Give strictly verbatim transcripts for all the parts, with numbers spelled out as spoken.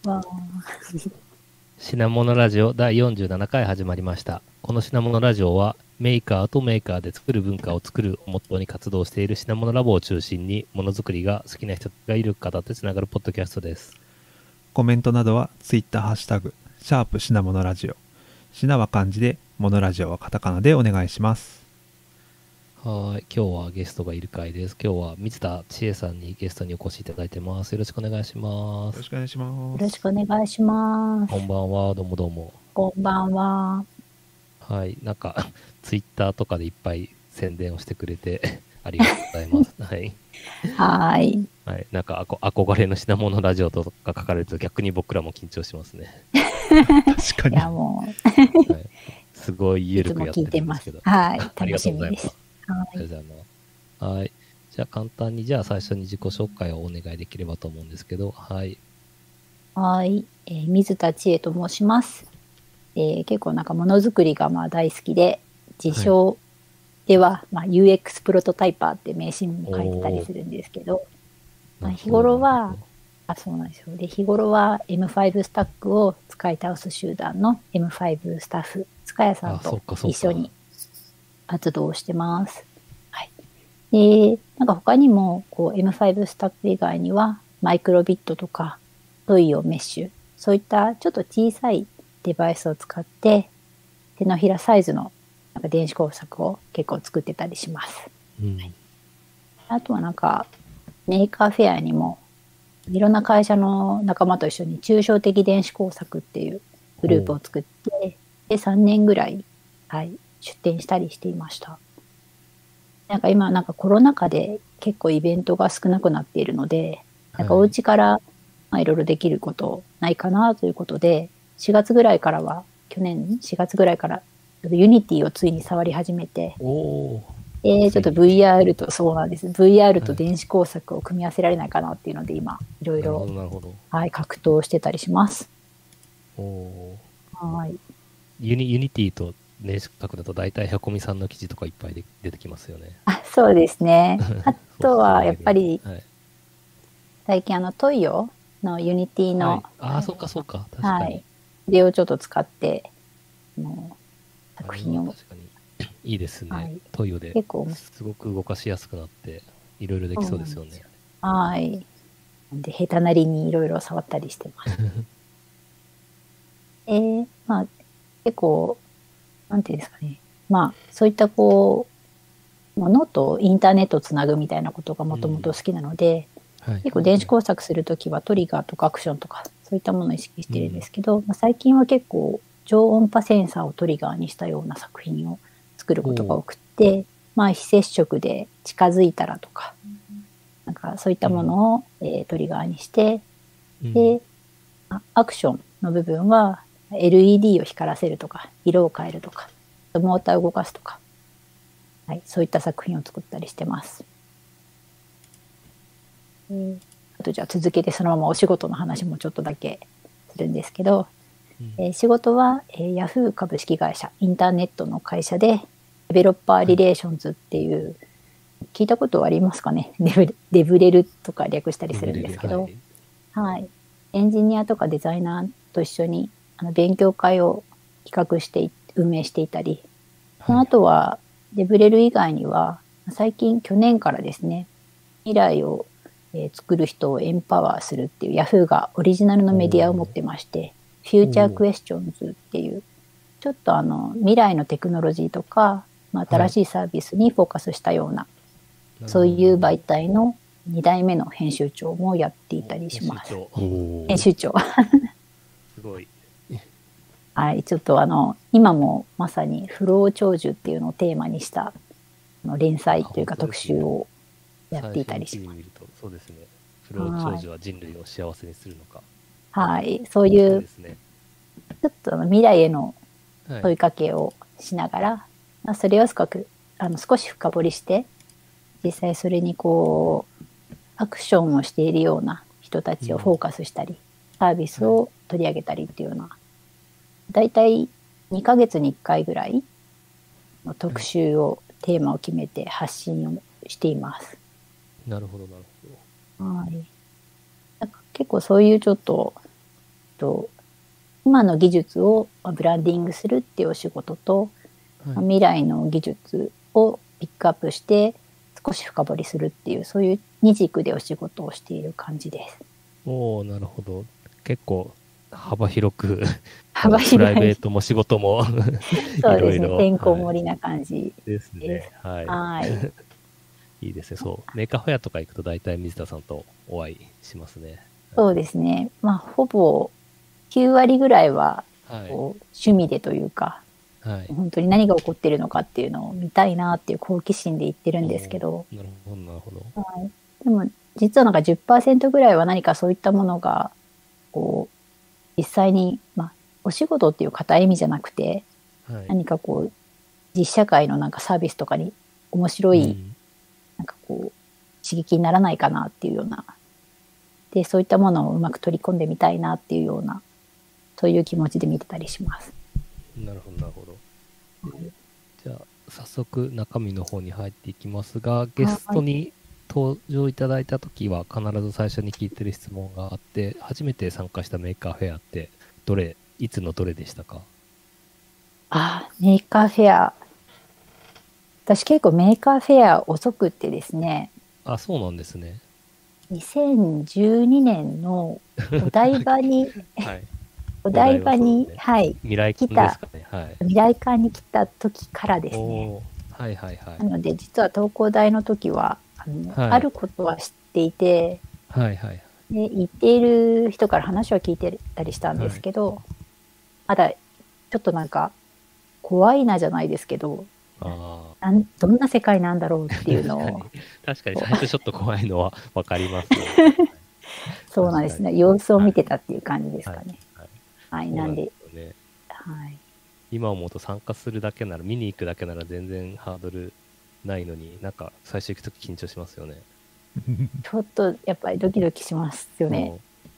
わあ。 品物ラジオだいよんじゅうななかい始まりました。この品物ラジオはメーカーとメーカーで作る文化を作るをモットーに活動している品物ラボを中心にものづくりが好きな人がいる方ってつながるポッドキャストです。 コメントなどはツイッターハッシュタグシャープ品物ラジオ、品は漢字でモノラジオはカタカナでお願いします。 はい、今日はゲストがいる回です。今日は水田千恵さんにゲストにお越しいただいてます。よろしくお願いしまよす。 ろしくお願いしまよす。 ろしくお願いします。 こんばんは、どうもどうも。 こんばんは。 はい、なんかツイッターとかでいっぱい宣伝をしてくれてありがとうございます。はい。 はい。 はい、なんかあこ憧れの品物ラジオとか書かれると逆に僕らも緊張しますね。 確かに。 いや、もはい、すごいう、いつも緩くやって聞いてまするんですけど。。 はい。 あり楽がとうございます。 しみです。はありがとうございます。はい。じゃあ簡単に、じゃあ最初に自己紹介をお願いできればと思うんですけど、はい。 い。はい。えー水田千恵と申します。えー結構なんかものづくりがまあ大好きで、自称では、まあ、ユーエックス プロトタイパーって名刺にも書いてたりするんですけど、まあ、日頃は、あ、そうなんですよ。で、日頃は エムファイブ スタックを使い倒す集団の エムファイブ スタッフ、塚谷さんと一緒に活動してます。はい。で、なんか他にもこう エムファイブ スタック以外にはマイクロビットとかトイオメッシュ、そういったちょっと小さいデバイスを使って手のひらサイズのなんか電子工作を結構作ってたりします。 うんはい、あとはなんかメーカーフェアにもいろんな会社の仲間と一緒に抽象的電子工作っていうグループを作ってでさんねんぐらい、はい、出展したりしていました。なんか今なんかコロナ禍で結構イベントが少なくなっているので、なんかお家からまあいろいろできることないかなということで、しがつぐらいからは去年しがつぐらいからユニティをついに触り始めて、 おえー、ちょっと ブイアール とそうなんです ブイアール と電子工作を組み合わせられないかなっていうので今いろいろはい格闘してたりします。 おはい。 ユニユニティと電子工作だと大体へこみさんの記事とかいっぱいで出てきますよね。 あ、そうですね。あとはやっぱりはい、 最近あのトイオのユニティの、はい、 ああそうかそうか確かに、はい、 それをちょっと使っての作品を確かにいいですね、はい、トイオで結構すごく動かしやすくなっていろいろできそうですよね。 はい。で下手なりにいろいろ触ったりしてます。えー、まあ結構なんていうんですかね、まあそういったこうものとインターネットをつなぐみたいなことがもともと好きなので、うんはい、結構電子工作するときはトリガーとかアクションとかそういったものを意識してるんですけど、うんまあ、最近は結構超音波センサーをトリガーにしたような作品を作ることが多くて、まあ非接触で近づいたらとか、なんかそういったものを、うんえー、トリガーにして、うん、でアクションの部分は エルイーディー を光らせるとか色を変えるとかモーターを動かすとか、はい、そういった作品を作ったりしてます。えー、あとじゃあ続けてそのままお仕事の話もちょっとだけするんですけど、うんえー、仕事は、えー、ヤフー株式会社インターネットの会社でデベロッパーリレーションズっていう、はい、聞いたことはありますかね。デブ、デブレルとか略したりするんですけど、はいはい、エンジニアとかデザイナーと一緒にあの勉強会を企画して運営していたり、その後はデブレル以外には最近去年からですね、未来を、えー、作る人をエンパワーするっていうヤフーがオリジナルのメディアを持ってまして、フューチャークエスチョンズっていうちょっとあの未来のテクノロジーとか、まあ、新しいサービスにフォーカスしたような、はい、そういう媒体のにだいめの編集長もやっていたりします。編集長すごい。 はい、ちょっとあの今もまさに不老長寿っていうのをテーマにしたの連載というか特集をやっていたりします。 そうですね。不老長寿は人類を幸せにするのか。 はい、はい、そういう、ね、ちょっとあの未来への問いかけをしながら、はい、まあ、それを少しあの少し深掘りして実際それにこうアクションをしているような人たちをフォーカスしたり、うん、サービスを取り上げたりっていうような、だいたいにかげつにいっかいぐらいの特集を、はい、テーマを決めて発信をしています。 なるほどなるほど。 はい。なんか結構そういうちょっとと、今の技術をブランディングするっていうお仕事と、 はい、 未来の技術をピックアップして少し深掘りするっていう、そういう二軸でお仕事をしている感じです。 おお、なるほど。結構幅広く幅広い。 プライベートも仕事もそうですね。 いろいろてんこ盛りな感じ、 はい、ですね。はい。 はい。 いいですね。そう。メーカーフェアとか行くと大体水田さんとお会いしますね。 そうですね。まあ、ほぼきゅう割ぐらいは、 はい、 こう趣味でというか、はい、本当に何が起こってるのかっていうのを見たいなっていう好奇心で言ってるんですけど。 なるほど、なるほど。 はい、でも、実はなんか じゅっパーセント ぐらいは何かそういったものが、こう、実際に、まあ、お仕事っていう固い意味じゃなくて、はい、何かこう、実社会のなんかサービスとかに面白い、うん、なんかこう、刺激にならないかなっていうような、で、そういったものをうまく取り込んでみたいなっていうような、そういう気持ちで見てたりします。 なるほど、なるほど。はい、じゃあ、早速中身の方に入っていきますが、ゲストに登場いただいたときは必ず最初に聞いてる質問があって、初めて参加したメーカーフェアって、どれ、いつのどれでしたか？ あ、メーカーフェア。私結構メーカーフェア遅くってですね。 あ、そうなんですね。 にせんじゅうにねんのお台場に、はい、お台場に、ね、はい、 未来館ですかね、はい、 未来館に来た時からですね。 はいはいはい。 なので実は東工大の時はあの、はい、あることは知っていて、 はいはい、 で行っている人から話は聞いてたりしたんですけど、はい、まだちょっとなんか怖いなじゃないですけど、あなんどんな世界なんだろうっていうのを確かに最初ちょっと怖いのは分かります、ね、 そうなんですね。様子を見てたっていう感じですかね。はい、はいはい、なんで、 ね、 はい、 今思うと参加するだけなら見に行くだけなら全然ハードルないのに、なんか最初行くとき緊張しますよね。 ちょっとやっぱりドキドキしますよね。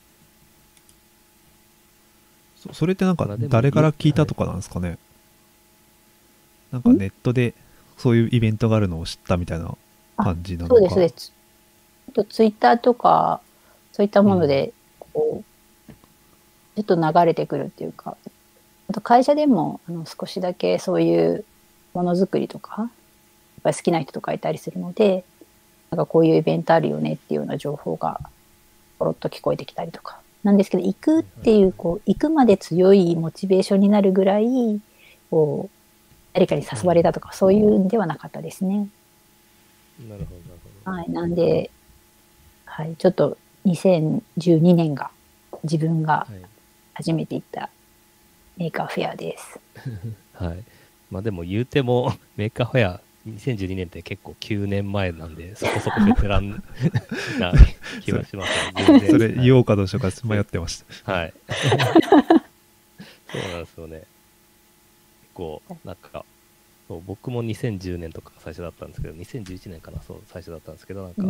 そ, それってなんか誰から聞いたとかなんですかね。はい、なんかネットでそういうイベントがあるのを知ったみたいな感じなのか。 そうですね。とツイッターとかそういったものでこう、うん、ちょっと流れてくるっていうか、あと会社でもあの少しだけそういうものづくりとかやっぱり好きな人とかいたりするので、なんかこういうイベントあるよねっていうような情報がポロッと聞こえてきたりとかなんですけど、行くっていうこう行くまで強いモチベーションになるぐらいこう誰かに誘われたとかそういうんではなかったですね。 なるほどなるほど。 はい、なんで、はい、ちょっとにせんじゅうにねんが自分が初めて行ったメーカーフェアです。 はい。まあでも言うてもメーカーフェアにせんじゅうにねんって結構きゅうねんまえなんでそこそこベテランな気はしますね。それ言おうかどうしようか迷ってました。 はい。そうなんですよね。結構なんかそう僕もにせんじゅうねんとか最初だったんですけど、にせんじゅういちねんかな、そう最初だったんですけど、なんか、うん、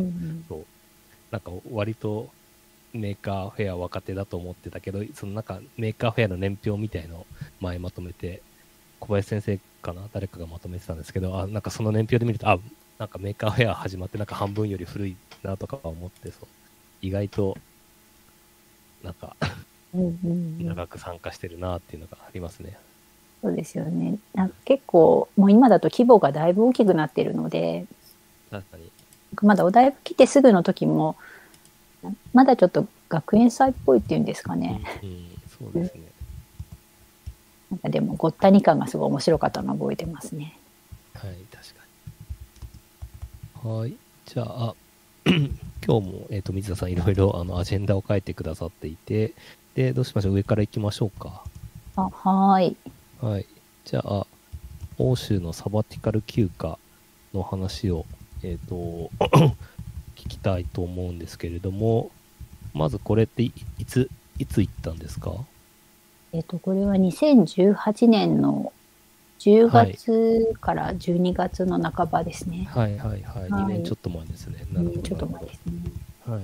そうなんか割とメーカーフェア若手だと思ってたけど、そのなんかメーカーフェアの年表みたいのを前まとめて、小林先生かな誰かがまとめてたんですけど、あなんかその年表で見ると、あなんかメーカーフェア始まってなんか半分より古いなとか思って、そう意外となんか長く参加してるなっていうのがありますね。 そうですよね。なんか結構もう今だと規模がだいぶ大きくなってるので、 確かにまだお台場来てすぐの時もまだちょっと学園祭っぽいっていうんですかね。 うん、うん、そうですね。 なんかでもごったに感がすごい面白かったのを覚えてますね。 はい、確かに。はい、じゃあ今日も、えーと、水田さんいろいろあのアジェンダを書いてくださっていて、でどうしましょう、上から行きましょうか。 あ、はい。 はい、じゃあ欧州のサバティカル休暇の話を、えーと聞きたいと思うんですけれども、まずこれっていついつ行ったんですか？ えっとこれはにせんじゅうはちねんのじゅうがつからじゅうにがつの半ばですね。 はいはいはい、はい、にねんちょっと前ですね。 なるほど、ちょっと前ですね。 はい。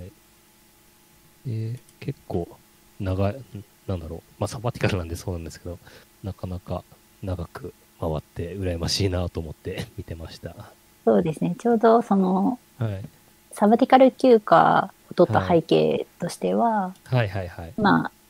で結構長いなんだろう、まあサバティカルなんでそうなんですけど、なかなか長く回って羨ましいなと思って見てました。 そうですね。ちょうどその、 はい、 サバティカル休暇を取った背景としては、 はい、はいはいはいまあ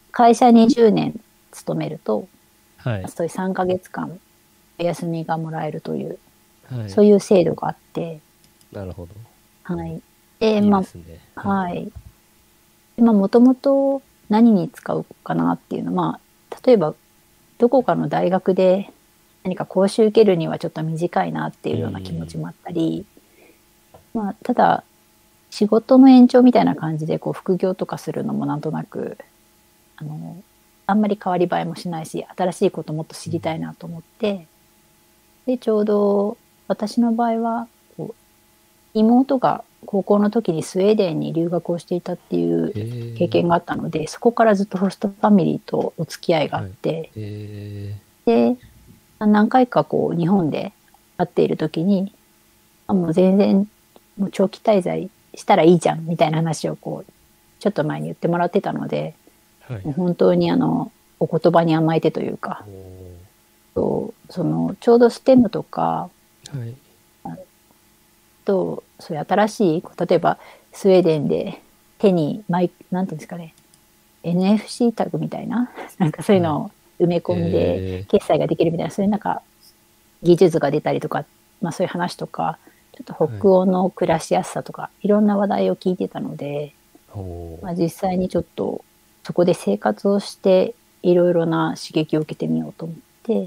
会社にじゅうねん勤めると、 はい。 そういうさんかげつかんお休みがもらえるという、 はい。 そういう制度があって、 なるほど。 はい。で、 いいまですね。 あ、はい。まあ、もともと何に使うかなっていうのは、まあ、例えば、どこかの大学で何か講習受けるにはちょっと短いなっていうような気持ちもあったり、まあ、ただ、仕事の延長みたいな感じで、こう、副業とかするのもなんとなく、あの、あんまり変わり映えもしないし、新しいこともっと知りたいなと思って、で、ちょうど私の場合は、こう妹が高校の時にスウェーデンに留学をしていたっていう経験があったので、そこからずっとホストファミリーとお付き合いがあって、で、何回かこう日本で会っている時に、あもう全然もう長期滞在したらいいじゃんみたいな話をこうちょっと前に言ってもらってたので、はい、もう本当にあのお言葉に甘えてというか、とそのちょうどステムとか、はい、とそういう新しい例えばスウェーデンで手にマイなんていうんですかね エヌエフシー タグみたいななんかそういうのを埋め込んで決済ができるみたいな、はい、そういうなんか技術が出たりとか、まあ、そういう話とかちょっと北欧の暮らしやすさとか、はい、いろんな話題を聞いてたので、まあ、実際にちょっとそこで生活をしていろいろな刺激を受けてみようと思って、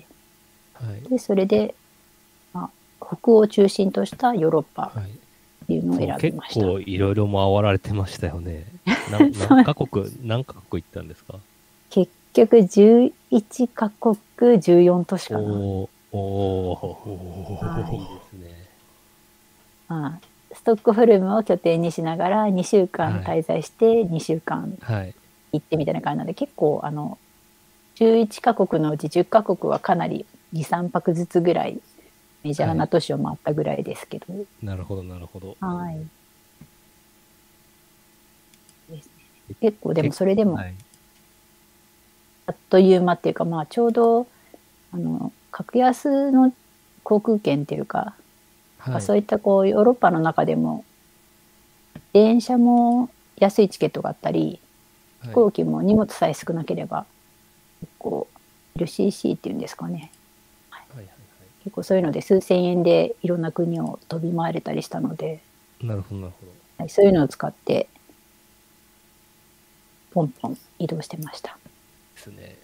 はい、でそれで、まあ、北欧を中心としたヨーロッパっていうのを選びました。 結構いろいろ回られてましたよね。何カ国何カ国行ったんですか？ 結局じゅういちカ国じゅうよん都市かな。 おおお、はい、いいですね。 まあ、ストックホルムを拠点にしながらにしゅうかん滞在してにしゅうかん行ってみたいな感じなので、はい、結構あのじゅういちカ国のうちじゅっカ国はかなりに、さんぱくずつぐらいメジャーな都市を回ったぐらいですけど。はい、 なるほどなるほど。 はい。ですね、結構でもそれでも、はい、あっという間っていうか、まあちょうどあの格安の航空券っていうか、はい、そういったこうヨーロッパの中でも電車も安いチケットがあったり、はい、飛行機も荷物さえ少なければ結構 エルシーシー っていうんですかね、はいはいはいはい、結構そういうので数千円でいろんな国を飛び回れたりしたので、 なるほどなるほど、 はい、そういうのを使ってポンポン移動してましたですね。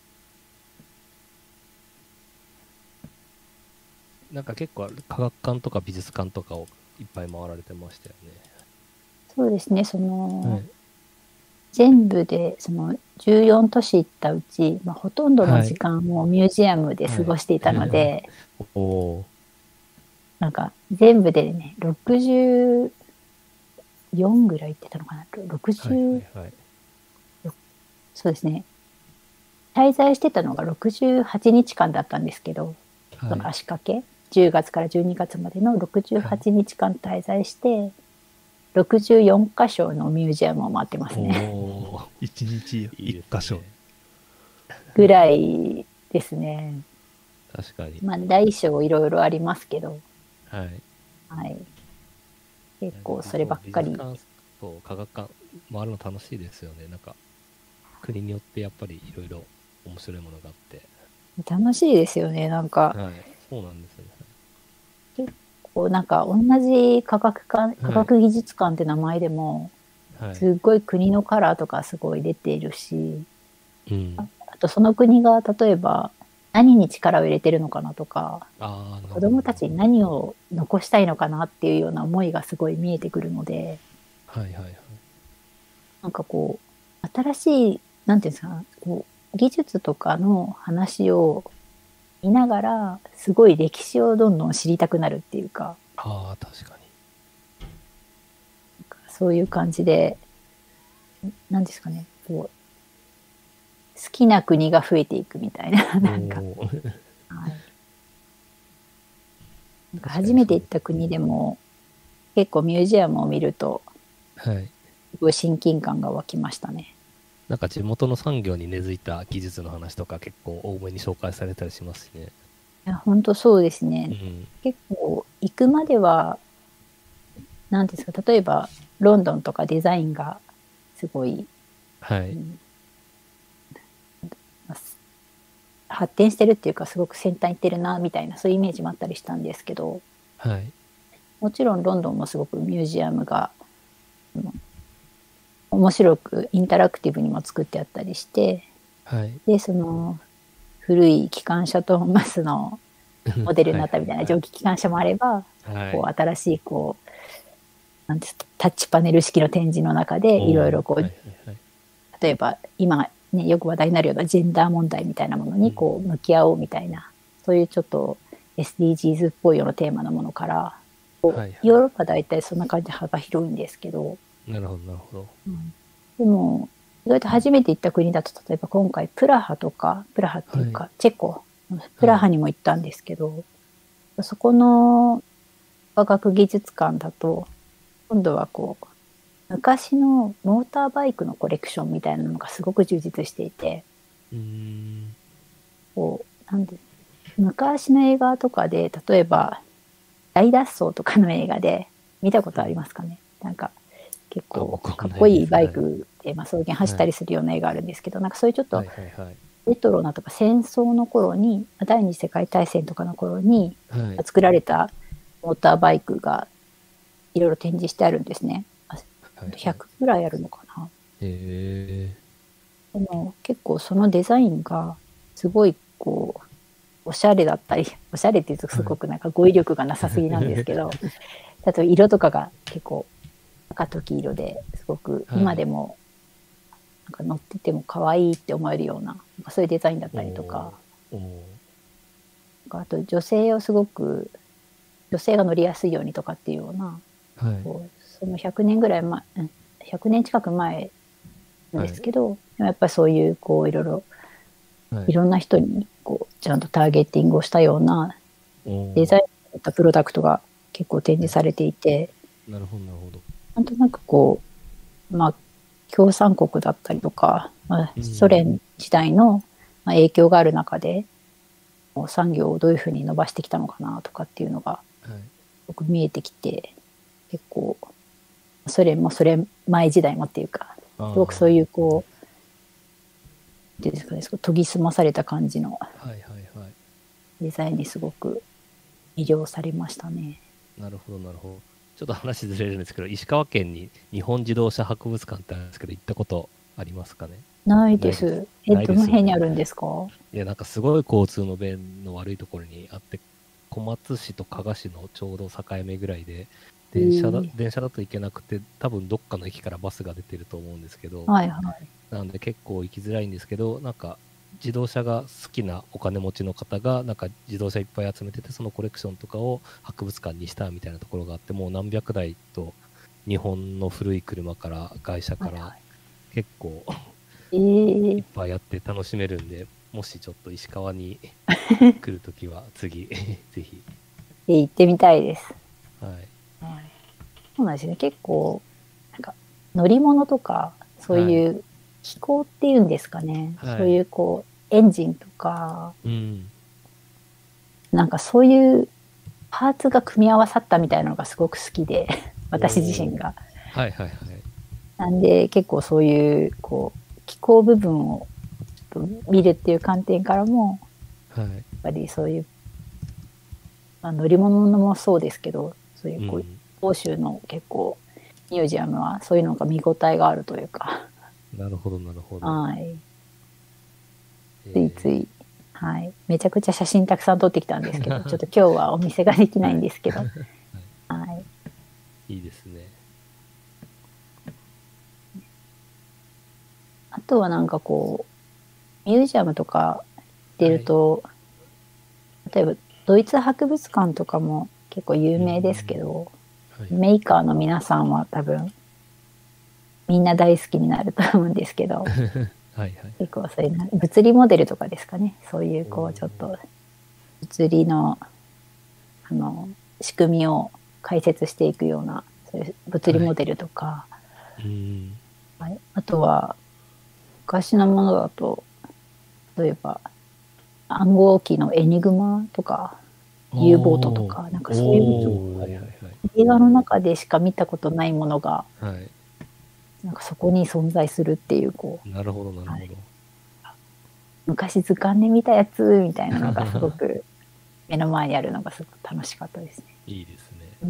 なんか結構科学館とか美術館とかをいっぱい回られてましたよね。 そうですね、その、はい、全部でそのじゅうよん都市行ったうち、まあ、ほとんどの時間をミュージアムで過ごしていたので、はいはい、なんか全部でねろくじゅうよんぐらい行ってたのかな、ろくじゅう、はいはいはい、そうですね、滞在してたのがろくじゅうはちにちかんだったんですけど、はい、その足掛けじゅうがつからじゅうにがつまでのろくじゅうはちにちかん滞在して、はい、ろくじゅうよんかしょのミュージアムを回ってますね。 おいちにちいっかしょぐらいですね。 確かに。 まあ大小いろいろありますけど、 はい、 はい、結構そればっかり。 美術館と科学館回るの楽しいですよね。なんか国によってやっぱりいろいろ面白いものがあって。 楽しいですよね、なんか。 はい、そうなんですよね。 結構なんか同じ科学館、科学技術館って名前でも、はい、すっごい国のカラーとかすごい出ているし、うん、あ, あとその国が例えば何に力を入れてるのかなとか、あ子どもたちに何を残したいのかなっていうような思いがすごい見えてくるので、 はいはいはい、 なんかこう新しいなんていうんですか、こう技術とかの話を見ながらすごい歴史をどんどん知りたくなるっていうか、 ああ確かに、 なんかそういう感じで、なんですかね、こう好きな国が増えていくみたいな、なんか、はい、なんか初めて行った国でも結構ミュージアムを見ると、はい、すごい親近感が湧きましたね。 なんか地元の産業に根付いた技術の話とか結構多めに紹介されたりしますしね。 いや本当そうですね、うん、結構行くまでは何ですか、例えばロンドンとかデザインがすごい、はい、うん、 発展してるっていうかすごく先端行ってるなみたいなそういうイメージもあったりしたんですけど、 はい。 もちろんロンドンもすごくミュージアムが面白くインタラクティブにも作ってあったりして、 はい。 でその古い機関車トーマスのモデルになったみたいな蒸気機関車もあれば、 はい。 こう新しいこうなんてタッチパネル式の展示の中でいろいろこう、 はいはいはい、 例えば今、ね、よく話題になるようなジェンダー問題みたいなものにこう向き合おうみたいな、うん、そういうちょっと エスディージーズ っぽいようなテーマのものから、はいはい、ヨーロッパ大体そんな感じで幅広いんですけど、 なるほどなるほど、 うん、でも意外と初めて行った国だと例えば今回プラハとかプラハっていうか、はい、チェコプラハにも行ったんですけど、はい、そこの科学技術館だと今度はこう昔のモーターバイクのコレクションみたいなのがすごく充実していて、 うーんこうなんで昔の映画とかで例えば大脱走とかの映画で見たことありますかね。なんか結構かっこいいバイクで、まあ、草原走ったりするような映画あるんですけど、はい、なんかそういうちょっとレトロなとか戦争の頃に第二次世界大戦とかの頃に作られたモーターバイクがいろいろ展示してあるんですね。ひゃくぐらいあるのかな。 へー。でも結構そのデザインがすごいこうおしゃれだったり、おしゃれって言うとすごくなんか語彙力がなさすぎなんですけど、はい、例えば色とかが結構赤と黄色ですごく今でもなんか乗ってても可愛いって思えるような、なんかそういうデザインだったりとか、あと女性をすごく女性が乗りやすいようにとかっていうような、 はい、 こうそのひゃくねんぐらい前、ひゃくねん近く前なんですけど、はい、でもやっぱりそういうこういろいろ、はい、いろんな人にこうちゃんとターゲティングをしたようなデザインしたプロダクトが結構展示されていて、 なるほどなるほど。 なんとなくこうまあ共産国だったりとか、まあ、ソ連時代の影響がある中で、うん、産業をどういうふうに伸ばしてきたのかなとかっていうのがよく見えてきて、結構ソ連もソ連前時代もっていうかすごくそういうこうですかね、研ぎ澄まされた感じのデザインにすごく魅了されましたね。 なるほどなるほど。ちょっと話ずれるんですけど、石川県に日本自動車博物館ってあるんですけど、行ったことありますかね。 ないです。え、どの辺にあるんですか。 いや、なんかすごい交通の便の悪いところにあって、小松市と加賀市のちょうど境目ぐらいで、電車だ、電車だと行けなくて、多分どっかの駅からバスが出てると思うんですけど、 はいはい、 なので結構行きづらいんですけど、なんか自動車が好きなお金持ちの方がなんか自動車いっぱい集めてて、そのコレクションとかを博物館にしたみたいなところがあって、もう何百台と日本の古い車から外車から結構、はい、いっぱいあって楽しめるんで、もしちょっと石川に来るときは次ぜひ行ってみたいです。 はい、 はい、そうなんですね。結構なんか乗り物とかそういう機構っていうんですかね、はい、そういうこうエンジンとか、うん、なんかそういうパーツが組み合わさったみたいなのがすごく好きで私自身が、 はいはいはい、 なんで結構そういうこう機構部分をちょっと見るっていう観点からも、はい、やっぱりそういう、まあ、乗り物もそうですけど、そういうこう、うん、欧州の結構ミュージアムはそういうのが見応えがあるというか。 なるほどなるほど。 はい。ついつい、はい、めちゃくちゃ写真たくさん撮ってきたんですけど、ちょっと今日はお見せができないんですけど、はい、 はい、いいですね。 あとはなんかこうミュージアムとか出ると、はい、例えばドイツ博物館とかも結構有名ですけど、はい、メーカーの皆さんは多分みんな大好きになると思うんですけどはい、はい、結構そういう物理モデルとかですかね、そういうこうちょっと物理のあの仕組みを解説していくようなそういう物理モデルとか、はい、うんはい、あとは昔のものだと例えば暗号機のエニグマとか U ボートとかなんかそういう物、はいはいはい、映画の中でしか見たことないものが、はい、なんかそこに存在するっていうこう、 なるほどなるほど、はい、 昔図鑑で見たやつみたいなのがすごく目の前にあるのがすごく楽しかったですね。 いいですね。 うん。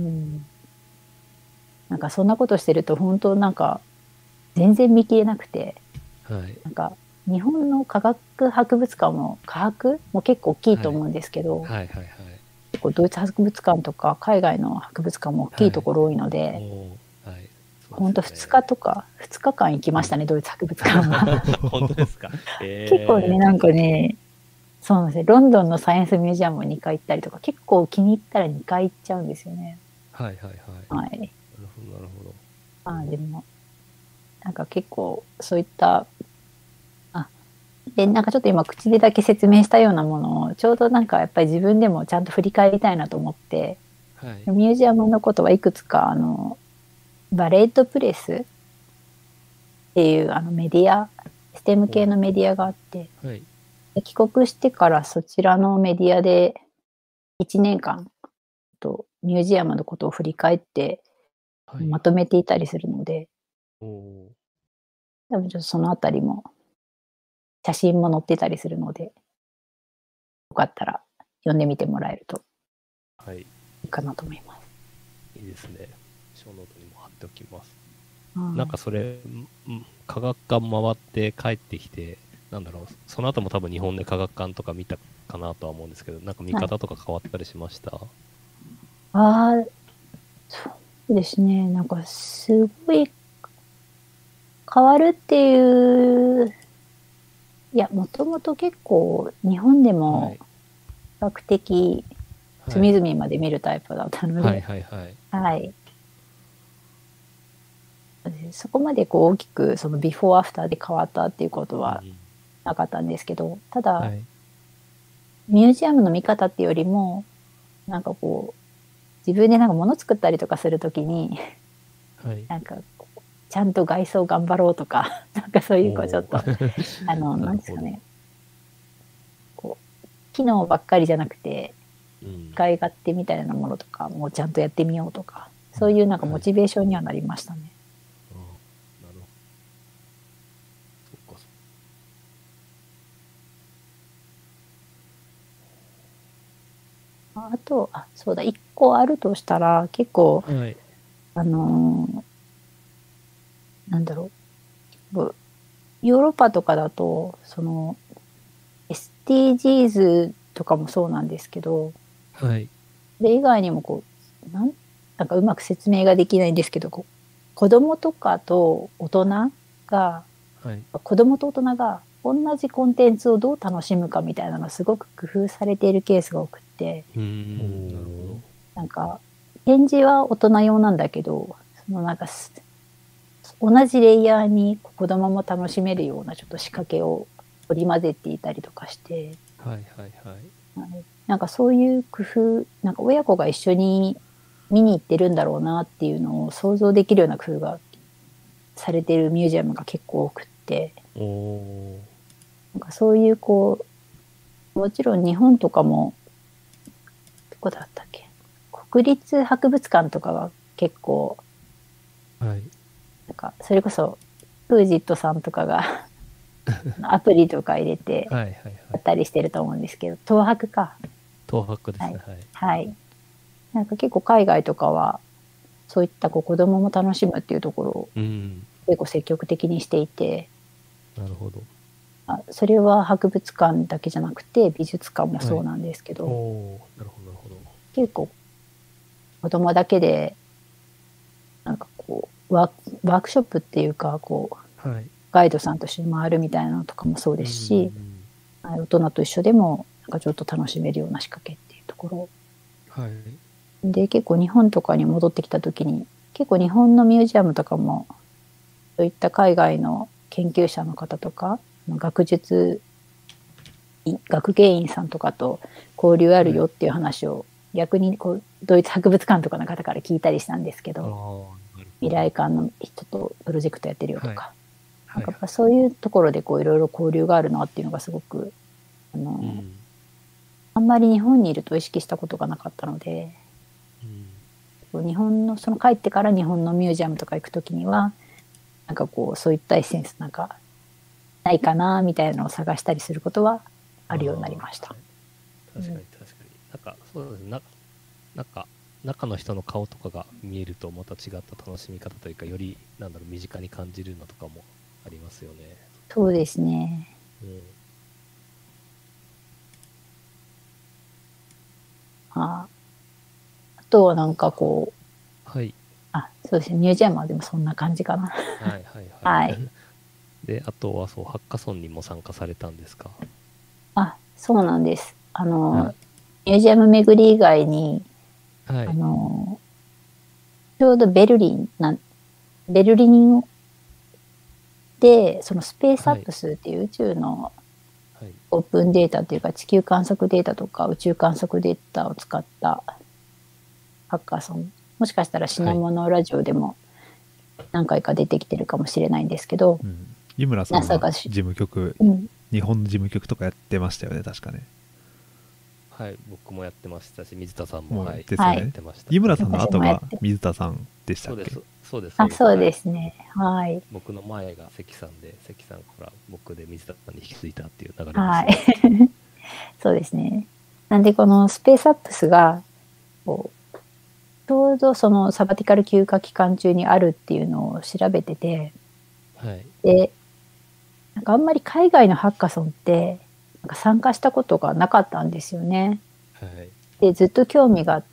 なんかそんなことしてると本当なんか全然見切れなくて、 はい。 なんか日本の科学博物館も科学も結構大きいと思うんですけど、 はいはいはい。 結構ドイツ博物館とか海外の博物館も大きいところ多いので、 おーはい。 本当ふつかとかふつかかん行きましたね、ドイツ博物館は。 本当ですか。えー結構ね、なんかね、そうなんですね。ロンドンのサイエンスミュージアムもにかい行ったりとか、結構気に入ったらにかい行っちゃうんですよね。 はいはいはい。 はい。 なるほどなるほど。 まあでも、なんか結構そういった、あ、で、なんかちょっと今口でだけ説明したようなものを、ちょうどなんかやっぱり自分でもちゃんと振り返りたいなと思って、 はい。 ミュージアムのことはいくつか、あの、バレットプレスっていうあのメディア、ステム系のメディアがあって、 はい。 で帰国してからそちらのメディアでいちねんかんとミュージアムのことを振り返ってはい。 まとめていたりするので、 おー多分ちょっとそのあたりも写真も載ってたりするので、よかったら読んでみてもらえるとはい。 いいかなと思います。 いいですね。小ノートにも貼っておきます。 はいなんかそれ、ん科学館回って帰ってきて、なんだろう、その後も多分日本で科学館とか見たかなとは思うんですけど、なんか見方とか変わったりしました？ ああ、そうですね。なんかすごい変わるっていう、いや、もともと結構日本ではもい。 比較的はい。 隅々まで見るタイプだったのはいで、 はいはい。 はい。そこまでこう大きくそのビフォーアフターで変わったっていうことはうんなかったんですけど、ただ、 はい。 ミュージアムの見方っていうよりも、なんかこう、自分でなんか物作ったりとかするときに、 はい。 なんかこう、ちゃんと外装頑張ろうとか、なんかそういうこうちょっと、 おーあの、 なるほどなんですかね、こう、機能ばっかりじゃなくて、 うん使い勝手みたいなものとかもちゃんとやってみようとか、そういうなんかモチベーションにはなりましたね。 あーなるほど。そっかそっあと、あ、そうだ、一個あるとしたら、結構、 か。はい。 あのーなんだろう、ヨーロッパとかだと、その、エスディージーズ とかもそうなんですけど、 はい。 で、以外にもこう、なん、なんかうまく説明ができないんですけど、こう子供とかと大人が、 はい。 子供と大人が同じコンテンツをどう楽しむかみたいなのがすごく工夫されているケースが多くって、 うーん。なるほなんか、展示は大人用なんだけど、そのなんかす、同じレイヤーに子供も楽しめるようなちょっと仕掛けを織り交ぜていたりとかして、 ど。はいはいはい。 はい、なんかそういう工夫、なんか親子が一緒に見に行ってるんだろうなっていうのを想像できるような工夫がされているミュージアムが結構多くって、 おーなんかそういうこう、もちろん日本とかも、どこだったっけ、国立博物館とかが結構、 はい。 なんかそれこそフージットさんとかがアプリとか入れてはいはいやはい。 ったりしてると思うんですけど、東博か。 東博ですね。はい。 はい。なんか結構海外とかは、そういったこう子供も楽しむっていうところをうん。 結構積極的にしていて、 なるほど。 あ、それは博物館だけじゃなくて美術館もそうなんですけど、 おーなるほどなるほど。 結構子供だけで、なんかこう、ワーク、ワークショップっていうか、こう、 はい。 ガイドさんと一緒に回るみたいなのとかもそうですし、 うん大人と一緒でもなんかちょっと楽しめるような仕掛けっていうところはい。 で、結構日本とかに戻ってきた時に結構日本のミュージアムとかもそういった海外の研究者の方とか学術学芸員さんとかと交流あるよっていう話を逆にこうドイツ博物館とかの方から聞いたりしたんですけど、 ああ、なるほど。 未来館の人とプロジェクトやってるよとか、 はいなんかやっぱそういうところでこういろいろ交流があるなっていうのがすごくあの、 うんあんまり日本にいると意識したことがなかったので、 うん日本のその帰ってから日本のミュージアムとか行くときにはなんかこうそういったエッセンスなんかないかなみたいなのを探したりすることはあるようになりました。 確かに確かに。なんかそうですね。ななんか中の人の顔とかが見えるとまた違った楽しみ方というか、よりなんだろう身近に感じるのとかもありますよね。 そうですね。 うん、 ああとはなんかこう、はい。 あ、そうですね。ミュージアムはでもそんな感じかな。 はいはいはい。 はい。で、あとはそう、ハッカソンにも参加されたんですか？ あ、そうなんです。あの、 はい、 ミュージアム巡り以外に、 はい、 あの、ちょうどベルリンな、ベルリンで、そのスペースアップスっていう宇宙のオープンデータというか地球観測データとか宇宙観測データを使ったハッカーソン、もしかしたら品物ラジオでも何回か出てきてるかもしれないんですけど、 うん、井村さんが事務局、うん、日本の事務局とかやってましたよね、確かね。 はい、僕もやってましたし、水田さんも、 はい、 ですね、やってました。井村さんの後が水田さんでしたっけ？ そうです、そうです。 あ、そうですね。はい。 僕の前が関さんで、関さんから僕で水田さんに引き継いだっていう流れです、ね。 はい。そうですね。なんでこのスペースアップスがこうちょうどそのサバティカル休暇期間中にあるっていうのを調べてて、 はい、 でなんかあんまり海外のハッカソンってなんか参加したことがなかったんですよね。 はい、 でずっと興味があって、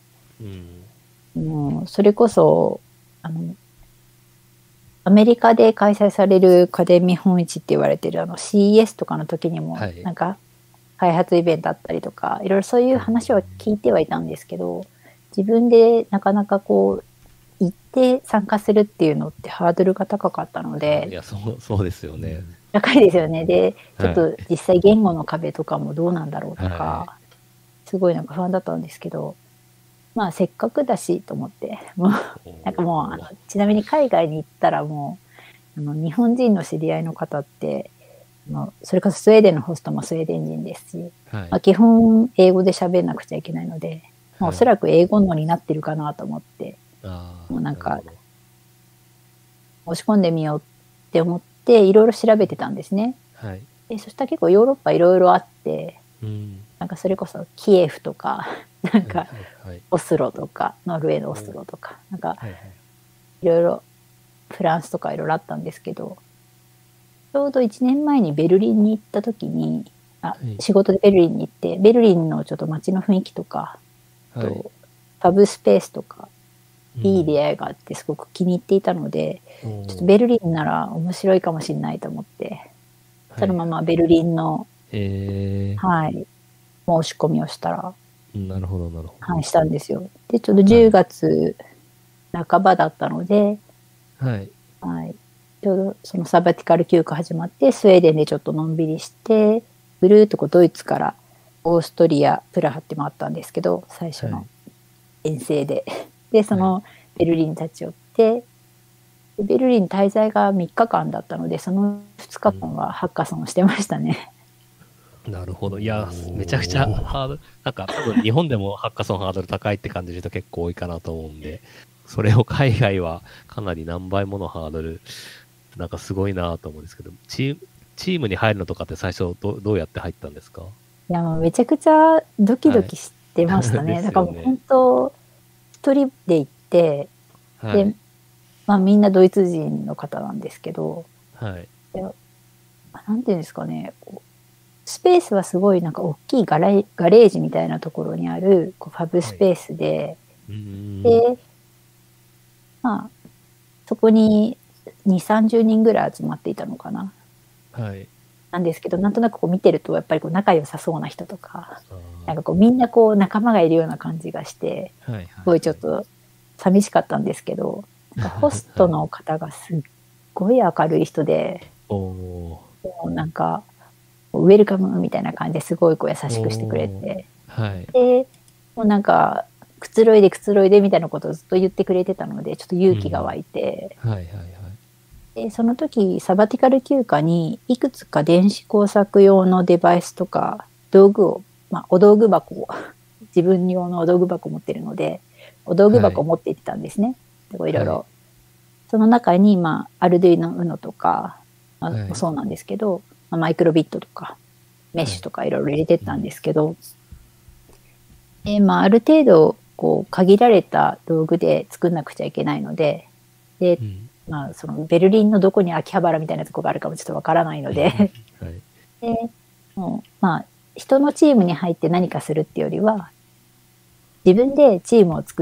うん、もうそれこそあのアメリカで開催される家電見本市って言われてるあの シーイーエス とかの時にも、はい、なんか開発イベントあったりとかいろいろそういう話を聞いてはいたんですけど、自分でなかなかこう行って参加するっていうのってハードルが高かったので、 いや、そう、そうですよね。 高いですよね。でちょっと実際言語の壁とかもどうなんだろうとか、はい、すごいなんか不安だったんですけど、まあせっかくだしと思ってもうなんかもうあのちなみに海外に行ったらもうあの日本人の知り合いの方ってあのそれこそスウェーデンのホストもスウェーデン人ですし、はい、まあ、基本英語で喋んなくちゃいけないので、まあ、おそらく英語のになってるかなと思って、はい、もうなんか申し込んでみようって思っていろいろ調べてたんですね。はい、でそしたら結構ヨーロッパいろいろあって、うん、なんかそれこそキエフとかなんかオスロとかノルウェーのオスロとかなんかいろいろフランスとかいろいろあったんですけど、ちょうどいちねんまえにベルリンに行った時にあ、はい、仕事でベルリンに行ってベルリンのちょっと街の雰囲気とか、はい、とパブスペースとかいい出会いがあってすごく気に入っていたので、うん、ちょっとベルリンなら面白いかもしれないと思って、はい、そのままベルリンの、えーはい、申し込みをしたら、 なるほどなるほど、 はい、したんですよ。でちょうどじゅうがつなかばだったので、はいはい、ちょうどそのサバティカル休暇始まってスウェーデンでちょっとのんびりしてぐるーっとこうドイツからオーストリアプラハって回ったんですけど最初の遠征で、はい、でそのベルリンに立ち寄って、ベルリン滞在がみっかかんだったのでそのふつかかんはハッカソンをしてましたね。 なるほど。いやめちゃくちゃハードルなんか多分日本でもハッカソンハードル高いって感じる人結構多いかなと思うんで、それを海外はかなり何倍ものハードルなんかすごいなと思うんですけど、チーム、チームに入るのとかって最初どどうやって入ったんですか？ いやもうめちゃくちゃドキドキしてましたね。はい、だからもう本当一人で行って、はい、で、まあみんなドイツ人の方なんですけど、はい、でなんていうんですかね、スペースはすごいなんか大きいガレ、ガレージみたいなところにあるこうファブスペースで、はい、で、まあそこににじゅう、さんじゅうにんぐらい集まっていたのかな。はい。なんですけど、なんとなくこう見てるとやっぱりこう仲良さそうな人とか、なんかこうみんなこう仲間がいるような感じがして、はいはいはい、すごいちょっと寂しかったんですけど、なんかホストの方がすっごい明るい人で、もうなんかウェルカムみたいな感じですごいこう優しくしてくれて、はい、でもうなんかくつろいでくつろいでみたいなことをずっと言ってくれてたのでちょっと勇気が湧いて、うん、はいはいはい、でその時サバティカル休暇にいくつか電子工作用のデバイスとか道具を、まあ、お道具箱を自分用のお道具箱を持ってるのでお道具箱を持って行ってたんですね。はい、いろいろ、はい、その中に、まあ、アルデュイノウノとかまあはいそうなんですけど、まあマイクロビットとかメッシュとかいろいろ入れてったんですけど、でまあ、ある程度こう限られた道具で作んなくちゃいけないので、でうんまあ、そのベルリンのどこに秋葉原みたいなとこがあるかもちょっとわからないので、 はいでもうまあ人のチームに入って何かするっていうよりは、自分でチームを作って、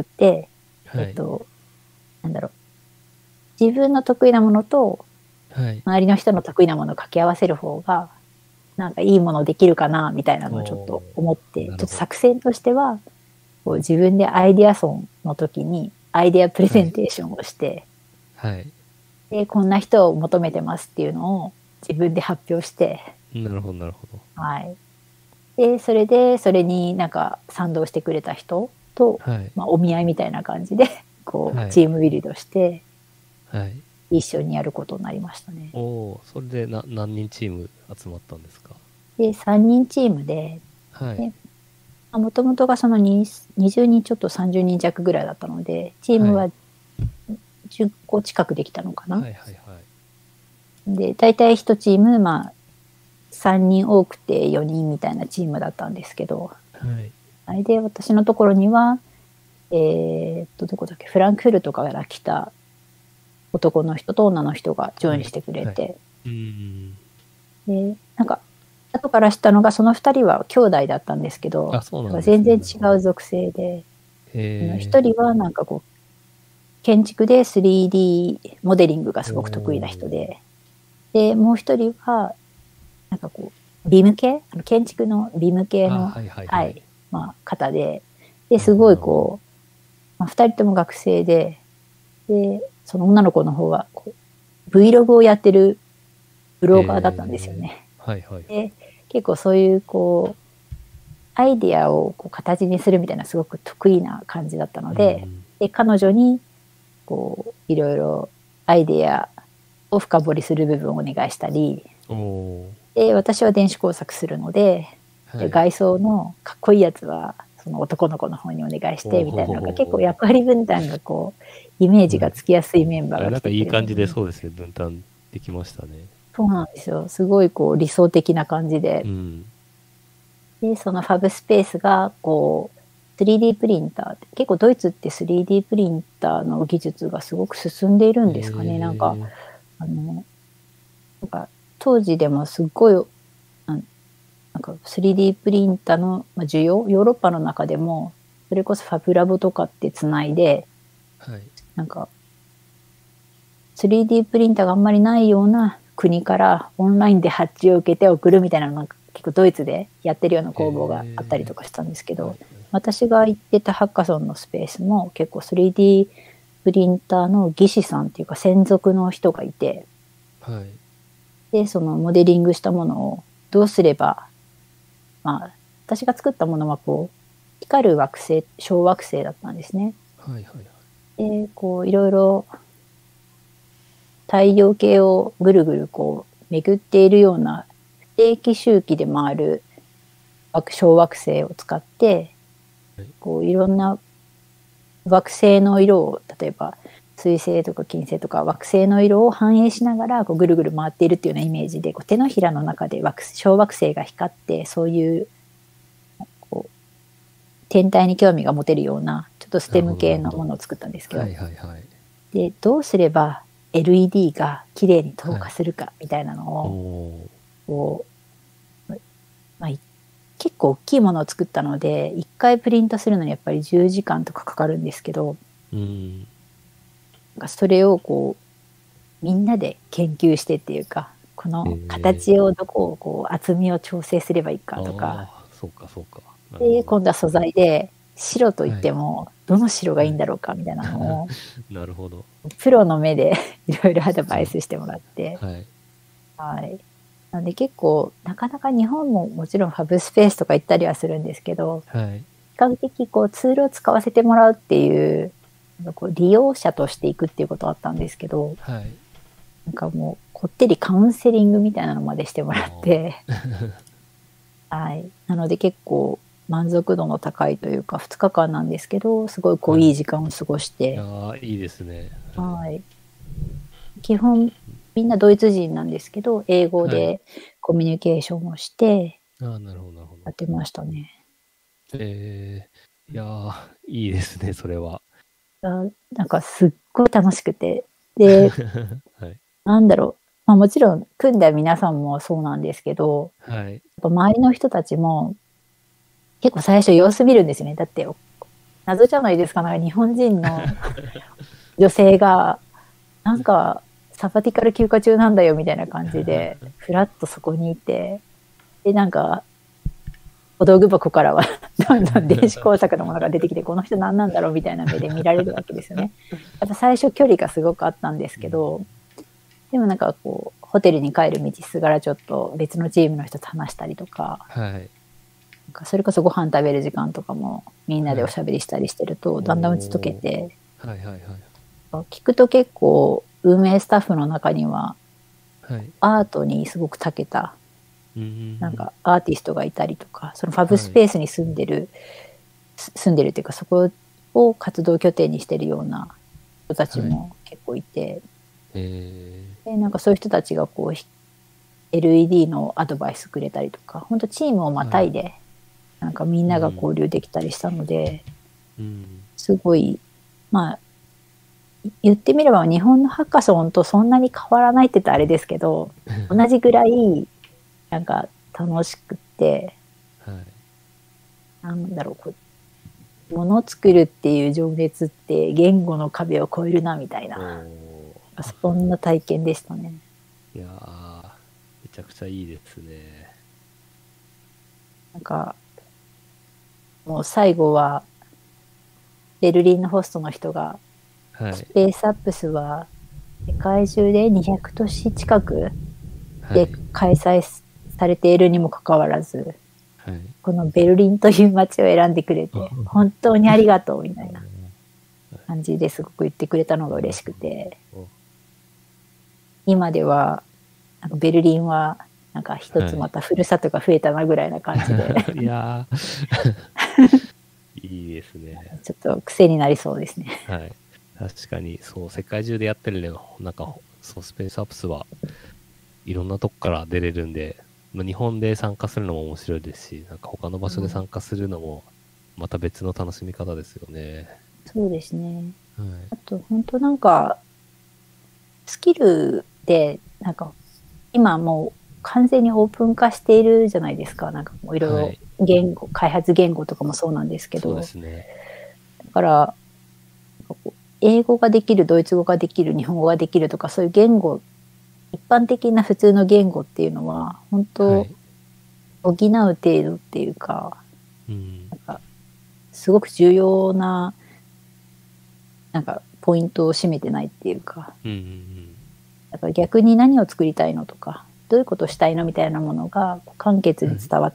はいえっとなんだろう、自分の得意なものとはい周りの人の得意なものを掛け合わせる方がなんかいいものできるかなみたいなのをちょっと思って、ちょっと作戦としてはこう自分でアイデアソンの時にアイデアプレゼンテーションをして、 はいでこんな人を求めてますっていうのを自分で発表して、 なるほどなるほどはい、でそれでそれになんか賛同してくれた人と、 はいまあ、お見合いみたいな感じでこう、 はいチームビルドしてはい一緒にやることになりましたね。 おおーそれでな何人チーム集まったんですか？ でさんにんチームで、 はいねもともとがそのにじゅうにんちょっとさんじゅうにん弱ぐらいだったので、チームはじゅっこ近くできたのかな。 はいはいはいで大体いちチーム、まあ、さんにん多くてよにんみたいなチームだったんですけど、 はいあれで私のところにはえーっとどこだっけ、フランクフルトから来た男の人と女の人がジョインしてくれて、 はいはうんでなんか後から知ったのがそのふたりは兄弟だったんですけど、 あそうなんですね全然違う属性で、 へひとりはなんかこう建築で スリーディー モデリングがすごく得意な人で、でもう一人はなんかこうビム系、あの建築のビム系の、 はいはいははいいまあ、方で、ですごいこう、まあ、ふたりとも学生で、でその女の子の方はこう Vlog をやってるブロガーだったんですよね。 はいはいで結構そういうこうアイディアをこう形にするみたいなすごく得意な感じだったので、 うんで彼女にこういろいろアイディアを深掘りする部分をお願いしたり、 おおで私は電子工作するので、 ーはい外装のかっこいいやつはその男の子の方にお願いしてみたいなのが結構役割分担がこうイメージがつきやすいメンバーがあなんか来てくれるのいい感じでそうですね分担できましたねそうなんですよ。すごいこう理想的な感じで、 うんでそのファブスペースがこう スリーディー プリンターって結構ドイツって スリーディー プリンターの技術がすごく進んでいるんですかね。 へーなんかあのなんか当時でもすっごいなんなんか スリーディー プリンターのまあ需要、ヨーロッパの中でもそれこそファブラボとかってつないではいなんか スリーディー プリンターがあんまりないような国からオンラインで発注を受けて送るみたいなのが結構ドイツでやってるような工房があったりとかしたんですけど、 はい私が行ってたハッカソンのスペースも結構 スリーディー プリンターの技師さんっていうか専属の人がいて、 はいでそのモデリングしたものをどうすれば、まあ私が作ったものはこう光る惑星小惑星だったんですね。 はいはいはいでこういろいろ太陽系をぐるぐるこう巡っているような不定期周期で回る惑小惑星を使ってこういろんな惑星の色を例えば水星とか金星とか惑星の色を反映しながらこうぐるぐる回っているっていうようなイメージでこう手のひらの中で惑小惑星が光ってそういうこう天体に興味が持てるようなちょっとステム系のものを作ったんですけど、 はいはいはいでどうすれば エルイーディー が綺麗に透過するかみたいなのおを、 おこうまあ、い結構大きいものを作ったのでいっかいプリントするのにやっぱりじゅうじかんとかかかるんですけど、 ーうんなんかそれをこうみんなで研究してっていうかこの形をどこをこう厚みを調整すればいいかとか、 あーそうかそうかなるほどで今度は素材で白といってもどの白がいいんだろうかみたいなのをなるほどプロの目でいろいろアドバイスしてもらって、 はいはい。なんで結構なかなか日本ももちろんファブスペースとか行ったりはするんですけど、 はい比較的こうツールを使わせてもらうっていうなんかこう利用者としていくっていうことあったんですけど、 はいなんかもうこってりカウンセリングみたいなのまでしてもらってはい。なので結構満足度の高いというかふつかかんなんですけどすごいこういい時間を過ごしいて、 やーいいですねはい。基本みんなドイツ人なんですけど、英語はい。 でコミュニケーションをしてああ、なるほど、なるほど。 やってましたね。 えー、いやー、いいですね、それは。 あなんかすっごい楽しくて。で、 はい。 なんだろう。まあもちろん、組んだ皆さんもそうなんですけど、 はい。 やっぱ周りの人たちも結構最初様子見るんですよね。だって謎じゃないですか。なんか日本人の女性がなんかサバティカル休暇中なんだよみたいな感じでふらっとそこにいて、でなんかお道具箱からはどんどん電子工作のものが出てきて、この人何なんだろうみたいな目で見られるわけですよね。やっぱ最初距離がすごくあったんですけど、でもなんかこうホテルに帰る道すがらちょっと別のチームの人と話したりとか、 はい。 なんかそれこそご飯食べる時間とかもみんなでおしゃべりしたりしてると、だんだん打ち解けて、 はいはいはい。 聞くと結構運営スタッフの中にははい。 アートにすごく長けたうんなんかアーティストがいたりとか、そのファブスペースに住んでる、す住んでるっていうかそこを活動拠点にしてるような人たちも結構いて、 えでなんかそういう人たちがこうひ エルイーディー のアドバイスくれたりとか、本当チームをまたいでなんかみんなが交流できたりしたので、 ー、うん。 すごいまあ言ってみれば日本のハッカソンとそんなに変わらないって言ったらあれですけど、同じぐらいなんか楽しくって、 はい。 なんだろう、こう物を作るっていう情熱って言語の壁を越えるなみたいおな、 ーそんな体験でしたね。 いやー、めちゃくちゃいいですね。 なんかもう最後はベルリンのホストの人が、 はい。 スペースアップスは世界中でにひゃく都市近くではい。 開催されているにもかかわらず、 はい。 このベルリンという街を選んでくれて本当にありがとうみたいな感じですごく言ってくれたのが嬉しくて、今ではなんかベルリンはなんか一つまたふるさとが増えたなぐらいな感じで、 いやー、いいですね。 ちょっと癖になりそうですね。 はい。確かに、そう、世界中でやってるの、なんか、そう、スペースアップスはいろんなとこから出れるんで、まあ、日本で参加するのも面白いですし、なんか他の場所で参加するのも、また別の楽しみ方ですよね。 そうですね。 はい。 あと本当なんかスキルでなんか今もう完全にオープン化しているじゃないですか。なんかもういろいろはい言語、開発言語とかもそうなんですけそうど、 ですね。 だからなんかこう英語ができる、ドイツ語ができる、日本語ができるとか、そういう言語、一般的な普通の言語っていうのは本は当い。 補う程度っていうか、 うん。 なんかすごく重要ななんかポイントを占めてないっていうか、 うんうんうん。 だから逆に何を作りたいのとか、どういうことをしたいのみたいなものが簡潔に伝わって、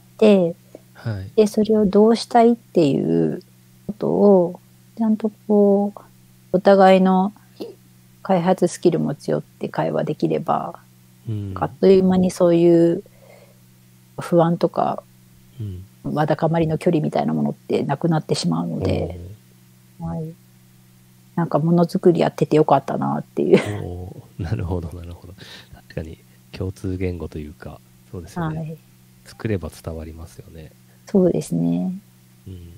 はい。 でそれをどうしたいっていうことをちゃんとこうお互いの開発スキル持ち寄って会話できれば、 うん。 あっという間にそういう不安とかうん。 わだかまりの距離みたいなものってなくなってしまうので、はい、なんかものづくりやっててよかったなっていう。 おーなるほど、なるほど。確かに共通言語というか、そうですよね。 はい、 作れば伝わりますよね。 そうですね。 うん。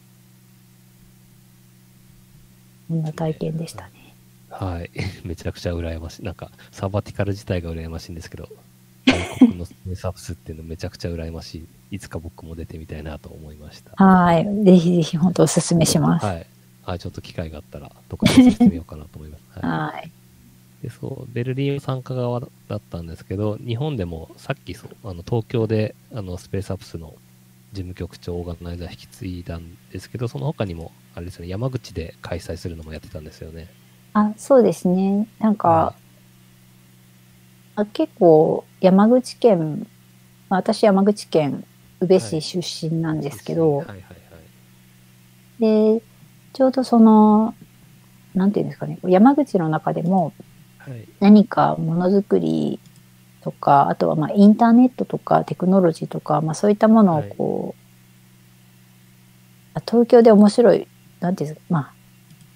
こんな体験でしたね。 はい。めちゃくちゃ羨ましい。なんか、サバティカル自体が羨ましいんですけど、外国のスペースアップスっていうのめちゃくちゃ羨ましい。いつか僕も出てみたいなと思いました。 はい。ぜひぜひ本当お勧めします。 はい。はい、ちょっと機会があったら、どこかでしてみようかなと思います。はい。 はい。 で、そう、ベルリン参加側だったんですけど、日本でもさっきそう、あの、東京で、あの、スペースアップスの事務局長、オーガナイザー引き継いだんですけど、その他にも、あれですね、山口で開催するのもやってたんですよね。 あ、そうですね。なんか、 はあ結構山口県、まあ私山口県宇部市出身なんいですけど、 はいはいはい。 で、ちょうどその、なんていうんですかね、山口の中でもはい。 何かものづくりとか、あとはまあインターネットとかテクノロジーとか、まあそういったものをこう、東京で面白い、なんていうんですか、まあ、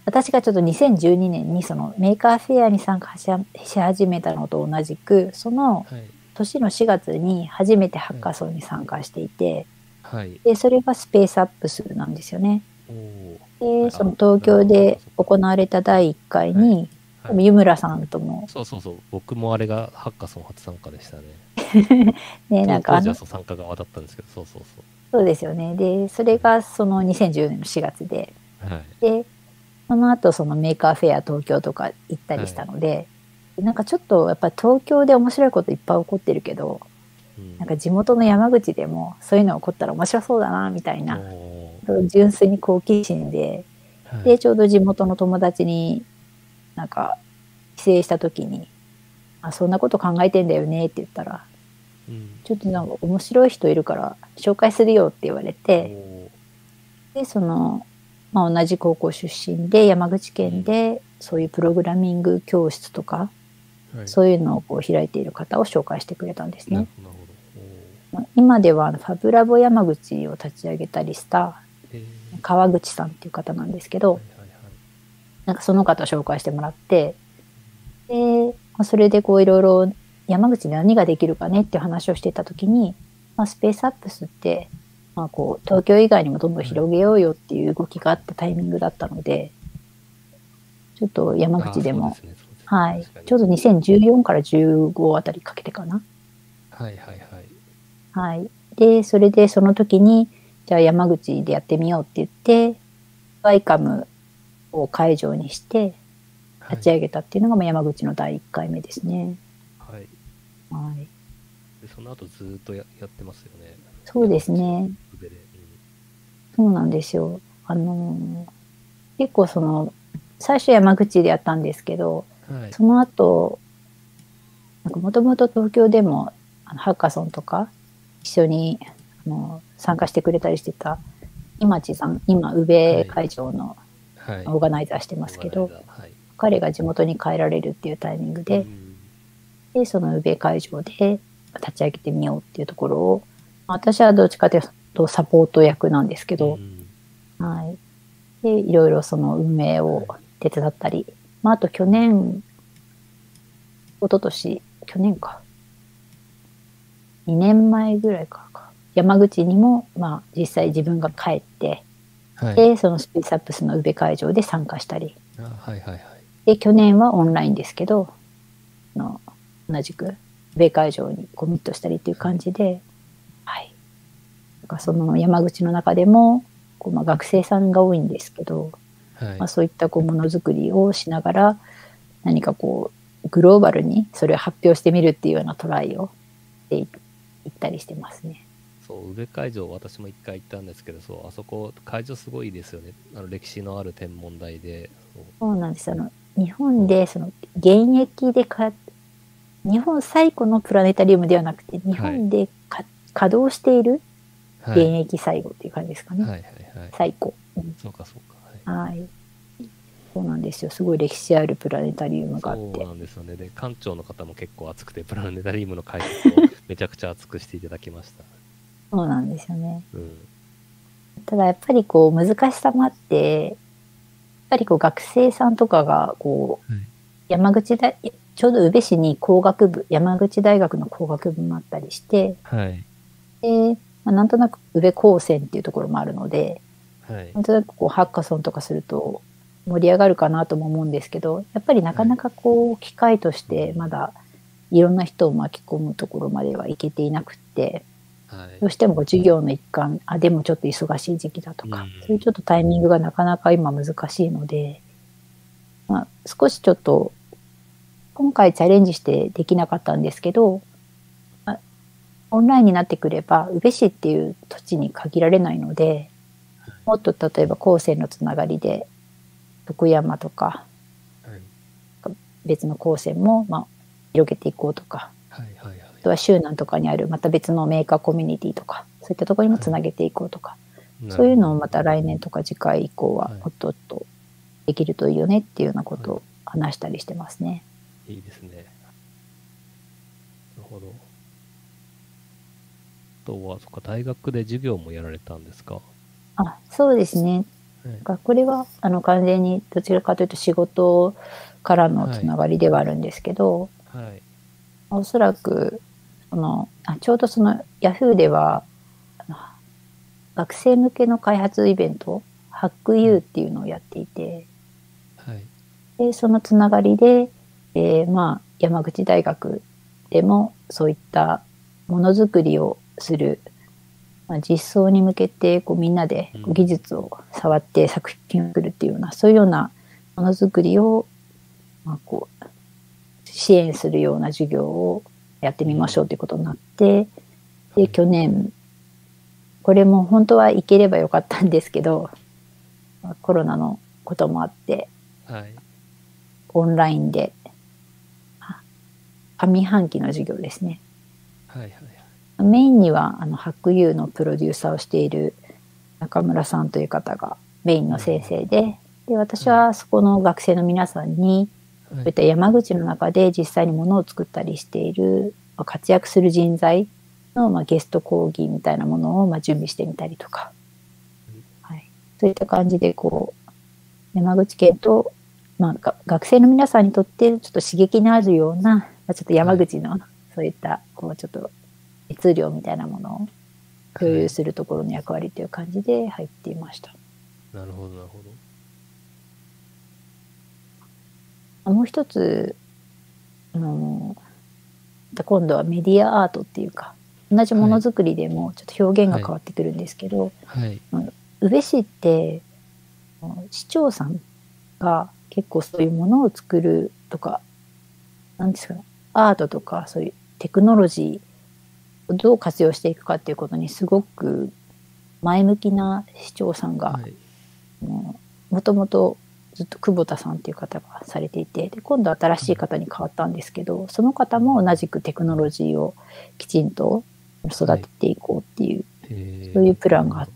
私がちょっとにせんじゅうにねんにそのメーカーフェアに参加しし始めたのと同じく、そのはい。 年のしがつに初めてハッカソンに参加していて、 はい。 で、それがスペースアップスなんですよね。 おーで、 あその東京で行われただいいっかいに、 はい湯村さんとも、 そうそうそう。僕もあれがハッカソン初参加でしたね。 ね、なんかあの、 当時はそう参加側だったんですけど、そうそうそそうですよね。で、それがそのにせんじゅうねんのしがつで、 う。はい。 で、その後そのメーカーフェア東京とか行ったりしたので、なんかちょっとやっぱり東京で面白いこといっぱい起こってるけど、 うんなんか地元の山口でもそういうの起こったら面白そうだなみたいな、 おー純粋に好奇心で、 はいで、ちょうど地元の友達になんか帰省した時に、あ、そんなこと考えてんだよねって言ったら、 うんちょっとなんか面白い人いるから紹介するよって言われて、 おーで、その、まあ、同じ高校出身で山口県でそういうプログラミング教室とか、 はいそういうのをこう開いている方を紹介してくれたんですね。 なるほどなるほど。 まあ今ではあのファブラボ山口を立ち上げたりしたおーえー川口さんっていう方なんですけど、 はいはいはいなんかその方を紹介してもらって、で、まあそれでこういろいろ山口で何ができるかねっていう話をしてた時に、まあ、スペースアップスって、まあ、こう東京以外にもどんどん広げようよっていう動きがあったタイミングだったので、ちょっと山口でも、 あーそうですねそうですねはい確か、にちょうどにせんじゅうよんからじゅうごあたりかけてかな。 はいはいはい。 はい。で、それでその時に、じゃあ山口でやってみようって言って、ワイカムを会場にして立ち上げたっていうのがまあ山口のだいいっかいめですね。 はい。 はい。 でその後ずーっとややってますよね。 そうですね。 ウベで。 そうなんですよ。あのー結構その、最初山口でやったんですけど、 うんはい。 その後、なんかもともと東京でもあのハッカソンとか一緒にあの参加してくれたりしてた今地さん、今宇部会場のはい。 オーガナイザーしてますけど、 オーガナイザーはい。 彼が地元に帰られるっていうタイミングで、 うんで、その宇部会場で立ち上げてみようっていうところを、私はどっちかというとサポート役なんですけど、 うんはい。で、いろいろその運営を手伝ったり、まあ、あと去年、一昨年、去年か。にねんまえぐらいからか。山口にも、まあ、実際自分が帰って、 はい。 で、そのスペースアップスの宇部会場で参加したり。 あはいはいはい。 で、去年はオンラインですけど、あの同じく宇部会場にコミットしたりっていう感じで、はい。なんかその山口の中でも、こうまあ学生さんが多いんですけど、 はいまあ、そういったこうものづくりをしながら、何かこう、グローバルにそれを発表してみるっていうようなトライをしていったりしてますね。 そう宇部会場私も一回行ったんですけど、そうあそこ会場すごいですよね。あの歴史のある天文台で、そうそうなんです。あの、日本でその現役でか、日本最古のプラネタリウムではなくて、日本でか、稼働しているはい現役最後っていう感じですかね。 はいはいはい。 最古。うんそうかそうか。はい。 はい。そうなんですよ。すごい歴史あるプラネタリウムがあっそうて。 なんですよね。で館長の方も結構熱くてプラネタリウムの解説をめちゃくちゃ熱くしていただきました。 そうなんですよね。 うん。 ただやっぱりこう難しさもあって、やっぱりこう学生さんとかがこう、 はい山口大、ちょうど宇部市に工学部、山口大学の工学部もあったりして、 はいで、まあ、なんとなく宇部高専っていうところもあるので、 はいなんとなくこうハッカソンとかすると盛り上がるかなとも思うんですけど、やっぱりなかなかこう機会としてまだいろんな人を巻き込むところまではいけていなくって、 はい。 どうしてもこう授業の一環、あ、でもちょっと忙しい時期だとか、 うんそういうちょっとタイミングがなかなか今難しいので、まあ、少しちょっと今回チャレンジしてできなかったんですけど、まあ、オンラインになってくれば宇部市っていう土地に限られないので、もっと例えば高専のつながりで徳山とかはい別の高専もまあ広げていこうとか、 はいはいはい。 あとは周南とかにあるまた別のメーカーコミュニティとか、そういったところにもつなげていこうとか、そういうのをまた来年とか次回以降ははいもっとっとできるといいよねっていうようなことを話したりしてますね。 いいですね。なるほど。あとは、そっか、大学で授業もやられたんですか？ あ、そうですね。 がこれはあの完全にどちらかというと仕事からのつながりではあるんですけど、 はいはい、 おそらくそのあちょうどその Yahoo では学生向けの開発イベントハック ユー っていうのをやっていて、 はい、 でそのつながりで、えー、まあ山口大学でもそういったものづくりをする、まあ、実装に向けてこうみんなでこう技術を触って作品を作るっていうような、そういうようなものづくりを、まあ、こう支援するような授業をやってみましょうということになって、で去年これも本当は行ければよかったんですけど、コロナのこともあって、 はい、 オンラインで上半期の授業ですね。 はいはい、 メインにはあのハック ユー のプロデューサーをしている中村さんという方がメインの先生で、で私はそこの学生の皆さんに、そういった山口の中で実際にものを作ったりしている活躍する人材の、まあ、ゲスト講義みたいなものを、まあ、準備してみたりとか、はい、そういった感じでこう山口県と、まあ、学生の皆さんにとってちょっと刺激のあるような、まあ、ちょっと山口のそういったこうちょっと熱量みたいなものを共有するところの役割という感じで入っていました。 なるほどなるほど。もう一つあの今度はメディアアートっていうか、同じものづくりでもちょっと表現が変わってくるんですけど、 はいはい、 宇部市って市長さんが結構そういうものを作るとか、なんですかね、アートとかそういうテクノロジーをどう活用していくかっていうことにすごく前向きな市長さんが、はい、もともとずっと久保田さんっていう方がされていて、で今度新しい方に変わったんですけど、その方も同じくテクノロジーをきちんと育てていこうっていう、はい、そういうプランがあって、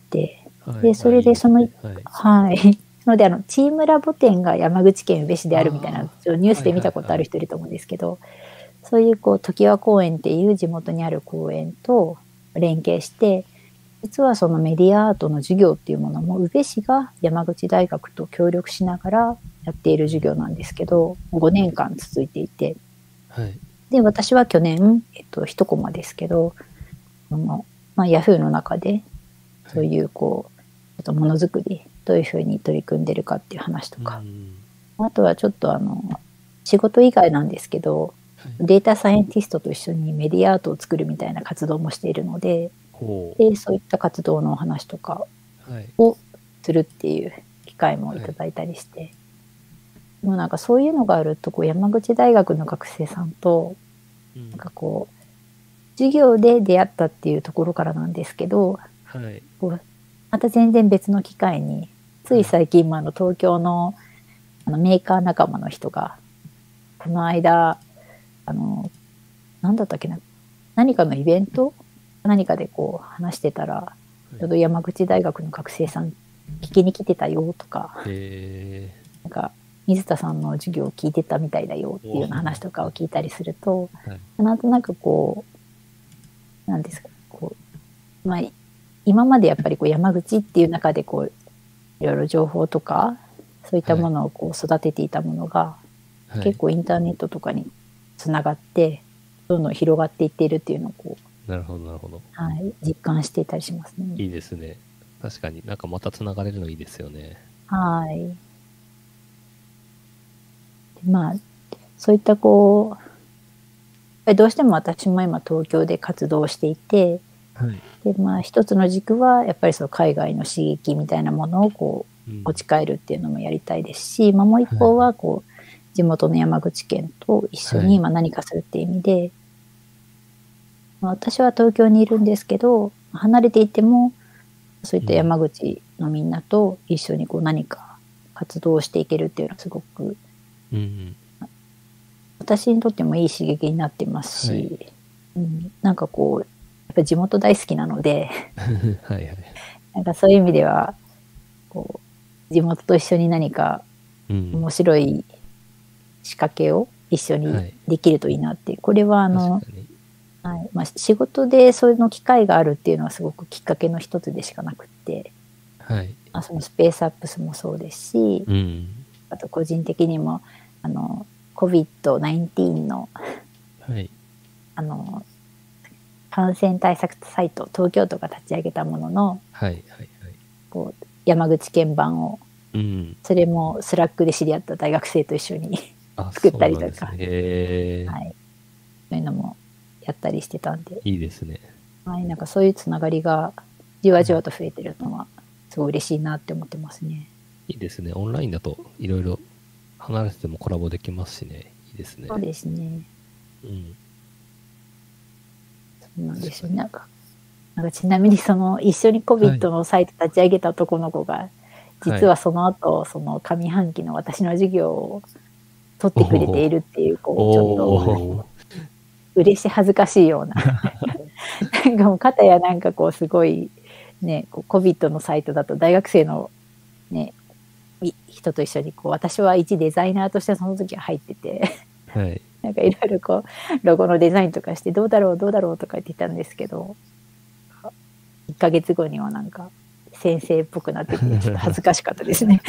はい、でそれでその、はい、はい、なのであのチームラボ店が山口県宇部市であるみたいなニュースで見たことある人いると思うんですけど、そういうこう常盤公園っていう地元にある公園と連携して、実はそのメディアアートの授業っていうものも宇部市が山口大学と協力しながらやっている授業なんですけど、ごねんかん続いていて、はい、で私は去年、えっと、一コマですけど、あの、まあ、Yahoo の中でそういうこう、ちょっとものづくりどういうふうに取り組んでるかっていう話とか、うん、あとはちょっとあの仕事以外なんですけど、はい、データサイエンティストと一緒にメディアアートを作るみたいな活動もしているので、でそういった活動のお話とかをするっていう機会もいただいたりして、はい、もうなんかそういうのがあるとこう山口大学の学生さんとなんかこう授業で出会ったっていうところからなんですけど、はい、こうまた全然別の機会につい最近もあの東京のあのメーカー仲間の人がこの間あの何だったっけな、何かのイベント何かでこう話してたら、ちょうど山口大学の学生さん聞きに来てたよとか、なんか水田さんの授業を聞いてたみたいだよっていうような話とかを聞いたりすると、はい、なんとなくこうなんですか、こう、まあ、今までやっぱりこう山口っていう中でこういろいろ情報とかそういったものをこう育てていたものが、はい、結構インターネットとかにつながってどんどん広がっていっているっていうのをこう、 なるほどなるほど、 はい、実感していたりしますね。 いいですね。確かになんかまたつながれるのいいですよね。 はい。でまあそういったこうどうしても私も今東京で活動していて、はい、でまあ一つの軸はやっぱりその海外の刺激みたいなものをこう持ち帰るっていうのもやりたいですし、うん、まあ、もう一方はこう、はい、地元の山口県と一緒に今何かするっていう意味で、はい、私は東京にいるんですけど離れていてもそういった山口のみんなと一緒にこう何か活動をしていけるっていうのはすごく、うん、私にとってもいい刺激になってますし、はい、うん、なんかこうやっぱり地元大好きなのではい、はい、なんかそういう意味ではこう地元と一緒に何か面白い仕掛けを一緒にできるといいなっていう、これはあのはいまあ、仕事でそういうの機会があるっていうのはすごくきっかけの一つでしかなくって、 はい。 まあ、そのスペースアップスもそうですし、 うん。 あと個人的にもあの コビッドナインティーン のはい。 あの感染対策サイト、東京都が立ち上げたものの、 はい。はい。はい。 こう山口県版を、 うん。 それもスラックで知り合った大学生と一緒にあ、 作っそうたりとか、 なんですね。へー。 はい、そういうのもやったりしてたんで、 いいですね。 はい、なんかそういうつながりがじわじわと増えてるのはすごい嬉しいなって思ってますね。 いいですね。オンラインだといろいろ離れててもコラボできますしね。いいですね。 そうですね。 うん。 そうなんですよね。なんか、なんかちなみにその一緒に コビッド のサイト立ち上げた男の子が、はい、実はその後、その上半期の私の授業を取ってくれているっていう、こう、ちょっと嬉し恥ずかしいような。なんかもう片やなんかこうすごいね、こう コビッド のサイトだと大学生のね、人と一緒にこう私は一デザイナーとしてその時は入ってて、 はい、 なんかいろいろこうロゴのデザインとかしてどうだろうどうだろうとか言ってたんですけど、いっかげつごにはなんか先生っぽくなっててちょっと恥ずかしかったですね。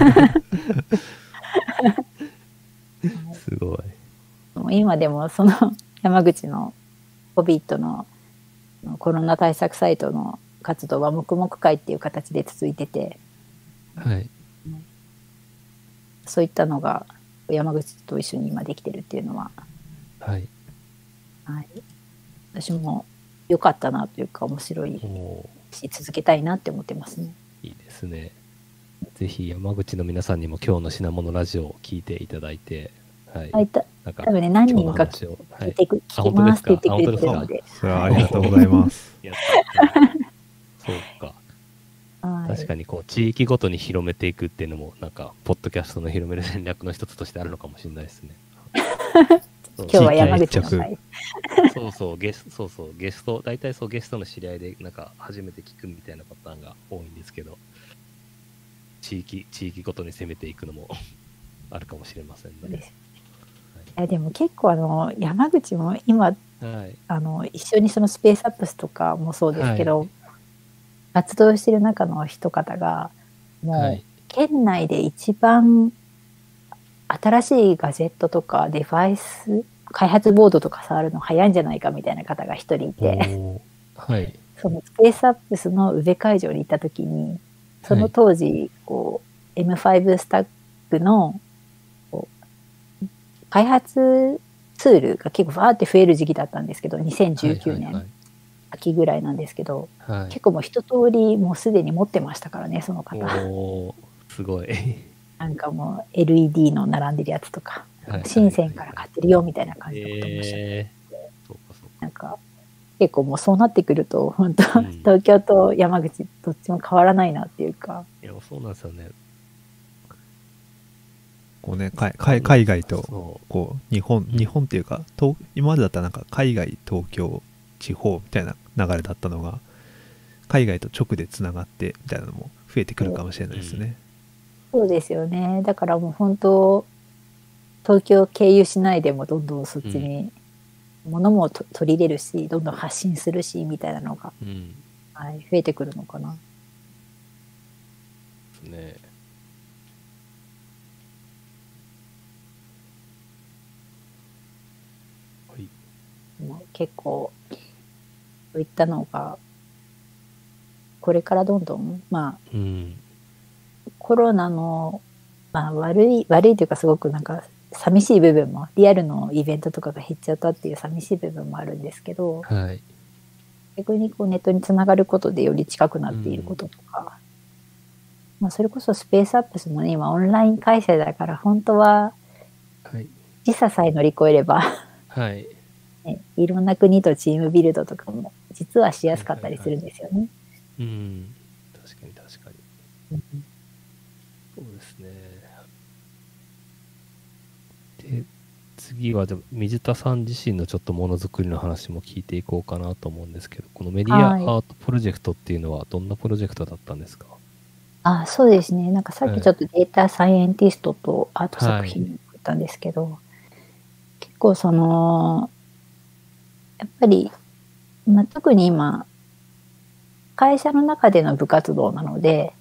すごい。今でもその山口の コビッド のコロナ対策サイトの活動は黙々会っていう形で続いてて、 はい、 そういったのが山口と一緒に今できてるっていうのは、 はいはい、私も良かったなというか面白いし続けたいなって思ってますね。 いいですね。ぜひ山口の皆さんにも今日の品物ラジオを聞いていただいて、はい、 はい、たなんか多分ね何人か聞いてく、はい、聞きますって言ってくれてるので、 それはありがとうございます。 やったそうか。 はい、 確かにこう地域ごとに広めていくっていうのもなんかポッドキャストの広める戦略の一つとしてあるのかもしれないですね。 今日は山口の会。 そうそうゲスそうそうゲスト大体そうゲストの知り合いでなんか初めて聞くみたいなパターンが多いんですけど、地域地域ごとに攻めていくのもあるかもしれませんね。 ですいやでも結構あの山口も今、はい、あの一緒にそのスペースアップスとかもそうですけど、はい、活動してる中の一方がもう県内で一番新しいガジェットとかデバイス開発ボードとか触るの早いんじゃないかみたいな方が一人いて、 はい、 そのスペースアップスの宇部会場に行った時にその当時こう エムファイブ スタックの開発ツールが結構わーって増える時期だったんですけど、にせんじゅうきゅうねん秋ぐらいなんですけど、はいはい、結構もう一通りもうすでに持ってましたからね、その方。 おすごい。 なんかもう エルイーディー の並んでるやつとか、深センから買ってるよみたいな感じのこともおっしゃって、えー、なんか結構もうそうなってくると本当、うん、東京と山口どっちも変わらないなっていうか。 いやそうなんですよね。 こうね、海, 海外とこう日本日本っていうか東今までだったらなんか海外東京地方みたいな流れだったのが海外と直でつながってみたいなのも増えてくるかもしれないですね。 うん、そうですよね。だからもう本当東京経由しないでもどんどんそっちに物もと取り入れるしどんどん発信するしみたいなのが、うんはい、増えてくるのかな。 ね結構そういったのがこれからどんどんまあ、うん、コロナの、まあ、悪い悪いというかすごくなんか寂しい部分もリアルのイベントとかが減っちゃったっていう寂しい部分もあるんですけど、 はい、 逆にこうネットにつながることでより近くなっていることとか、うんまあ、それこそスペースアップスもね今オンライン開催だから本当は時差さえ乗り越えれば、 はいね、いろんな国とチームビルドとかも実はしやすかったりするんですよね。はいはいはい、 うん確かに確かに、うん、そうですね。で次はでも水田さん自身のちょっとものづくりの話も聞いていこうかなと思うんですけど、このメディアアートプロジェクトっていうのはどんなプロジェクトだったんですか？ あ、そうですね。なんかさっきちょっとデータサイエンティストとアート作品を言ったんですけど、はい、結構そのやっぱり、まあ、特に今会社の中での部活動なので、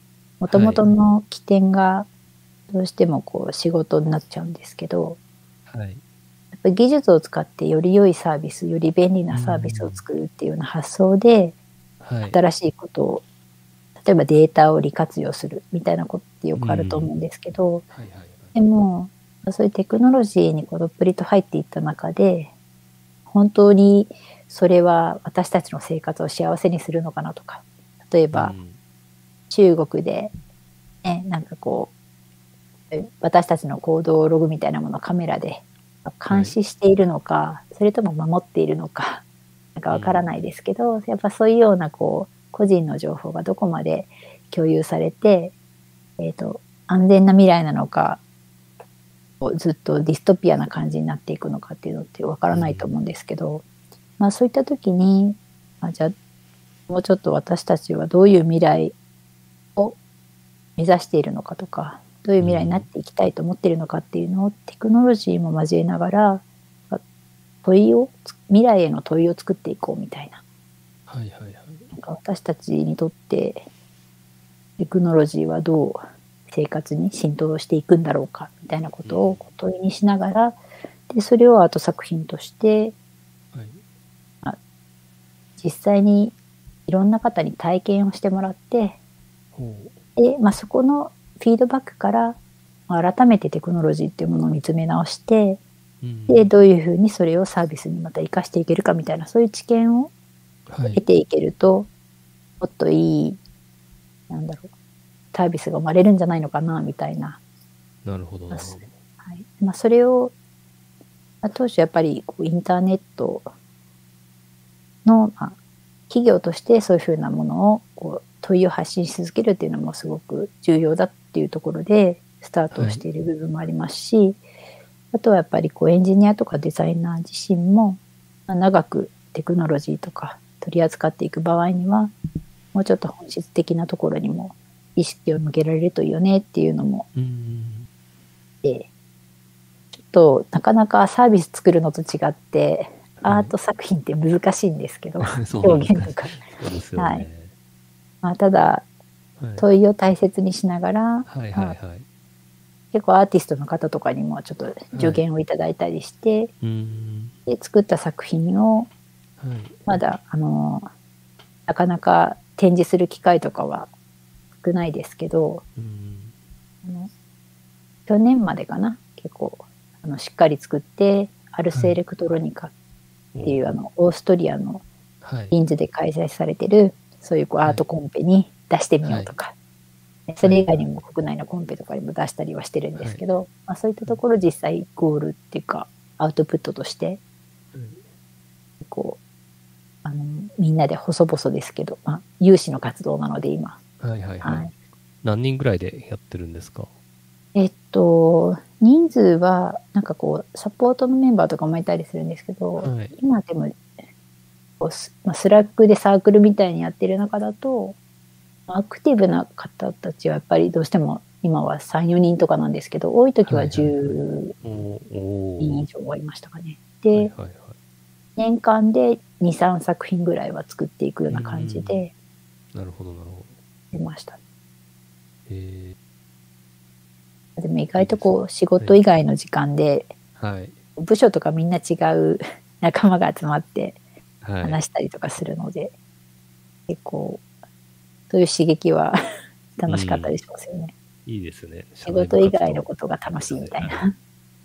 もともとの起点がどうしてもこう仕事になっちゃうんですけど、 はい。 やっぱり技術を使ってより良いサービス、より便利なサービスを作るっていうような発想で、 はい。 新しいことを、例えばデータを利活用するみたいなことってよくあると思うんですけど、 はいはいはい。 でもそういうテクノロジーにこうどっぷりと入っていった中で、本当にそれは私たちの生活を幸せにするのかなとか、例えば、 うん中国で、ね、なんかこう私たちの行動ログみたいなものをカメラで監視しているのか、はい、それとも守っているのかなんかわからないですけど、うん、やっぱそういうようなこう個人の情報がどこまで共有されて、えーと、安全な未来なのかずっとディストピアな感じになっていくのかっていうのってわからないと思うんですけど、うん、まあそういった時に、まあ、じゃあもうちょっと私たちはどういう未来を目指しているのかとか、どういう未来になっていきたいと思っているのかっていうのをテクノロジーも交えながら問いを未来への問いを作っていこうみたいな、 はいはいはい、 なんか私たちにとってテクノロジーはどう生活に浸透していくんだろうかみたいなことを問いにしながら、でそれをアート作品として、はい、まあ、実際にいろんな方に体験をしてもらって、で、まあ、そこのフィードバックから改めてテクノロジーっていうものを見つめ直して、うん、でどういうふうにそれをサービスにまた生かしていけるかみたいな、そういう知見を得ていけると、はい、もっといいなんだろうサービスが生まれるんじゃないのかなみたいな。 なるほどなるほど。 はい、まあ、それを、まあ、当初やっぱりこうインターネットの、まあ、企業としてそういうふうなものをこう問いを発信し続けるっていうのもすごく重要だっていうところでスタートをしている部分もありますし、はい、あとはやっぱりこうエンジニアとかデザイナー自身も長くテクノロジーとか取り扱っていく場合にはもうちょっと本質的なところにも意識を向けられるといいよねっていうのも、うんでちょっとなかなかサービス作るのと違ってアート作品って難しいんですけど、はい、表現とかそうですよね、はい、 まあ、ただ問いを大切にしながら、はいはいはい、結構アーティストの方とかにもちょっと助言をいただいたりして、はい、で作った作品をまだあのなかなか展示する機会とかは少ないですけど、あの去年までかな結構あのしっかり作ってアルスエレクトロニカっていう、はい、あのオーストリアのリンズで開催されてるそういうこうアートコンペに出してみようとか、はい、それ以外にも国内のコンペとかにも出したりはしてるんですけど、はい、まあ、そういったところ実際ゴールっていうかアウトプットとして、うん、こうあのみんなで細々ですけど、まあ、有志の活動なので今、 はいはいはいはい、何人ぐらいでやってるんですか？ えっと人数はなんかこうサポートのメンバーとかもいたりするんですけど、はい、今でもス, まあ、スラックでサークルみたいにやってる中だとアクティブな方たちはやっぱりどうしても今は さん,よ 人とかなんですけど多い時はじゅうにん以上はいましたかね。で、はいはいはい、年間で に,さん 作品ぐらいは作っていくような感じでなるほどなるほど出ました。 へでも意外とこう仕事以外の時間で部署とかみんな違う仲間が集まって話したりとかするので、はい、結構そういう刺激は楽しかったりしますよね、 うん、いいですね。 仕事以外のことが楽しいみたいな、はい、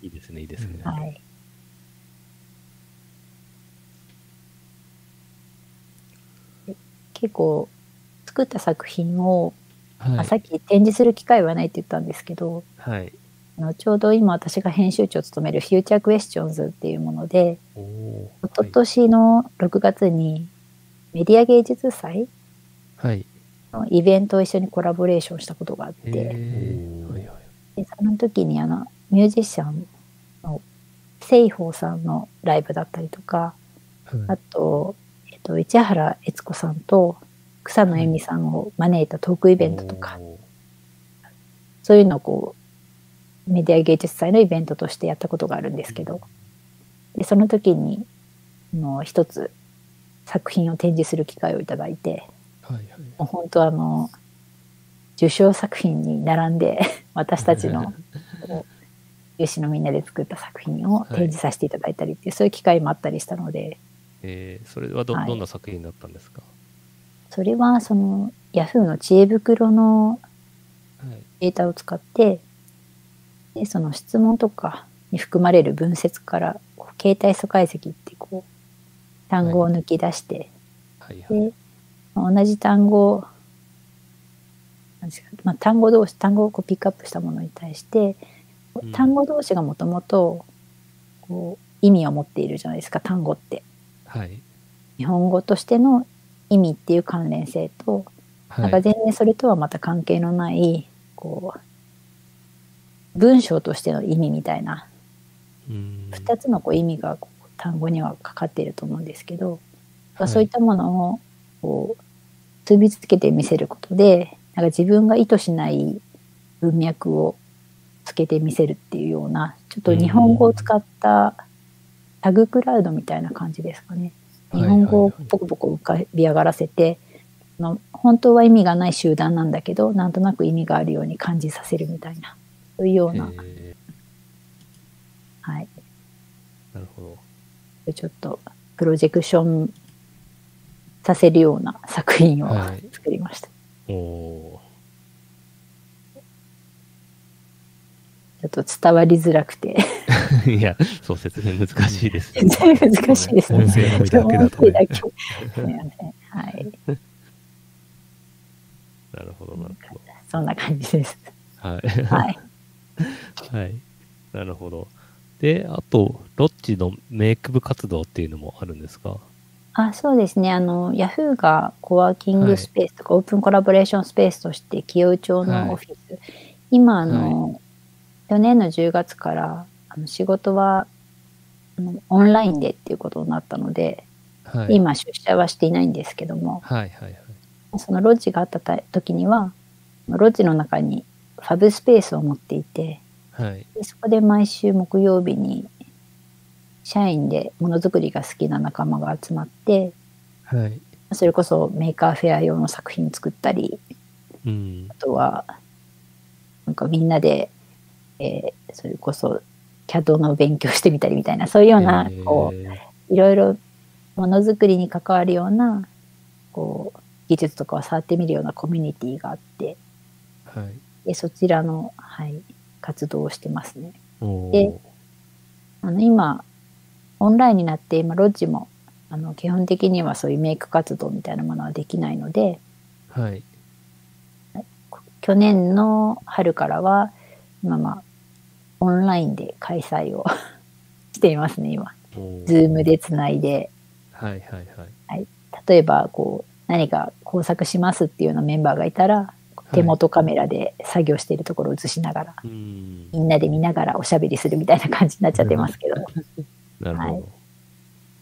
いいですねいいですね、 はい、結構作った作品を、はいまあ、さっき展示する機会はないって言ったんですけど、はい、あのちょうど今私が編集長を務めるフューチャークエスチョンズっていうもので一昨年のろくがつにメディア芸術祭のイベントを一緒にコラボレーションしたことがあって、でその時にあのミュージシャンのセイホーさんのライブだったりとか、はい、あと、えっと、市原悦子さんと草野恵美さんを招いたトークイベントとか、はい、そういうのをこうメディア芸術祭のイベントとしてやったことがあるんですけど、でその時にの一つ作品を展示する機会をいただいて、はいはい、もう本当あの受賞作品に並んで私たちのこう有志のみんなで作った作品を展示させていただいたりっていう、はい、そういう機会もあったりしたので、 えー、それは ど,、はい、どんな作品だったんですか？ それはそのヤフーの知恵袋のデータを使って、はい、でその質問とかに含まれる文節から形態素解析ってこう単語を抜き出して、はいはいはい、で同じ単語なんですか、まあ、単語同士単語をこうピックアップしたものに対して、うん、単語同士がもともと意味を持っているじゃないですか、単語って、はい、日本語としての意味っていう関連性と、はい、なんか全然それとはまた関係のないこう文章としての意味みたいな、うん、ふたつのこう意味がこう単語にはかかっていると思うんですけど、はい、そういったものをこう結びつけて見せることで、なんか自分が意図しない文脈をつけて見せるっていうような、ちょっと日本語を使ったタグクラウドみたいな感じですかね。日本語をポコポコ浮かび上がらせて、の本当は意味がない集団なんだけど、なんとなく意味があるように感じさせるみたいな、そういうような、はい。 なるほど。 ちょっとプロジェクションさせるような作品を、はい、作りました。おちょっと伝わりづらくていや、そう説明難しいです、 ね。全然難しいですね。 音声のみだけだと、ね。 はい。 なるほど、なるほど。 そんな感じです。 はい。はい。はい。なるほど。で、あと、ロッチのメイク部活動っていうのもあるんですか？ あ、そうですね。あの、ヤフーがコワーキングスペースとか、はい、オープンコラボレーションスペースとして清井町のオフィス、はい、今あの、はい、去年のじゅうがつからあの仕事はあのオンラインでっていうことになったので、はい、今出社はしていないんですけども、はいはいはい、そのロッジがあった時にはロッジの中にファブスペースを持っていて、はい、でそこで毎週木曜日に社員でものづくりが好きな仲間が集まって、はい、それこそメーカーフェア用の作品作ったり、うん、あとはなんかみんなで、えー、それこそキャドの勉強してみたりみたいな、そういうような、こういろいろものづくりに関わるようなこう技術とかを触ってみるようなコミュニティがあって、はい、でそちらの、はい、活動をしてますね。で、あの今オンラインになって今ロッジもあの基本的にはそういうメイク活動みたいなものはできないので、はい、去年の春からは今まあオンラインで開催をしていますね。今ズームでつないで、はいはいはいはい、例えばこう何か工作しますっていうようなメンバーがいたら、手元カメラで作業しているところを映しながら、はい、みんなで見ながらおしゃべりするみたいな感じになっちゃってますけどなるほど、はい、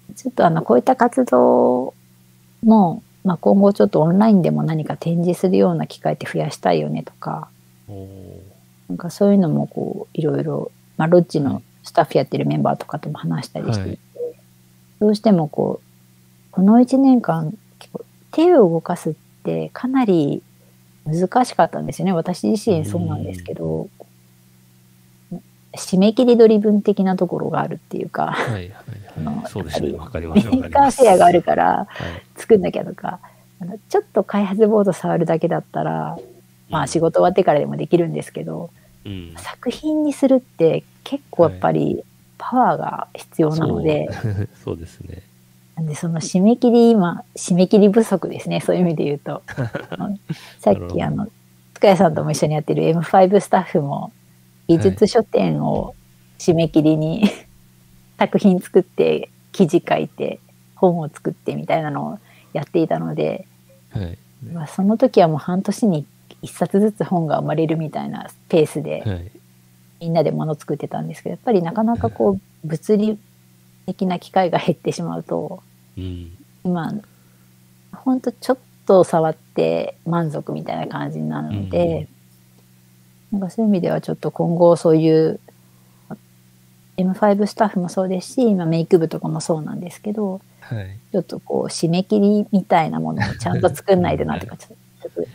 ちょっとあのこういった活動も、まあ、今後ちょっとオンラインでも何か展示するような機会って増やしたいよねとか、なんかそういうのもこういろいろ、まあ、ロッジのスタッフやってるメンバーとかとも話したりしていて、はい、どうしてもこうこのいちねんかん結構手を動かすってかなり難しかったんですよね。私自身そうなんですけど、締め切りドリブン的なところがあるっていうか、はいはいはい、そうですね、わかります。メーカーフェアがあるから作んなきゃとか、はい、ちょっと開発ボード触るだけだったら、まあ仕事終わってからでもできるんですけど、うん、作品にするって結構やっぱりパワーが必要なので、 はい、そう、そうですね。 なんでその締め切り今締め切り不足ですね、そういう意味で言うとさっきあの塚谷さんとも一緒にやってる エムファイブ スタッフも技術書店を締め切りに、はい、作品作って記事書いて本を作ってみたいなのをやっていたので、はいまあ、その時はもう半年に一冊ずつ本が生まれるみたいなペースで、はい、みんなで物作ってたんですけど、やっぱりなかなかこう物理的な機会が減ってしまうと、うん、今ほんとちょっと触って満足みたいな感じになるので、うん、なんかそういう意味ではちょっと今後そういう エムファイブ スタッフもそうですし、今メイク部とかもそうなんですけど、はい、ちょっとこう締め切りみたいなものをちゃんと作んないとなとかちょっと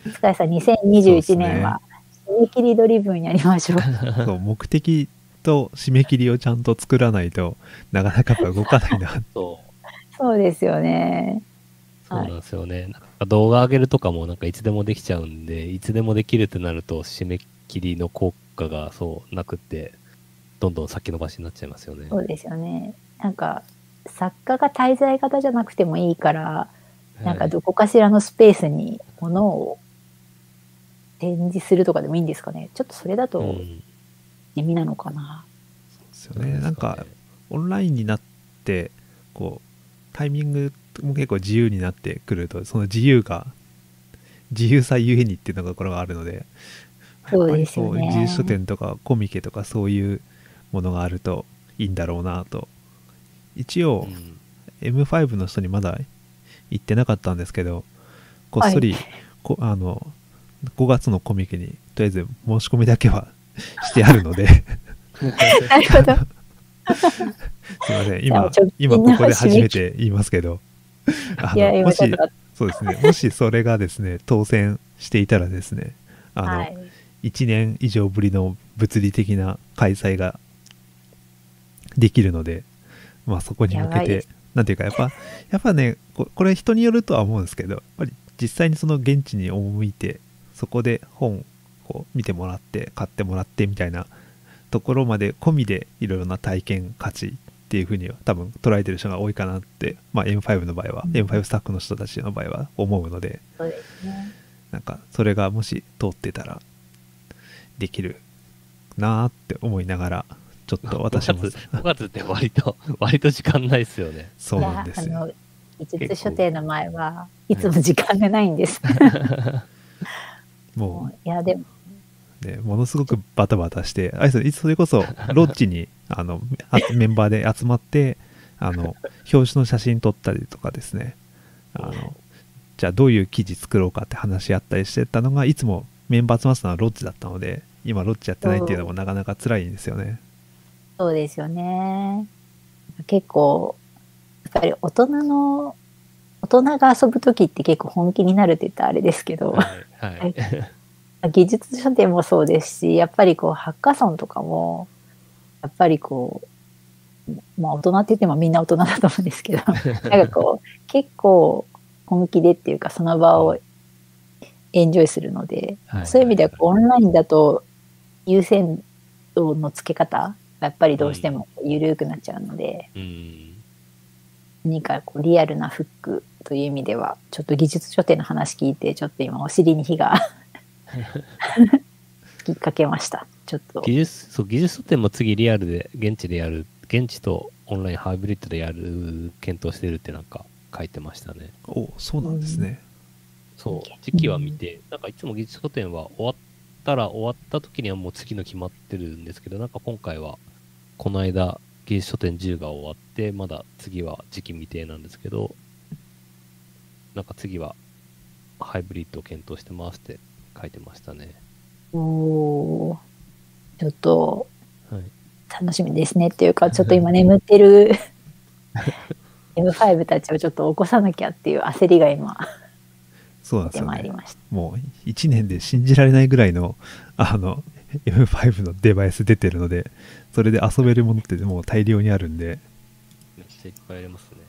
塚谷さん、にせんにじゅういちねんは締め切りドリブンやりましょう。 そう目的と締め切りをちゃんと作らないとなかなかやっぱ動かないな。 そうそうですよね。 そうなんですよね。なんか動画上げるとかもなんかいつでもできちゃうんで、いつでもできるってなると締め切りの効果がそうなくて、どんどん先延ばしになっちゃいますよね。 そうですよね。なんか作家が滞在型じゃなくてもいいから、なんかどこかしらのスペースに物を展示するとかでもいいんですかね。ちょっとそれだと地味なのかな。 そうですよね。なんかオンラインになってこうタイミングも結構自由になってくると、その自由が自由さゆえにっていうのがこれがあるので、 そうですよね。 やっぱりこう自由書店とかコミケとかそういうものがあるといいんだろうなと。一応、うん、エムファイブ の人にまだ行ってなかったんですけど、こっそり、はい、こあのごがつのコミケにとりあえず申し込みだけはしてあるのでなるほどすいません、今今ここで初めて言いますけどあのもしそうですね、もしそれがですね当選していたらですね、あの、はい、いちねん以上ぶりの物理的な開催ができるので、まあそこに向けてなんていうかやっぱやっぱね こ, これ人によるとは思うんですけど、やっぱり実際にその現地に赴いてそこで本を見てもらって買ってもらってみたいなところまで込みでいろいろな体験価値っていう風には多分捉えてる人が多いかなって、まあ、エムファイブ の場合は、うん、エムファイブ スタッフの人たちの場合は思うので、 そうですね、 なんかそれがもし通ってたらできるなーって思いながらちょっと私もごがつって割と割と時間ないですよね。 そうなんですよ。 あの技術書店の前はいつも時間がないんです。もういやでもね、ものすごくバタバタしてあれです、それこそロッジにあのメンバーで集まってあの表紙の写真撮ったりとかですね、あのじゃあどういう記事作ろうかって話し合ったりしてたのが、いつもメンバー集まってたのはロッジだったので、今ロッジやってないっていうのもなかなか辛いんですよね。 そうですよね。結構やっぱり大人の大人が遊ぶ時って結構本気になるって言ったらあれですけど、 はいはい、 技術書店もそうですし、やっぱりこうハッカソンとかもやっぱりこう、まあ大人って言ってもみんな大人だと思うんですけどなんかこう結構本気でっていうかその場をエンジョイするので、はい、そういう意味ではオンラインだと優先度の付け方やっぱりどうしても緩くなっちゃうので、うん、何かこうリアルなフックという意味ではちょっと技術書店の話聞いてちょっと今お尻に火がきっかけました。ちょっと技術そう技術書店も次リアルで現地でやる、現地とオンラインハイブリッドでやる検討してるってなんか書いてましたね。 お、そうなんですね。 うん、そう時期は見て、なんかいつも技術書店は終わったら終わった時にはもう次の決まってるんですけど、なんか今回はこの間技術書店じゅうが終わってまだ次は時期未定なんですけど、なんか次はハイブリッドを検討してますって書いてましたね。 おー、ちょっと楽しみですねっていうか、ちょっと今眠ってるエムファイブ たちをちょっと起こさなきゃっていう焦りが今そうなんですよね。もういちねんで信じられないぐらいのあの エムファイブ のデバイス出てるので、それで遊べるものってもう大量にあるんで、 めっちゃいっぱいありますね。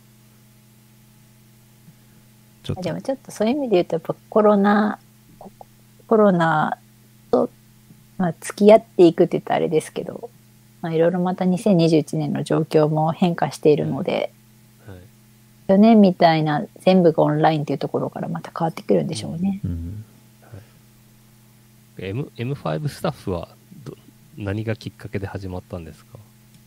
ちょっとでもちょっとそういう意味で言うとやっぱコロナコロナと、まあ、付き合っていくって言ったらあれですけど、まあ、いろいろまたにせんにじゅういちねんの状況も変化しているので、はいはい、去年みたいな全部がオンラインっていうところからまた変わってくるんでしょうね。うんうんはい、M、エムファイブ スタッフはど何がきっかけで始まったんですか？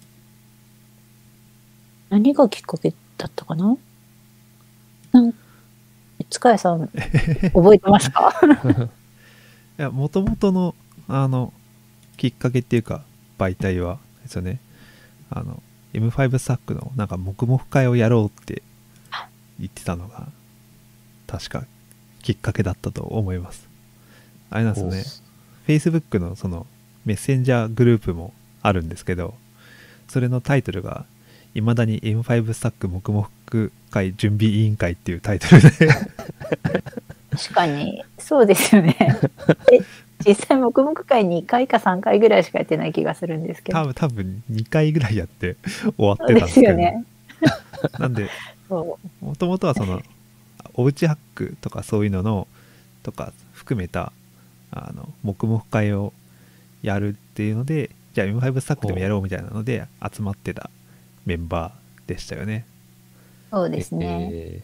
何がきっかけだったかな？なん塚谷さん覚えてますか？ いや、もともとのあのきっかけっていうか媒体はですよね、あの エムファイブ スタッフのなんか黙々会をやろうって言ってたのが確かきっかけだったと思います。あれなんですよね、Facebook のそのメッセンジャーグループもあるんですけど、それのタイトルがいまだに エムファイブ スタッフ黙々 ク会準備委員会っていうタイトルで確かにそうですよね。え実際黙々会にかいかさんかいぐらいしかやってない気がするんですけど。 多分多分にかいぐらいやって終わってたそうでんですけど、 すよね。 なんでそもともとはそのおうちハックとかそういうののとか含めたあの黙々会をやるっていうので、じゃあ エムファイブ スタックでもやろうみたいなので集まってたメンバーでしたよね。 うそうですね。 え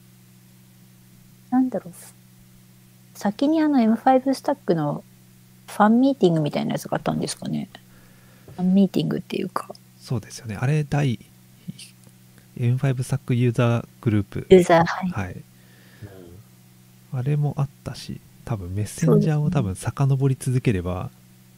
なんだろう。先にあの エムファイブ スタックのファンミーティングみたいなやつがあったんですかね。ファンミーティングっていうか。 そうですよね。あれ第 エムファイブ スタックユーザーグループ、 ユーザー、はい。 はい、 ーあれもあったし、多分メッセンジャーを多分遡り続ければ、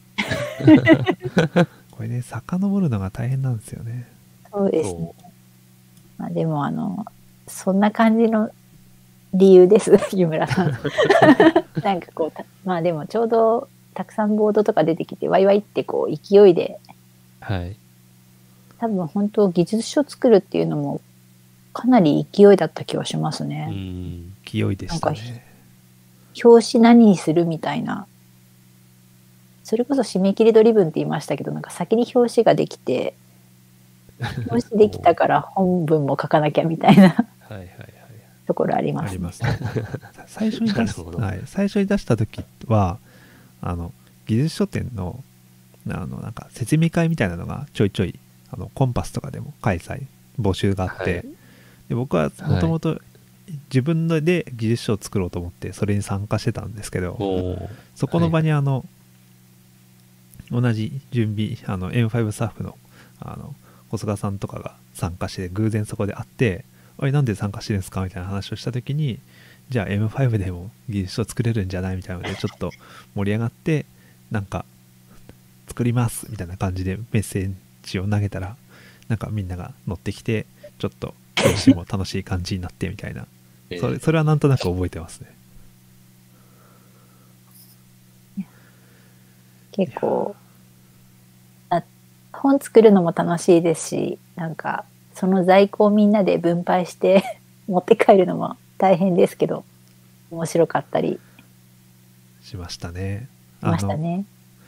これね遡るのが大変なんですよね。 そうですね。 そまあ、でもあのそんな感じの理由です湯村さん。なんかこうたまあでもちょうどたくさんボードとか出てきてワイワイってこう勢いで、 う。はい。 多分本当技術書作るっていうのもかなり勢いだった気はしますうね。 ん。 勢いでしたね。 表紙何にするみたいな、それこそ締め切りドリブンって言いましたけど、なんか先に表紙ができて表紙できたから本文も書かなきゃみたいなはいはいはい。 ところありますね。 ありますね。最初に出し、 なるほどはい、最初に出した時はあの技術書店のあのなんか説明会みたいなのがちょいちょいあのコンパスとかでも開催募集があって、 はいで僕はもともと自分ので技術書を作ろうと思ってそれに参加してたんですけど、 おーそこの場にあの、同じ準備あの エムファイブ スタッフのあの小菅さんとかが参加して偶然そこで会って「あれなんで参加してるんですか?」みたいな話をした時に「じゃあ エムファイブ でも技術書作れるんじゃない?」みたいなのでちょっと盛り上がってなんか作りますみたいな感じでメッセージを投げたらなんかみんなが乗ってきてちょっと表紙も楽しい感じになってみたいなえーそれそれはなんとなく覚えてますね。 結構あ本作るのも楽しいですし、なんかその在庫をみんなで分配して持って帰るのも大変ですけど面白かったりしましたね。 しましたね。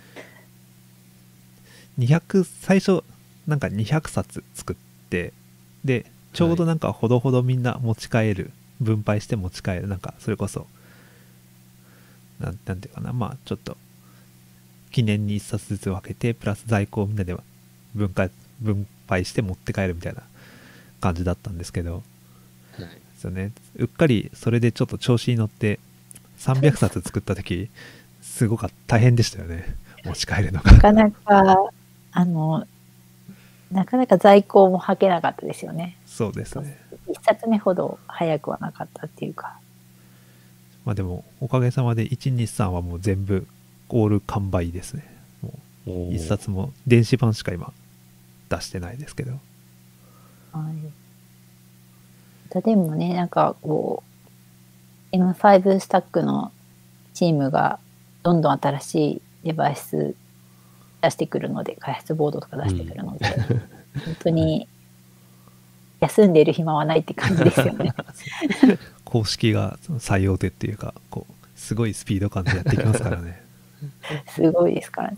にひゃく最初なんかにひゃくさつ作ってでちょうどなんかほどほどみんな持ち帰る、分配して持ち帰る、なんかそれこそなんなんていうかな、まあちょっと記念にいっさつずつ分けてプラス在庫をみんなで分解分配して持って帰るみたいな感じだったんですけど、 はいですよね、うっかりそれでちょっと調子に乗ってさんびゃくさつ作った時すごかった大変でしたよね、持ち帰るのが。 なかなかあのなかなか在庫も履けなかったですよね。 そうですね。 一冊目ほど早くはなかったっていうか。 まあでもおかげさまでいちにさんはもう全部オール完売ですね。もうおー一冊も電子版しか今出してないですけど。 はい。でもね、なんかこう エムファイブ スタックのチームがどんどん新しいデバイス出してくるので、開発ボードとか出してくるので、うん、本当に休んでいる暇はないって感じですよね。 公式が最大手っていうか、こうすごいスピード感でやっていきますからね。 すごいですからね。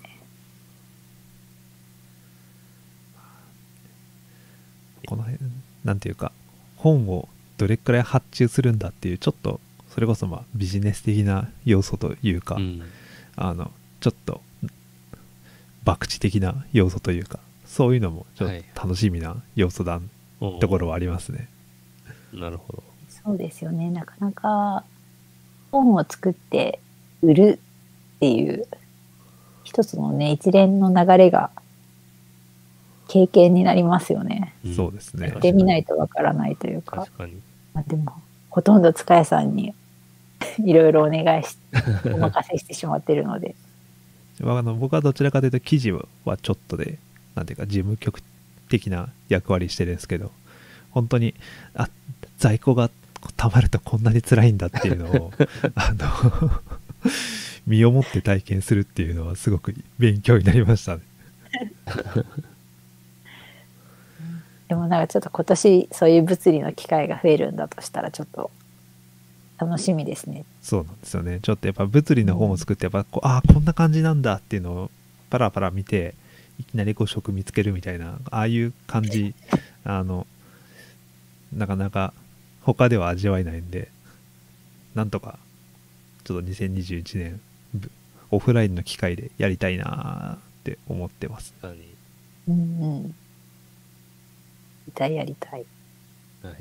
この辺なんていうか本をどれくらい発注するんだっていうちょっとそれこそまあビジネス的な要素というか、うん、あのちょっと博打的な要素というかそういうのもちょっと楽しみな要素だ、はい、ところはありますね。 なるほど。 そうですよね。なかなか本を作って売るっていう一つのね一連の流れが経験になりますよね。 うん、そうですね。 やってみないとわからないというか。 確かに。 まあ、でもほとんど塚谷さんにいろいろお願いしお任せしてしまっているので。 あの僕はどちらかというと記事はちょっとでなんていうか事務局的な役割してるんですけど、本当にあ在庫がたまるとこんなに辛いんだっていうのをあの身をもって体験するっていうのはすごく勉強になりましたね。 でもなんかちょっと今年そういう物理の機会が増えるんだとしたらちょっと楽しみですね。 そうなんですよね。ちょっとやっぱ物理の本を作ってやっぱこう、ああこんな感じなんだっていうのをパラパラ見ていきなりこう職見つけるみたいな、ああいう感じ、あのなかなか他では味わえないんで、なんとかちょっとにせんにじゅういちねんオフラインの機会でやりたいなって思ってます。 確かに。 うんうん。やりたいやりたい。 はい。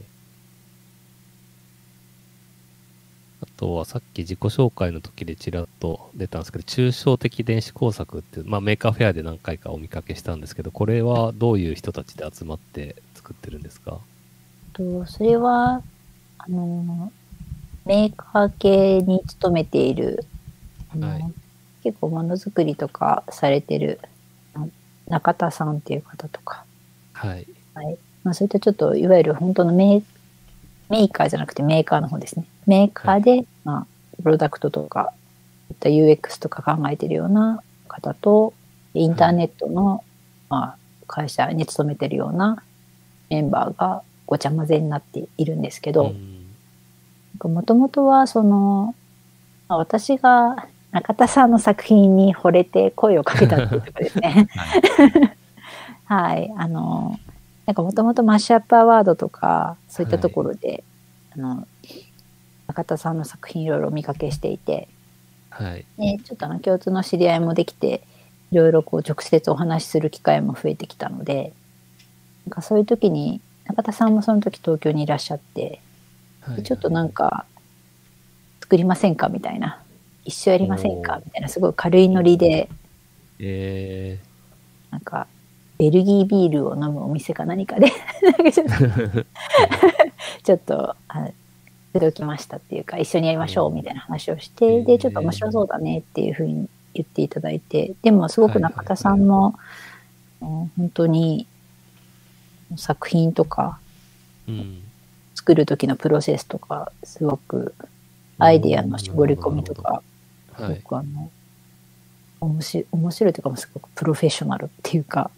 あとはさっき自己紹介の時でちらっと出たんですけど、抽象的電子工作っていう、まあ、メーカーフェアで何回かお見かけしたんですけど、これはどういう人たちで集まって作ってるんですか？ とそれはあのメーカー系に勤めているあの、はい、結構ものづくりとかされてる中田さんっていう方とか、 はいはいまあ、そういったちょっといわゆる本当のメーメーカーじゃなくてメーカーの方ですね。メーカーで、はいまあ、プロダクトとか ユーエックス とか考えてるような方とインターネットの、はいまあ、会社に勤めてるようなメンバーがごちゃ混ぜになっているんですけど、もともとはその、まあ、私が中田さんの作品に惚れて声をかけたっていうところですね。はい、はい、あのなんかもともとマッシュアップアワードとかそういったところで、はい、あの中田さんの作品いろいろお見かけしていて、 はい、 でちょっとあの共通の知り合いもできていろいろこう直接お話しする機会も増えてきたので、なんかそういう時に中田さんもその時東京にいらっしゃって、はい、ちょっとなんか作りませんかみたいな、一緒やりませんかみたいな、すごい軽いノリで、 えー、なんかベルギービールを飲むお店か何かでちょっとちょっと口説きましたっていうか、一緒にやりましょうみたいな話をして、えー、でちょっと面白そうだねっていうふうに言っていただいて、でもすごく中田さんも、はいはいはい、本当に作品とか、うん、作る時のプロセスとかすごくアイデアの絞り込みとかすごくあの、はい、面白い、面白いというかすごくプロフェッショナルっていうか、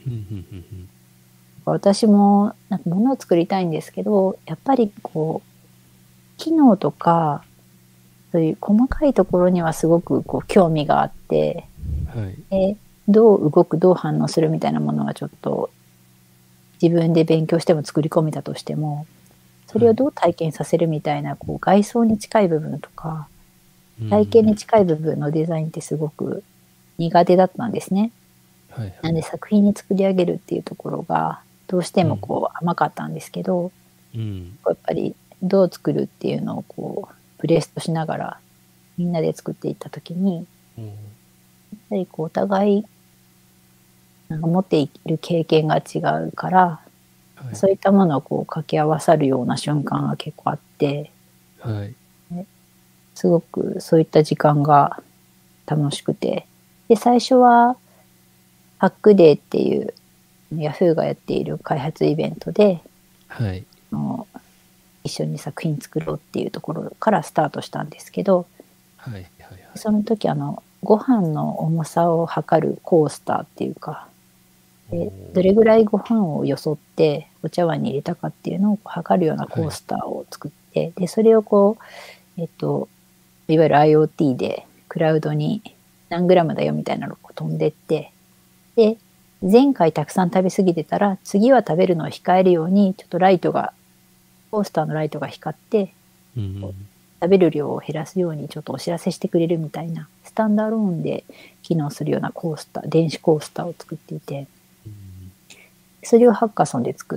私もなんか物を作りたいんですけど、やっぱりこう機能とかそういう細かいところにはすごくこう興味があって、はい、でどう動くどう反応するみたいなものはちょっと自分で勉強しても作り込めたとしても、それをどう体験させるみたいなこう外装に近い部分とか体験に近い部分のデザインってすごく苦手だったんですね。はいはい、なんで作品に作り上げるっていうところがどうしてもこう甘かったんですけど、うん、やっぱりどう作るっていうのをこうブレストしながらみんなで作っていった時に、うん、やっぱりこうお互いなんか持っている経験が違うから、はい、そういったものをこう掛け合わさるような瞬間が結構あって、はい、すごくそういった時間が楽しくて、で最初はハックデーっていうヤフーがやっている開発イベントで、はい、あの一緒に作品作ろうっていうところからスタートしたんですけど、はいはいはい、その時あのご飯の重さを測るコースターっていうか、でどれぐらいご飯をよそってお茶碗に入れたかっていうのを測るようなコースターを作って、はい、でそれをこう、えっと、いわゆる IoT でクラウドに何グラムだよみたいなのを飛んでって、で前回たくさん食べ過ぎてたら次は食べるのを控えるようにちょっとライトがコースターのライトが光って、うん、食べる量を減らすようにちょっとお知らせしてくれるみたいなスタンダーローンで機能するようなコースター、電子コースターを作っていて、うん、それをハッカソンで作って、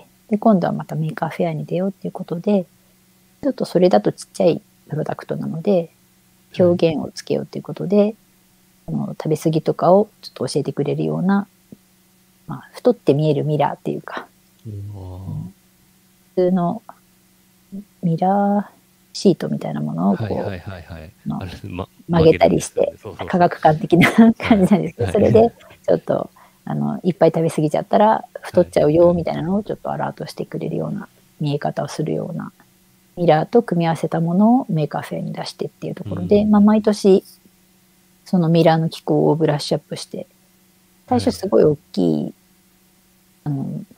で今度はまたメーカーフェアに出ようっていうことで、ちょっとそれだとちっちゃいプロダクトなので表現をつけようということで、うん、あの食べ過ぎとかをちょっと教えてくれるような、まあ、太って見えるミラーっていうか、うん、普通のミラーシートみたいなものをこう曲げたりして科学館的な感じなんですけど、それでちょっとあのいっぱい食べ過ぎちゃったら太っちゃうよみたいなのをちょっとアラートしてくれるような見え方をするようなミラーと組み合わせたものをメーカーフェアに出してっていうところで、うん、まあ、毎年そのミラーの機構をブラッシュアップして、最初すごい大きい、あの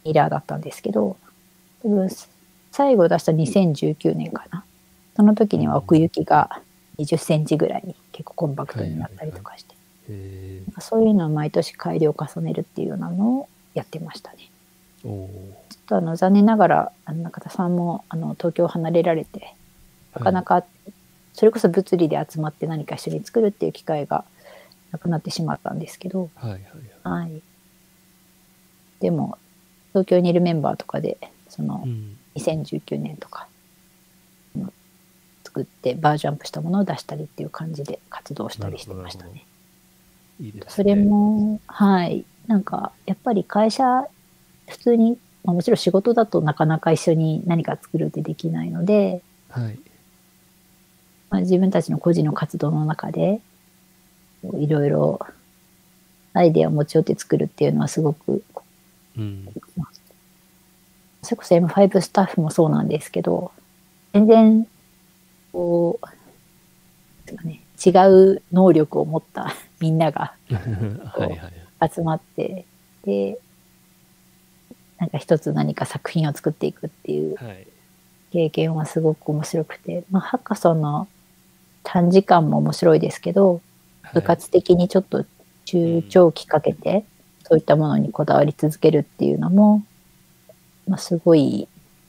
ミラーだったんですけど、多分最後出したにせんじゅうきゅうねんかな。その時には奥行きがにじゅっセンチぐらいに結構コンパクトになったりとかして、 へなんかそういうのを毎年改良を重ねるっていうようなのをやってましたね。 ーおーちょっとあの残念ながらあの中田さんもあの東京を離れられて、なかなかそれこそ物理で集まって何か一緒に作るっていう機会がなくなってしまったんですけど、 はいはいはい。 はい。でも東京にいるメンバーとかでそのうんにせんじゅうきゅうねんとかの作ってバージョンアップしたものを出したりっていう感じで活動したりしてましたね。 いいですね。 それもはいなんかやっぱり会社普通に、まあ、もちろん仕事だとなかなか一緒に何か作るってできないので、 はい。 まあ、自分たちの個人の活動の中でいろいろアイデアを持ち寄って作るっていうのはすごく、 うん。 まあそれこそ エムファイブ スタッフもそうなんですけど、全然こうですかね、違う能力を持ったみんながはいはい。 集まってでなんか一つ何か作品を作っていくっていうはい。 経験はすごく面白くて、まあ、ハッカソンの短時間も面白いですけど、部活的にちょっと中長期かけてそういったものにこだわり続けるっていうのも、まあ、すごい、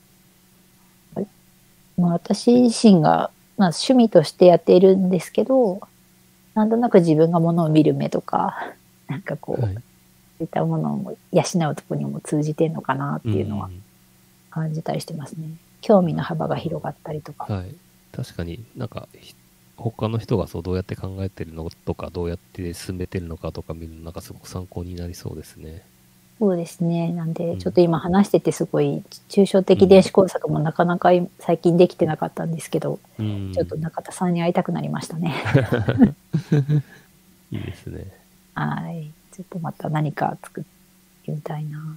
まあ、私自身が、まあ、趣味としてやっているんですけど、なんとなく自分がものを見る目とかなんかこう、 はい、 そういったものを養うところにも通じてるのかなっていうのはん感じたりしてますね。興味の幅が広がったりとか。 はい。確かになんか、他の人がそうどうやって考えてるのとか、どうやって進めてるのかとか見るのなんかすごく参考になりそうですね。 そうですね。なんで、 うんちょっと今話しててすごい抽象的電子工作もなかなか最近できてなかったんですけど、 うん、 ちょっと中田さんに会いたくなりましたね。 いいですね。 はい。ちょっとまた何か作ってみたいな。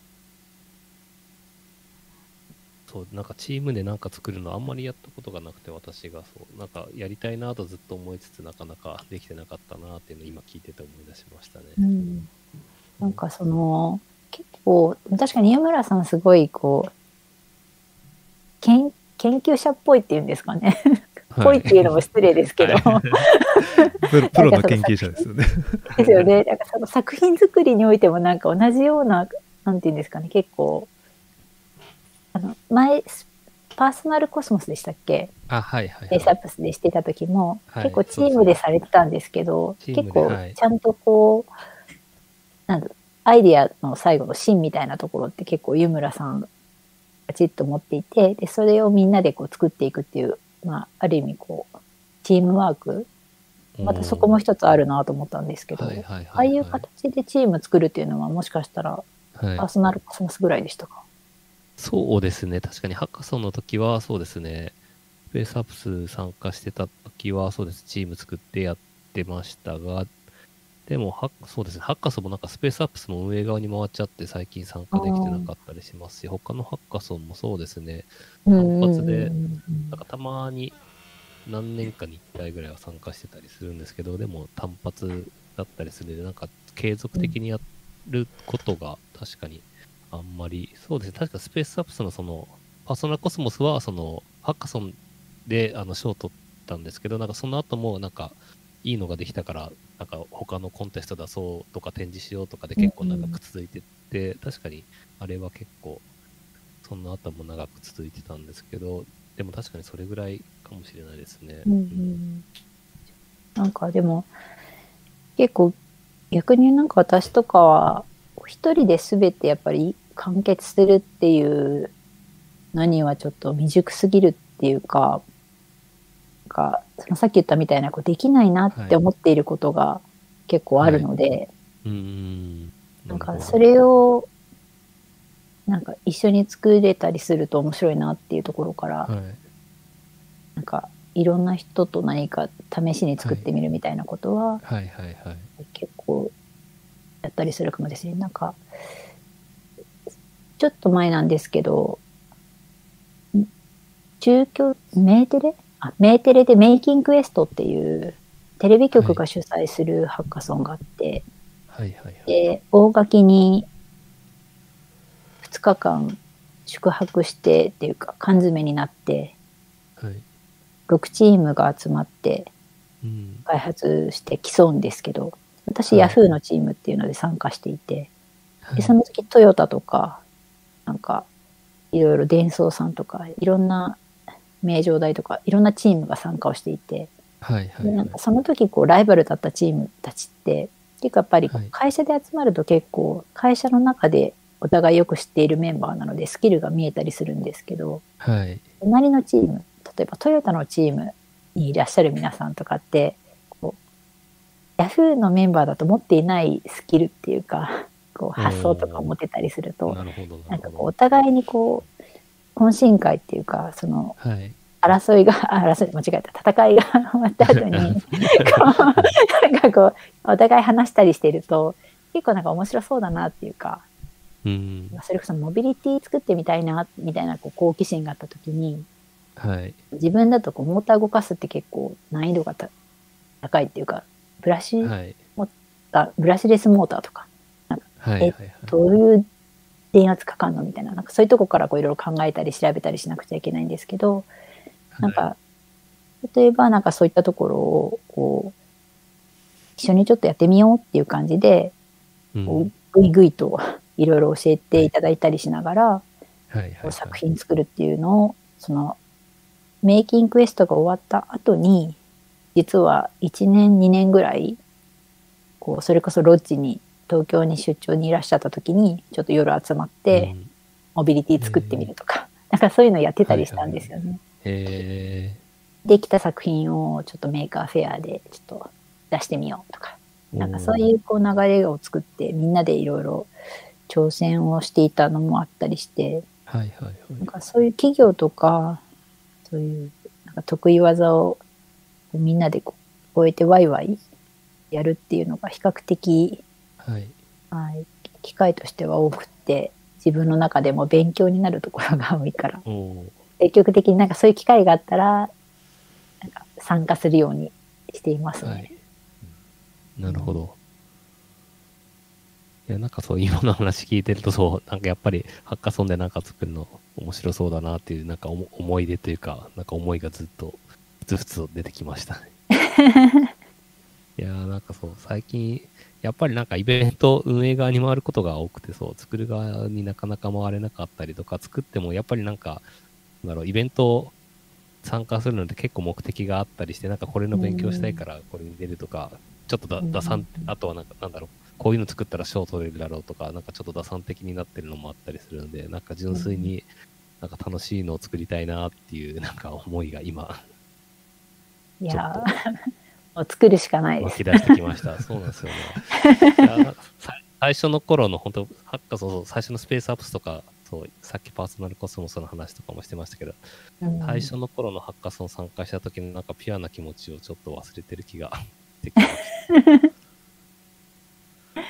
そう、なんかチームでなんか作るのあんまりやったことがなくて、私がそう、なんかやりたいなとずっと思いつつ、なかなかできてなかったなっていうのを今聞いてて思い出しましたね。 うん。なんかその、結構、確かに湯村さんすごいこう、研研究者っぽいっていうんですかね。ぽいっていうのも失礼ですけど。 プロプロの研究者ですよね。 ですよね。なんかその作品作りにおいてもなんか同じような、なんていうんですかね、結構、あの、前、パーソナルコスモスでしたっけ？ あ、はいはい、 ベースアップスでしてた時も、 はい、 結構チームでされてたんですけど、結構ちゃんとこう、なんだろう、アイディアの最後の芯みたいなところって結構湯村さんがちっと持っていて、でそれをみんなでこう作っていくっていう、まあ、ある意味こうチームワーク、またそこも一つあるなと思ったんですけど、ああいう形でチーム作るっていうのはもしかしたらパーソナルコスモスぐらいでしたか？ そうですね。確かにハッカソンの時はそうですね。ベースアップス参加してた時はそうです。チーム作ってやってましたが、でもハッそうですね。ハッカソンもなんかスペースアップスも運営側に回っちゃって最近参加できてなかったりしますし、他のハッカソンもそうですね。単発で、なんかたまに何年かにいっかいぐらいは参加してたりするんですけど、でも単発だったりするので、なんか継続的にやることが確かにあんまり、そうですね、確かスペースアップスのその、パーソナルコスモスは、その、ハッカソンで、あの、賞を取ったんですけど、なんかその後も、なんか、いいのができたから、なんか他のコンテスト出そうとか展示しようとかで結構長く続いてて、確かに、あれは結構、その後も長く続いてたんですけど、でも確かにそれぐらいかもしれないですね。 うんうん、なんかでも、結構、逆になんか私とかは、一人で全てやっぱり完結するっていうのにはちょっと未熟すぎるっていうか、なんかそのさっき言ったみたいなこうできないなって思っていることが結構あるので、はい、 うーんなんかそれをなんか一緒に作れたりすると面白いなっていうところから、はい、なんかいろんな人と何か試しに作ってみるみたいなことは、 はいはいはいはい、 結構やったりするかもですね。なんかちょっと前なんですけど、中京メーテレあメーテレでメイキングクエストっていうテレビ局が主催するハッカソンがあって、 はいはいはいはい、 で大垣につかかん宿泊してっていうか缶詰になってはい。 ろくチームが集まってうん。 開発して競うんですけど、私、 はいヤフーのチームっていうので参加していて、 はい。 でその時トヨタとかなんかいろいろデンソーさんとかいろんな名城大とかいろんなチームが参加をしていて、 はいはいはいでなんかその時こうライバルだったチームたちって結構やっぱりはい会社で集まると結構会社の中でお互いよく知っているメンバーなのでスキルが見えたりするんですけど、 はい隣のチーム、例えばトヨタのチームにいらっしゃる皆さんとかってこうヤフーのメンバーだと持っていないスキルっていうかこう発想とか持ってたりすると、 なるほどなかこうおなんるほど。 互いにこう懇親会っていうかそのはい争いが争い間違えた戦いが終わった後にこうなんかこうお互い話したりしてると結構なんか面白そうだなっていうか、 うんそれこそモビリティ作ってみたいなみたいなこう好奇心があった時に、 はい自分だとこうモーター動かすって結構難易度がた高いっていうか、ブラシはいモーターブラシレスモーターとかえはいはいはいどういう電圧かかんのみたいな、なんかそういうとこからこういろいろ考えたり調べたりしなくちゃいけないんですけど、なんか例えばなんかそういったところをこう一緒にちょっとやってみようっていう感じで、 うんこうぐいぐいといろいろ教えていただいたりしながら、 はいはいはいこう作品作るっていうのをそのメイキングクエストが終わった後に実はいちねんにねんぐらいこうそれこそロッジに東京に出張にいらっしゃった時にちょっと夜集まってうんモビリティ作ってみるとか、なんかそういうのやってたりしたんですよね。 へできた作品をちょっとメーカーフェアでちょっと出してみようとか、 ーなんかそういうこう流れを作ってみんなでいろいろ挑戦をしていたのもあったりして、 はいはいはいなんかそういう企業とかそういうなんか得意技をみんなでこう超えてワイワイやるっていうのが比較的、 はいはい、機会としては多くって自分の中でも勉強になるところが多いからおー積極的になんかそういう機会があったらなんか参加するようにしていますね。 はい、なるほど。いや、なんかそう、今の話聞いてると、そう、なんかやっぱり、ハッカソンでなんか作るの面白そうだなっていう、なんか思思い出というか、なんか思いがずっと、ふつふつと出てきましたね。いやー、なんかそう、最近、やっぱりなんかイベント運営側に回ることが多くて、そう、作る側になかなか回れなかったりとか、作ってもやっぱりなんか、なんだろう、イベント参加するので結構目的があったりして、なんかこれの勉強したいからこれに出るとか、ちょっとだ打算、あとはなんかなんだろう、こういうの作ったら賞取れるだろうとか、なんかちょっと打算的になってるのもあったりするので、なんか純粋になんか楽しいのを作りたいなっていうなんか思いが今、 いやちょっとーもう作るしかないです。 湧き出してきました。そうなんですよね。いやなんかさ最初の頃の本当、ハッカそうそう最初のスペースアップスとか、そうさっきパーソナルコスモスの話とかもしてましたけど、 うん最初の頃のハッカソン参加した時のなんかピュアな気持ちをちょっと忘れてる気ができました。 い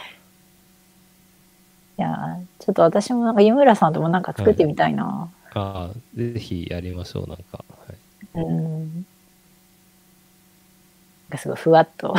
やーちょっと私もなんか湯村さんともなんか作ってみたいな。 ああ、ぜひやりましょう、なんか。はい。 うん。なんかすごいふわっと。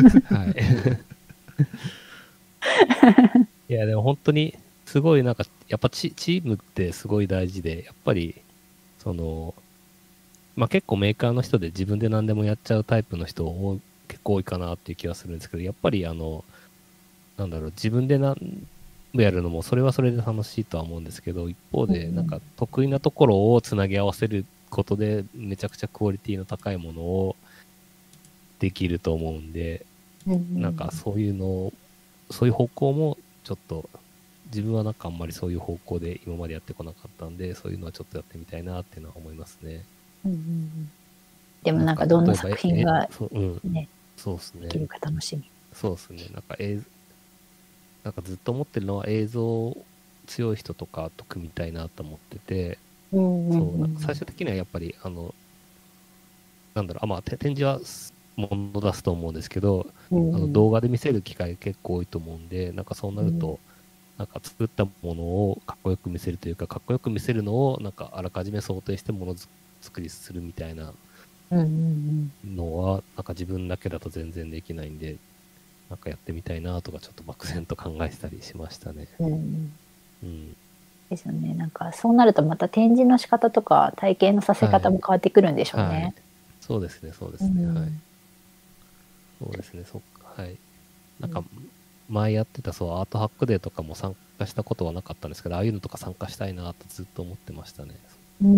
はい。いや、でも本当に、すごいなんか、やっぱチチームってすごい大事で、やっぱり、その、まあ結構メーカーの人で自分で何でもやっちゃうタイプの人多結構多いかなっていう気はするんですけど、やっぱりあの、なんだろう、自分で何もやるのも、それはそれで楽しいとは思うんですけど、一方で、 うんなんか得意なところをつなぎ合わせることで、めちゃくちゃクオリティの高いものをできると思うんで、なんかそういうのを、そういう方向もちょっと、自分はなんかあんまりそういう方向で今までやってこなかったんで、そういうのはちょっとやってみたいなっていうのは思いますね。 うんうんうんでもなんかどんな作品がえそう、うん、 ね、 そうですねでき。るか楽しみ。 そうですね。なんか映なんかずっと思ってるのは映像強い人とかと組みたいなと思ってて、 うんうんうんそうなんか最終的にはやっぱりあのなんだろうあまあて展示はもの出すと思うんですけど、 うんあの動画で見せる機会結構多いと思うんで、なんかそうなると、 うんなんか作ったものをかっこよく見せるというか、かっこよく見せるのをなんかあらかじめ想定してものづ作りするみたいなうんうんのはなんか自分だけだと全然できないんで、なんかやってみたいなとかちょっと漠然と考えてたりしましたね。 うんうんうん。 ですよね。なんかそうなるとまた展示の仕方とか体験のさせ方も変わってくるんでしょうね。 はいはい、そうですね、そうですね、 うん、 はい。そうですね、そっか、はい。なんか、前やってたそうアートハックデーとかも参加したことはなかったんですけど、ああいうのとか参加したいなとずっと思ってましたね。 うん、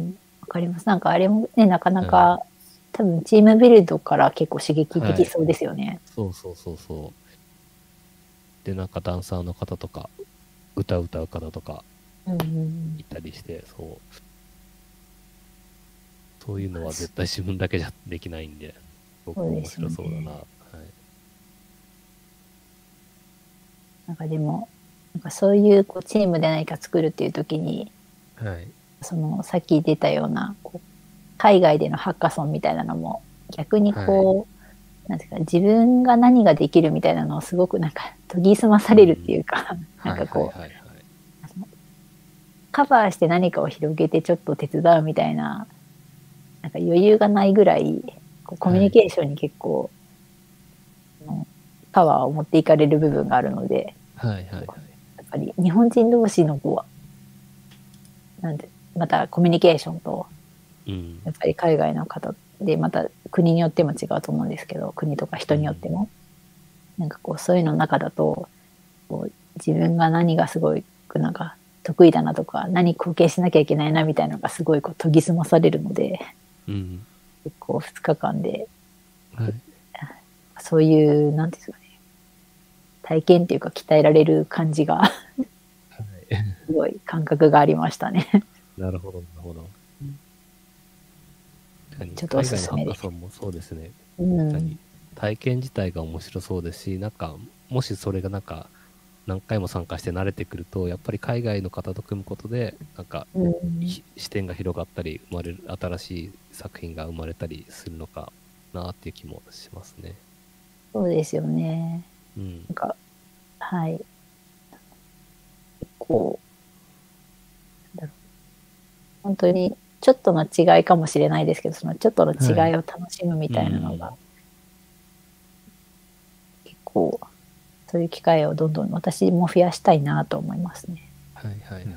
わかります。なんかあれもね、なかなか、はい、多分チームビルドから結構刺激的そうですよね。はい、 そうそうそうそう。で、なんかダンサーの方とか、歌歌う方とか、いたりして、うん、そう。そういうのは絶対自分だけじゃできないんで、すごく面白そうだな。 なんかでもなんかそういうこうチームで何か作るっていう時に、 はい、 そのさっき出たようなこう海外でのハッカソンみたいなのも逆にこう、はい、なんていうか自分が何ができるみたいなのをすごくなんか研ぎ澄まされるっていうか、うん、なんかこう、はいはいはいはい、カバーして何かを広げてちょっと手伝うみたいな、なんか余裕がないぐらいこうコミュニケーションに結構、はい、パワーを持っていかれる部分があるので、 はいはいはい、 やっぱり日本人同士のこうなんでまたコミュニケーションと、うん、やっぱり海外の方でまた国によっても違うと思うんですけど、国とか人によっても、うん、なんかこうそういうの中だとこう自分が何がすごいなんか得意だなとか何貢献しなきゃいけないなみたいなのがすごいこう研ぎ澄まされるので、うん、結構ふつかかんで、はい、そういうなんていうんですかね、体験っていうか鍛えられる感じが、はい、すごい感覚がありましたね。 なるほどなるほど。 ちょっとおすすめです。 海外のハッカソンもそうですね、うん、体験自体が面白そうですし、なんかもしそれがなんか何回も参加して慣れてくるとやっぱり海外の方と組むことでなんか、うん、視点が広がったり生まれる新しい作品が生まれたりするのかなっていう気もしますね。 そうですよね。 うん、 なんかはい結構本当にちょっとの違いかもしれないですけど、そのちょっとの違いを楽しむみたいなのが、はい、結構そういう機会をどんどん私も増やしたいなと思いますね。 はいはいはい、はい、うん、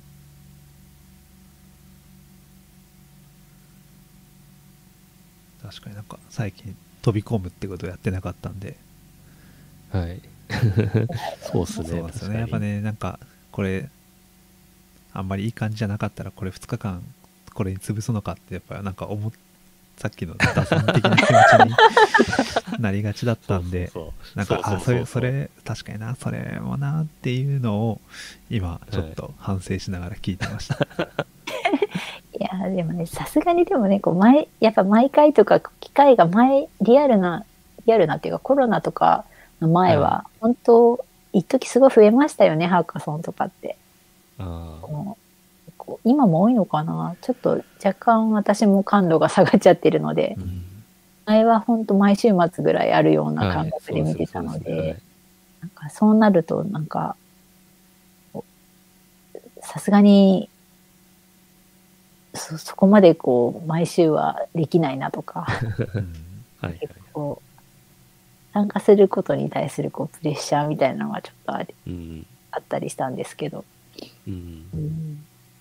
確かになんか最近飛び込むってことをやってなかったんで、 はいそうっすね。 そうですよね。やっぱね、なんかこれあんまりいい感じじゃなかったらこれふつかかんこれに潰すのかってやっぱなんか思っさっきの打算的な気持ちになりがちだったんで、なんかあそれそれ確かになそれもなっていうのを今ちょっと反省しながら聞いてました。はいい、 いやでもね、さすがにでもねこう前やっぱ毎回とか機会が前リアルなリアルなっていうかコロナとかの前は、はい、本当一時すごい増えましたよね、ハッカソンとかって。 あこうこう今も多いのかな、ちょっと若干私も感度が下がっちゃってるので、うん、前は本当毎週末ぐらいあるような感覚で見てたので、なんかそうなるとなんかさすがに そ, そこまでこう毎週はできないなとかはい、結構参加することに対するこうプレッシャーみたいなのがちょっと あ,、うん、あったりしたんですけど、うんうん、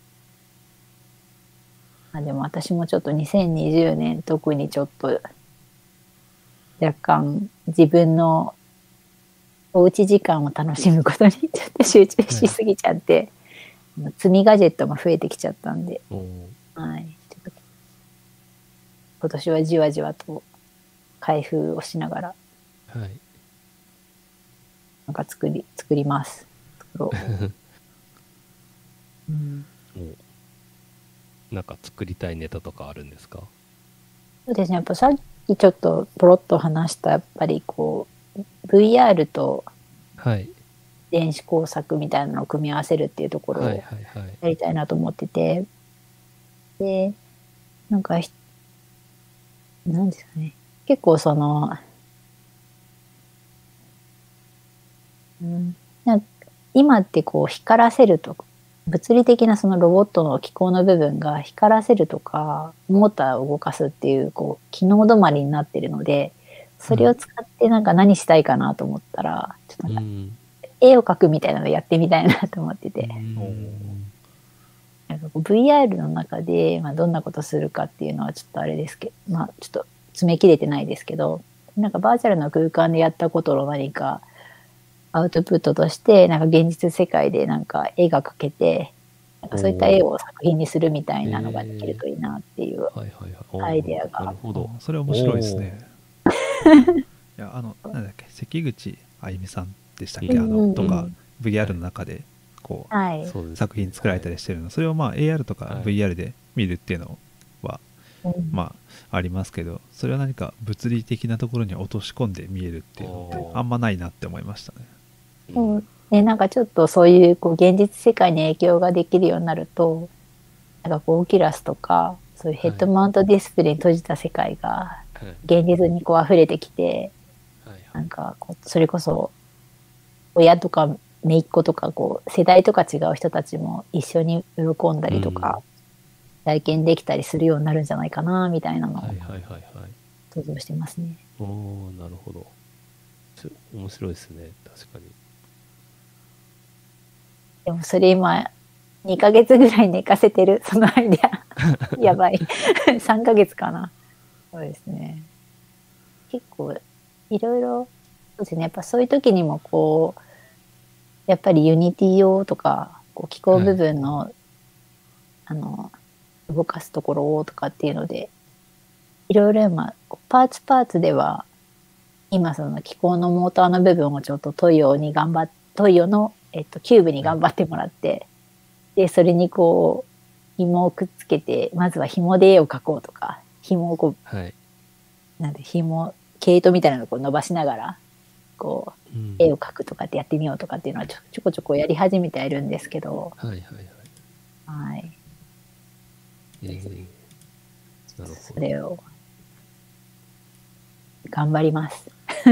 まあ、でも私もちょっとにせんにじゅうねん特にちょっと若干自分のおうち時間を楽しむことにちょっと集中しすぎちゃって、はい、積みガジェットも増えてきちゃったんで、はい、ちょっと今年はじわじわと開封をしながら、 はい、 なんか作り作ります作ろう、 うん、なんか作りたいネタとかあるんですか？ そうですね、やっぱさっきちょっとポロッと話したやっぱりこう ブイアール と電子工作みたいなのを組み合わせるっていうところをやりたいなと思ってて、でなんかなんですかね、結構その、うん、なんか今ってこう光らせると物理的なそのロボットの機構の部分が光らせるとかモーターを動かすっていうこう機能止まりになってるので、それを使ってなんか何したいかなと思ったら、ちょっとなんか絵を描くみたいなのやってみたいなと思ってて、 なんかこう ブイアール の中で、まあ、どんなことするかっていうのはちょっとあれですけど、まあ、ちょっと詰め切れてないですけど、なんかバーチャルの空間でやったことの何かアウトプットとして、なんか現実世界でなんか絵が描けて、なんかそういった絵を作品にするみたいなのができるといいなっていうアイデアが。 なるほど。 それ面白いですね。いや、あの、なんだっけ、関口あゆみさんでしたっけ、あの、とか、ブイアール の中で、こう、はい、作品作られたりしてるの、それをまあ エーアール とか ブイアール で見るっていうのは、はい、まあ、ありますけど、それは何か物理的なところに落とし込んで見えるっていうのって、あんまないなって思いましたね。 うん、ね、なんかちょっとそういうこう現実世界に影響ができるようになると、なんかこうオキュラスとかそういうヘッドマウントディスプレイに閉じた世界が現実にこう溢れてきて、なんかこうそれこそ親とか姪っ子とかこう世代とか違う人たちも一緒に喜んだりとか体験できたりするようになるんじゃないかなみたいなのを想像してますね。 おー、なるほど。面白いですね、確かに。 でもそれ今にかげつぐらい寝かせてる、そのアイデアやばいさんかげつかな。そうですね、結構いろいろそうですね、やっぱそういう時にもこうやっぱりユニティ用とかこう機構部分の、はい、あの動かすところをとかっていうのでいろいろ今パーツパーツでは今その機構のモーターの部分をちょっとトイオに頑張っトイオの、えっと、キューブに頑張ってもらって、はい、でそれにこう紐をくっつけてまずは紐で絵を描こうとか紐をこう、はい、なんで紐毛糸みたいなのをこう伸ばしながらこう、うん、絵を描くとかってやってみようとかっていうのはちょちょこちょこやり始めてはいるんですけど、 はいはいはい。 はい。 えー、なるほど。 それを頑張ります。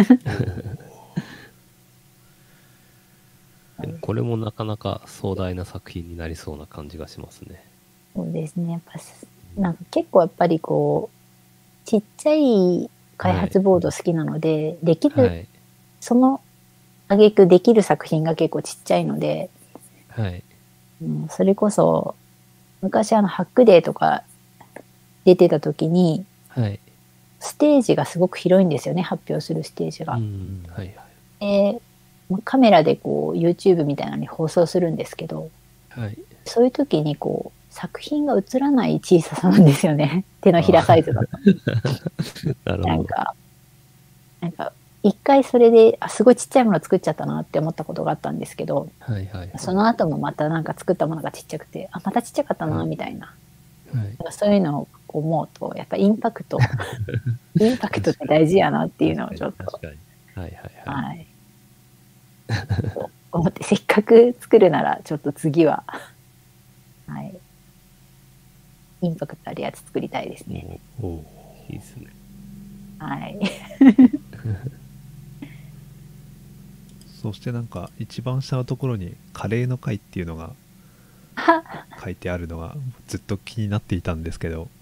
これもなかなか壮大な作品になりそうな感じがしますね。 そうですね。やっぱなんか結構やっぱりこうちっちゃい開発ボード好きなので、はい、できる、はい、その挙句できる作品が結構ちっちゃいので、 はい、 うん、それこそ昔あのハックデーとか出てた時に、 はい、 ステージがすごく広いんですよね、発表するステージが。 うんはいはいでカメラでこう YouTube みたいなのに放送するんですけど、 はい、 そういう時にこう作品が映らない小ささなんですよね手のひらサイズだと。 なるほど。 なんかなんか一回それであすごいちっちゃいもの作っちゃったなって思ったことがあったんですけど、 はいはいはい、 その後もまたなんか作ったものがちっちゃくてあまたちっちゃかったなみたいな、 はい、 なんかそういうのを思うとやっぱインパクトインパクトって大事やなっていうのをちょっと確かにはいはいはい、 はい思ってせっかく作るならちょっと次は、はい、インパクトあるやつ作りたいですね。 おおいいですね。 はいそしてなんか一番下のところにカレーの会っていうのが書いてあるのがずっと気になっていたんですけど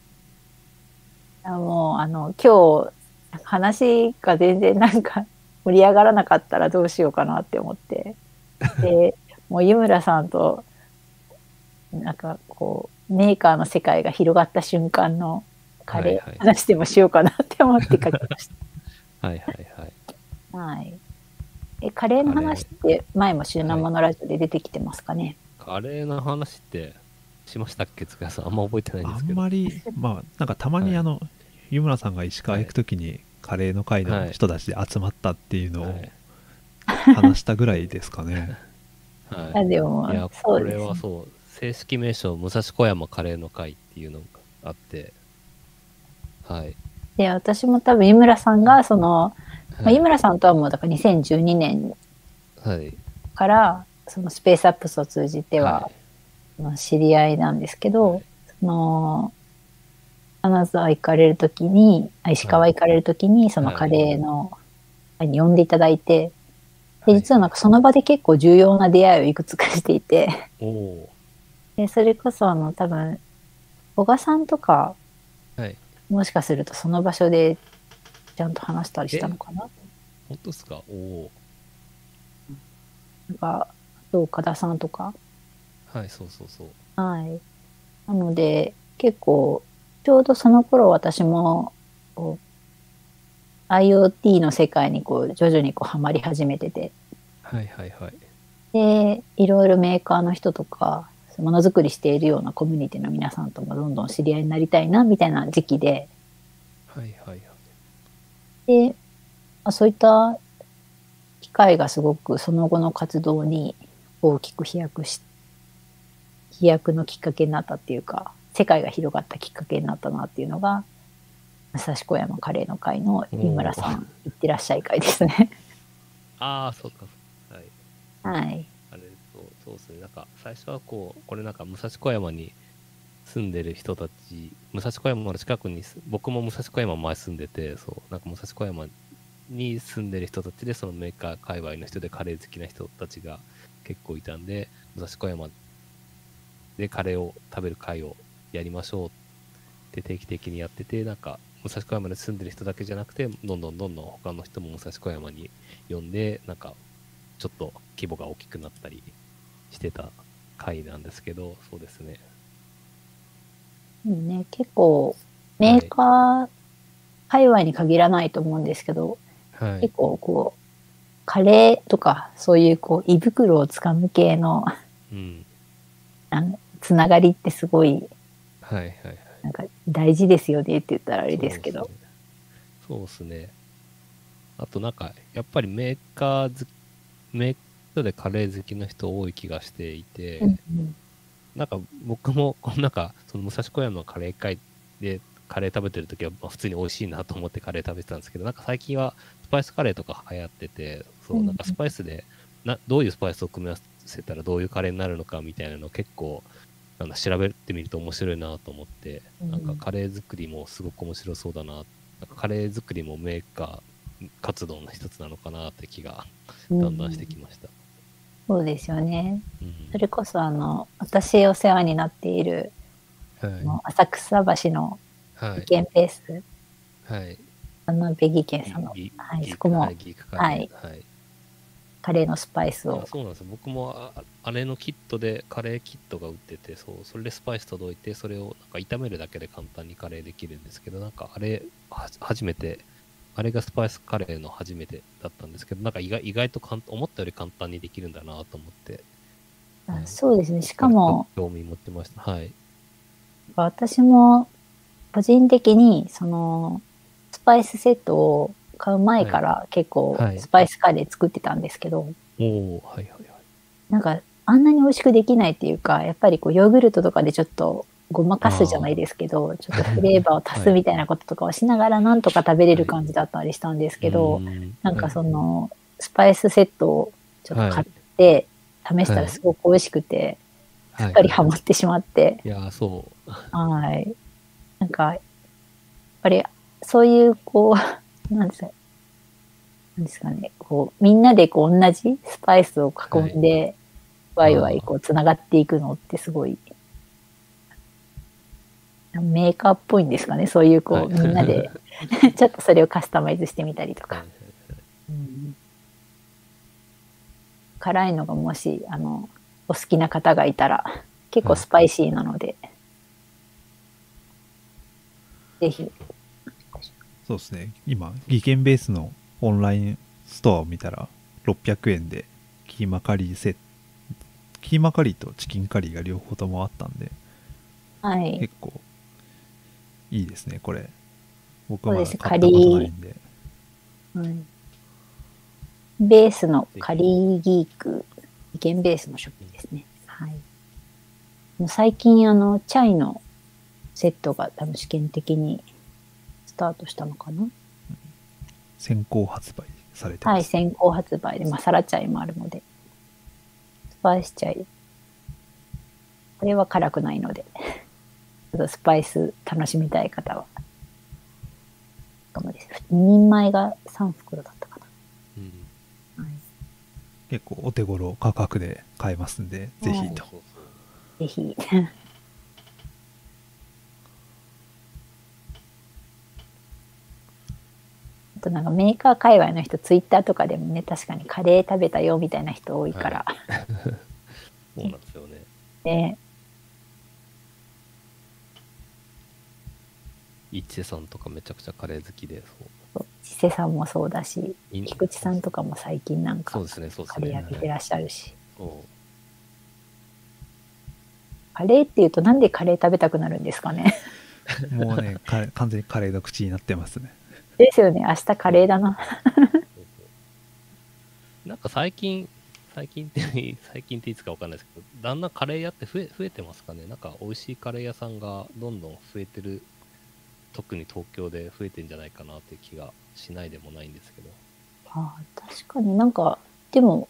もうあの今日話が全然なんか盛り上がらなかったらどうしようかなって思ってでもう湯村さんとなんかこうメーカーの世界が広がった瞬間のカレー話でもしようかなって思って書きましたはいはいはいはいえカレーの話って前も週生のラジオで出てきてますかね。 カレーの話ってしましたっけ、つかさん。あんま覚えてないんですけど。 あんまりまあなんかたまにあの、はい、湯村さんが石川行くときにカレーの会の人たちで集まったっていうのを話したぐらいですかね。 はい、でもいやこれはそう正式名称武蔵小山カレーの会っていうのがあって、はい。 で私も多分湯村さんがその、はいまあ、湯村さんとはもうだからにせんじゅうにねんからそのスペースアップスを通じては、はい、知り合いなんですけど、はい、その金沢行かれる時に石川行かれる時にそのカレーの会に呼んでいただいて、で実はなんかその場で結構重要な出会いをいくつかしていて、はい、でそれこそあの多分小賀さんとか、はい、もしかするとその場所でちゃんと話したりしたのかな。 本当ですか。おお。 なんかどう岡田さんとか。 はいそうそうそう。 はい。なので、結構、ちょうどその頃私も、こう IoT の世界にこう徐々にこうハマり始めてて、 はいはいはい。 で、いろいろメーカーの人とか、ものづくりしているようなコミュニティの皆さんともどんどん知り合いになりたいな、みたいな時期で、 はいはいはい。 で、まあ、そういった機会がすごくその後の活動に大きく飛躍し、飛躍のきっかけになったっていうか、世界が広がったきっかけになったなっていうのが、武蔵小山カレーの会の井村さん、いってらっしゃい会ですね。 ああ、そうか。はい。 はい。 あれ、そうそうですね。なんか、最初はこう、これなんか武蔵小山に住んでる人たち、武蔵小山の近くに、僕も武蔵小山前住んでて、そう、なんか武蔵小山に住んでる人たちで、そのメーカー界隈の人でカレー好きな人たちが結構いたんで、武蔵小山でカレーを食べる会をやりましょうって定期的にやってて、なんか、武蔵小山に住んでる人だけじゃなくて、どんどんどんどん他の人も武蔵小山に呼んで、なんか、ちょっと規模が大きくなったりしてた回なんですけど、そうですね。 うんね、結構、メーカー界隈に限らないと思うんですけど、 はい、 結構こう、カレーとか、そういうこう、胃袋をつかむ系の、 うん、 あのつながりってすごい、 はいはいはい。 なんか大事ですよねって言ったらあれそうですけど。 ですね。そうですね。あとなんか、やっぱりメーカーず、メーカーでカレー好きの人多い気がしていて、 うんうん、 なんか僕も、このなんか、その武蔵小山のカレー会でカレー食べてるときは、まあ普通に美味しいなと思ってカレー食べてたんですけど、なんか最近はスパイスカレーとか流行ってて、そう、なんかスパイスで、などういうスパイスを組み合わせたらどういうカレーになるのかみたいなのを結構、なんだ調べてみると面白いなと思って、なんかカレー作りもすごく面白そうだな、なんかカレー作りもメーカー活動の一つなのかなって気がだんだんしてきました。 うん、そうですよね。 うん、 それこそあの、私お世話になっている、 はい、 浅草橋のはい、 技研ベース、 はい。 あのベ技研さんの、 ギはい、 ギそこも、 はい、ギークカレー、 はい、 はい。 カレーのスパイスいや、 を、 そうなんですよ。僕もああれのキットで、カレーキットが売ってて、そう、それでスパイス届いて、それをなんか炒めるだけで簡単にカレーできるんですけど、なんかあれ、は初めて、あれがスパイスカレーの初めてだったんですけど、なんか意外意外とかん思ったより簡単にできるんだなと思って、はい、 そうですね。しそこからかも、 興味持ってました。はい。 私も個人的に、その、スパイスセットを買う前はい。 から結構はい。 スパイスカレー作ってたんですけど、 おー、はいはいはい。 なんかあんなに美味しくできないっていうか、やっぱりこうヨーグルトとかでちょっとごまかすじゃないあですけど、ちょっとフレーバーをあ、はい。 足すみたいなこととかをしながらなんとか食べれるはい。 感じだったりしたんですうーけど、 ん、 なんかはい。 その、スパイスセットをちょっとはい。 買って試したはい。 らすごく美味しくて、すっかりはいはいはい。 ハマってしまって、 いやー、そう。 はい。なんか、やっぱりそういうこう、なんですか、なんですかね、こう、みんなでこう同じスパイスを囲はい。 んで、ワイワイああ、 こうつながっていくのってすごいメーカーっぽいんですかね。そういうはい。 こうみんなでちょっとそれをカスタマイズしてみたりとか。 はい。 うん、辛いのがもしあのお好きな方がいたら結構はい。 スパイシーなので、ぜひ。 そうですね。今、技研ベースのオンラインストアを見たら、ろっぴゃくえんでキーマカリーセット、キーマカリーとチキンカリーが両方ともあったんで、 はい。 結構いいですね、これ。僕はまそうです。カだ買ったことないリんで。 ー、はい、ベースのカぜひ。 リーギーク、意見ベースのショップですね。はい。もう最近あのチャイのセットが多分試験的にスタートしたのかな。 先行発売されてはい、 ます。 先行発売で、マサラチャイもあるので、スパイスチャイ、これは辛くないので、ちょっとスパイス楽しみたい方は、かもです。ににんまえがさん袋だったかうん。 な。はい、 結構お手頃価格で買えますんで、ぜひと。 そうそうそう。 ぜひ。あとなんかメーカー界隈の人、ツイッターとかでもね、確かにカレー食べたよみたいな人多いかはい。 ら。 そうなんですよね。 ね、 一瀬さんとかめちゃくちゃカレー好きで、 そう千瀬さんもそうだし、 いい菊池さんとかも最近なんかそうですね、そうですカレーね。 やってらっしゃるし、 そうカレーっていうとなんでカレー食べたくなるんですかね。 もうねか完全にカレーの口になってますね。 ですよね。明日カレーだな。 そうそうなんか最近、最近って最近っていつかわかんないですけど、だんだんカレー屋って増え増えてますかね。なんか美味しいカレー屋さんがどんどん増えてる、特に東京で増えてんじゃないかなっていう気がしないでもないんですけど。 ああ、確かになんか、でも、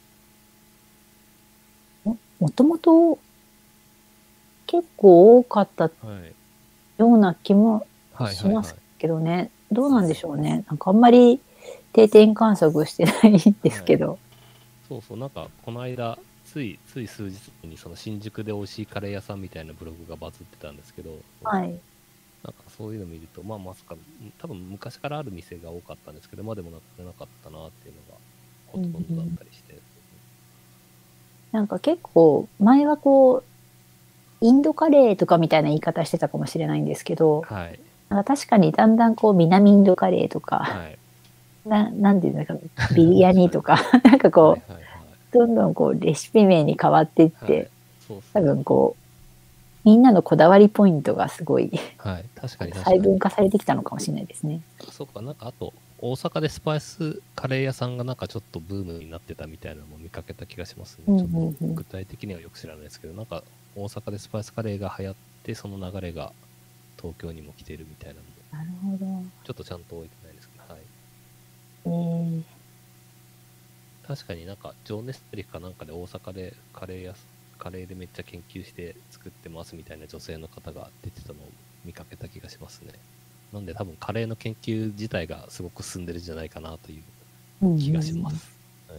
ももともと結構多かったはい。 ような気もはいはいはい。 しますけどね。どうなんでしょうね。なんかあんまり定点観測してないんですけど。 そうそう、なんかこの間、ついつい数日前にその新宿で美味しいカレー屋さんみたいなブログがバズってたんですけど、 はい。 なんかそういうの見ると、まあまさか、多分昔からある店が多かったんですけど、まあでもなくなかったなっていうのがほとんどだったりして。 なんか結構、前はこう、インドカレーとかみたいな言い方してたかもしれないんですけど、 はい。 なんか確かにだんだんこう、南インドカレーとか、 はい。 ななんていうんですか、ビリヤニとか、なんかこう、 はいはいはい。 どんどんこう、レシピ名に変わっていっはいて、 そう多そう。 分こう、みんなのこだわりポイントがすごいはい。確かに確か細に。 分化されてきたのかもしれないですね。 そうか、なんかあと、大阪でスパイスカレー屋さんがなんかちょっとブームになってたみたいなのも見かけた気がしますね。 うんちょうんうんっと具体的にはよく知らないですけど、なんか大阪でスパイスカレーが流行って、その流れが東京にも来ているみたいなのも、 なるほど。 ちょっとちゃんと置いてないですけど、はい。 えー、 確かになんか、情熱大陸かなんかで大阪でカレーや、カレーでめっちゃ研究して作ってますみたいな女性の方が出てたのを見かけた気がしますね。なんで多分カレーの研究自体がすごく進んでるんじゃないかなという気がします。はい、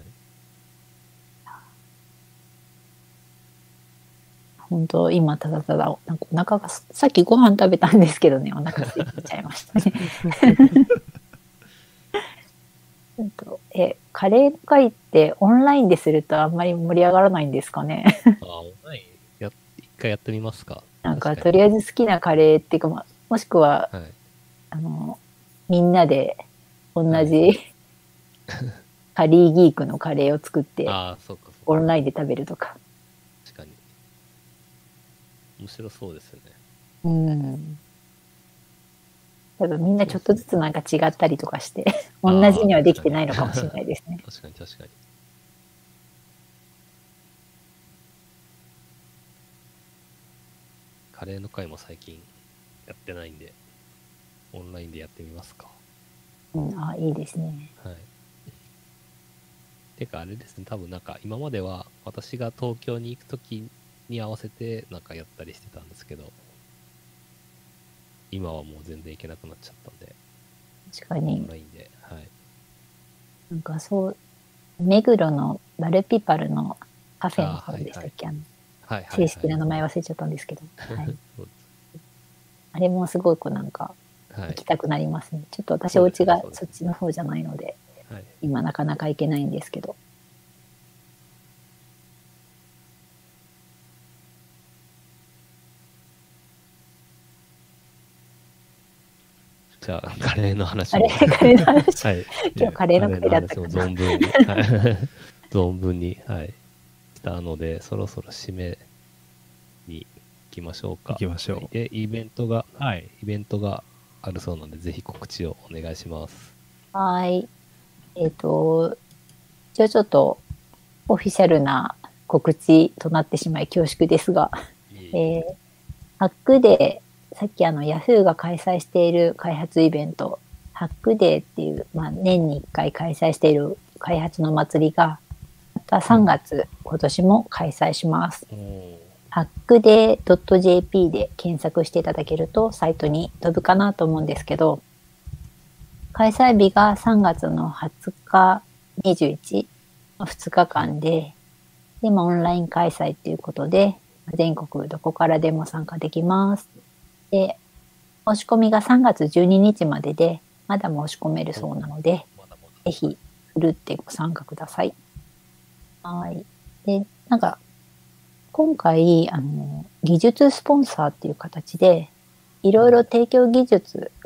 本当今ただただなんかお腹がすさっきご飯食べたんですけどね、お腹空いちゃいましたね。うんとえカレー会ってオンラインでするとあんまり盛り上がらないんですかね。 あ、オンラインや、一回やってみますか。 なんか確かにとりあえず好きなカレーっていうか、まあ、もしくははい。 あのみんなで同はじカリーギークのカレーを作ってああ、そうかそうか。 オンラインで食べるとか。 確かに。面白そうですよね。 うん。多分みんなちょっとずつなんか違ったりとかして同じにはできてないのかもしれないですね。 確かに確かに。カレーの会も最近やってないんで、オンラインでやってみますか。 うん、あ、いいですね。 はい。てかあれですね、多分なんか今までは私が東京に行くときに合わせてなんかやったりしてたんですけど、今はもう全然行けなくなっちゃったんで、オン確かにラインで、はい。 なんかそう目黒のバルピパルのカフェの方でしたっけ、あのはいはいはい。 正式な名前忘れちゃったんですけど、はい、 そうあれもすごくなんかはい行きたくなりますね。ちょっと私そうですねお家がそうですねそっちの方じゃないのではい。 今なかなか行けないんですけど。 じゃあ、カレーの話あも。 れカレーの話、 はい。 今日カレーの会だったかな。 カレーの話も存分に、はい存分に、はい。したので、そろそろ締めに行きましょうか。 行きましょう。 で、イベントが、はい。イベントがあるそうなので、ぜひ告知をお願いします。 はい。えっ、と、一応ちょっとオフィシャルな告知となってしまい恐縮ですが、 いえいええー、ハックデー、さっきあの Yahoo が開催している開発イベント、ハックデーっていう、まあ、年にいっかい開催している開発の祭りが、またさんがつ、今年も開催します。 おーハックデー .jp で検索していただけるとサイトに飛ぶかなと思うんですけど、開催日がさんがつのはつか、にじゅういちのふつかかんで、で、まあ、オンライン開催ということで、全国どこからでも参加できます。で、申し込みがさんがつじゅうににちまでで、まだ申し込めるそうなので、 まだまだぜひ、ふるってご参加ください。はい。で、なんか、今回、あの、技術スポンサーっていう形で、いろいろ提供技術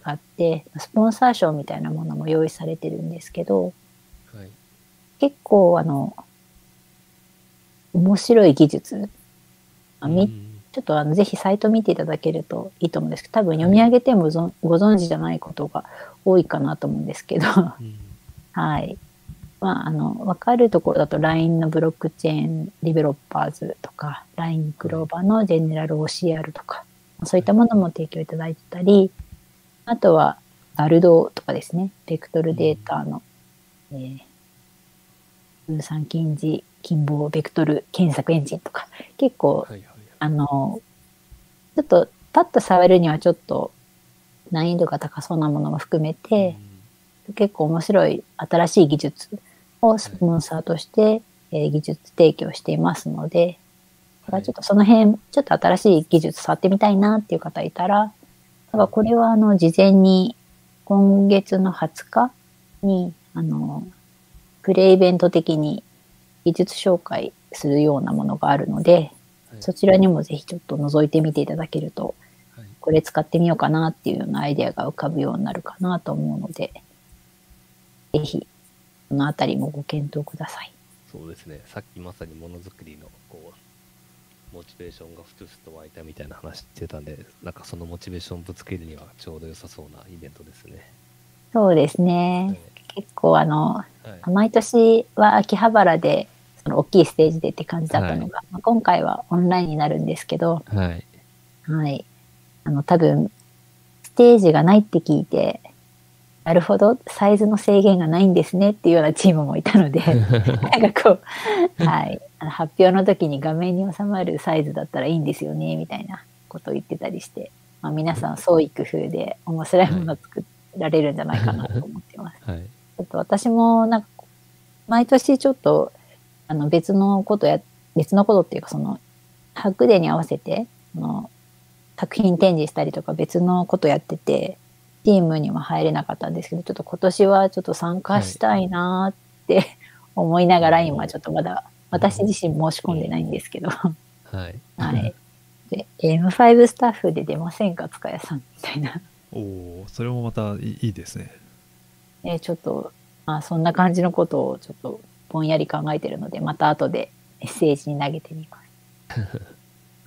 があって、スポンサー賞みたいなものも用意されてるんですけど、 はい。 結構あの、面白い技術、あみうんちょっとあのぜひサイト見ていただけるといいと思うんですけど、多分読み上げてもぞんご存知じゃないことが多いかなと思うんですけど、 うんはい。まあ、あの、わかるところだと ライン のブロックチェーンディベロッパーズとか、ライン クローバーのジェネラル オーシーアール とか、そういったものも提供いただいてたり、あとは、バルドとかですね、ベクトルデータの、えー、分散近似近傍ベクトル検索エンジンとか、結構、 はいはいはい。 あの、ちょっとパッと触るにはちょっと難易度が高そうなものも含めて、結構面白い新しい技術をスポンサーとして、えー技術提供していますので、だからちょっとその辺、ちょっと新しい技術触ってみたいなっていう方いたら、だからこれはあの事前に今月のはつかにあのプレイイベント的に技術紹介するようなものがあるので、 はいそちらにもぜひちょっと覗いてみていただけると、 はいこれ使ってみようかなっていうようなアイデアが浮かぶようになるかなと思うので、ぜひそのあたりもご検討ください。 そうですね。さっきまさにものづくりのこうモチベーションがふつふつと湧いたみたいな話してたんで、なんかそのモチベーションぶつけるにはちょうど良さそうなイベントですね。 そうですね。 はい結構あの、 はい毎年は秋葉原でその大きいステージでって感じだったのが、まあ今回はオンラインになるんですけど、 はい。 はい。あの、多分、ステージがないって聞いて、なるほど、サイズの制限がないんですねっていうようなチームもいたので、なんかこう、はい。あの発表の時に画面に収まるサイズだったらいいんですよね、みたいなことを言ってたりして、まあ、皆さん創意工夫で面白いものを作られるんじゃないかなと思ってます。 はい。 ちょっと私も、なんか、毎年ちょっと、あの、別のことや、別のことっていうか、その、ハックデーに合わせて、あの、作品展示したりとか別のことやってて、チームにも入れなかったんですけど、ちょっと今年はちょっと参加したいなって思いながら、今ちょっとまだ、私自身申し込んでないんですけど、ははい。 い。で、エムファイブ スタッフで出ませんか、塚谷さんみたいな。 おお、それもまたいいいいですね。 えちょっと、まあ、そんな感じのことをちょっとぼんやり考えてるので、また後でメッセージに投げてみます。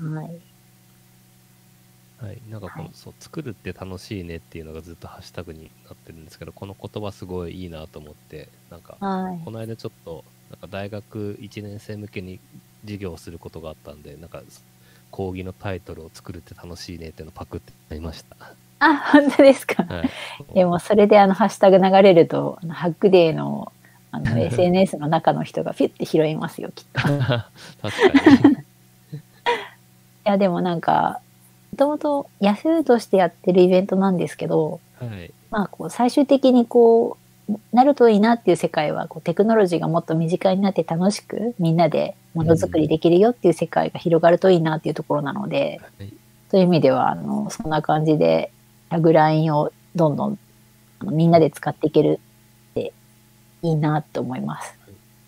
はい。 はい、なんかこの、 はいそう作るって楽しいねっていうのがずっとハッシュタグになってるんですけど、この言葉すごいいいなと思って、なんかはい。 この間ちょっとなんか大学いちねん生向けに授業をすることがあったんで、なんか講義のタイトルを作るって楽しいねっていうのをパクってなりました。 あ、本当ですか。 はい。 でもそれであのハッシュタグ流れると、あのハックデーのあの エスエヌエス の中の人がピュッて拾いますよ、きっと。い確かに。 や、でもなんか、もともと Yahoo としてやってるイベントなんですけど、 はい。 まあこう最終的にこう、なるといいなっていう世界はこうテクノロジーがもっと身近になって楽しくみんなでものづくりできるよっていう世界が広がるといいなっていうところなので、 はいそういう意味ではあのそんな感じでタグラインをどんどんあのみんなで使っていけるっていいなと思います。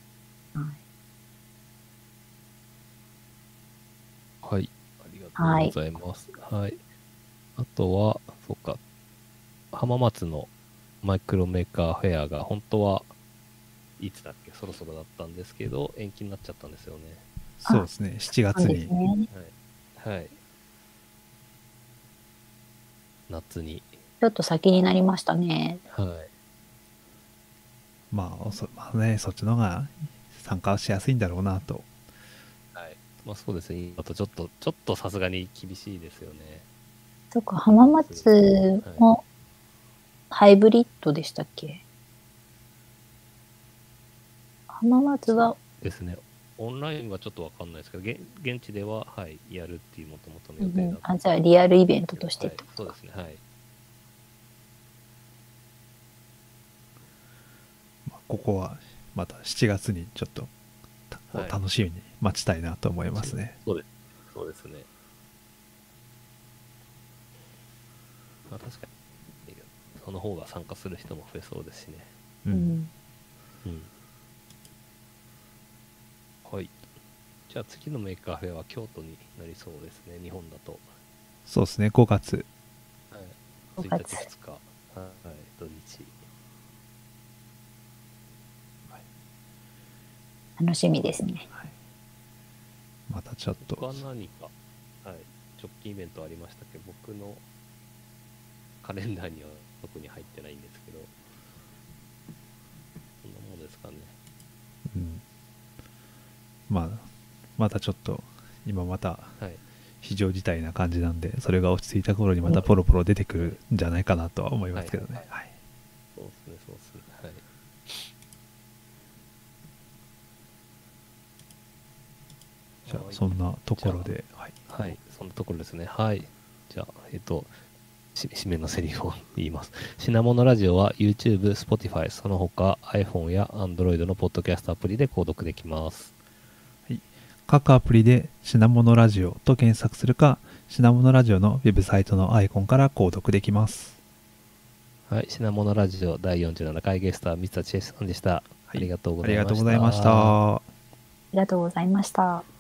はい。ありがとうございます。はい。あとは、そうか、浜松のマイクロメーカーフェアが本当はいつだっけ、そろそろだったんですけど、延期になっちゃったんですよね。 そうですね、しちがつそうですに。 ね。 はい。はい。夏に。 ちょっと先になりましたね。 はい。 まあ、そまあね、そっちの方が参加しやすいんだろうなと。 はい。まあそうですね。あとちょっと、ちょっとさすがに厳しいですよね。 そっか、浜松もハイブリッドでしたっけ？浜松は、 ですね。オンラインはちょっとわかんないですけど、現現地では、はい、やるっていうもともとのうん予定だったあ、じゃあリアルイベントとしてはいって、 そうですね。はい。 まあここはまたしちがつにちょっとたはい楽しみに待ちたいなと思いますね。 そうです。そうですね。まあ確かに、その方が参加する人も増えそうですしね。 う。 うんん、 うん。はい。じゃあ次のメーカーフェアは京都になりそうですね。日本だと。 そうですね、ごがつ。 はい。 ごついたちがつふつか、はい、土日。 楽しみですね。 はい、またちょっと僕は何か、はい、直近イベントありましたけど、僕のカレンダーには特に入ってないんですけど、そんなもんですかね。 うん、まあまたちょっと今またはい非常事態な感じなんで、それが落ち着いた頃にまたポロポロ出てくるんじゃないかなとは思いますけどね。はい、 そうですね、そうですね。はい。 じゃあそんなところで、はい、 はい、そんなところですね。はい。じゃあ、えっと、し締めのセリフを言います。品物ラジオは YouTube、Spotify、その他 iPhone や Android のポッドキャストアプリで購読できます。 はい、各アプリで品物ラジオと検索するか、品物ラジオのウェブサイトのアイコンから購読できます。 はい、品物ラジオだいよんじゅうななかいゲストは水田千恵さんでした。 はい、 ありがとうごありざいました。 がとうございました。 ありがとうございました。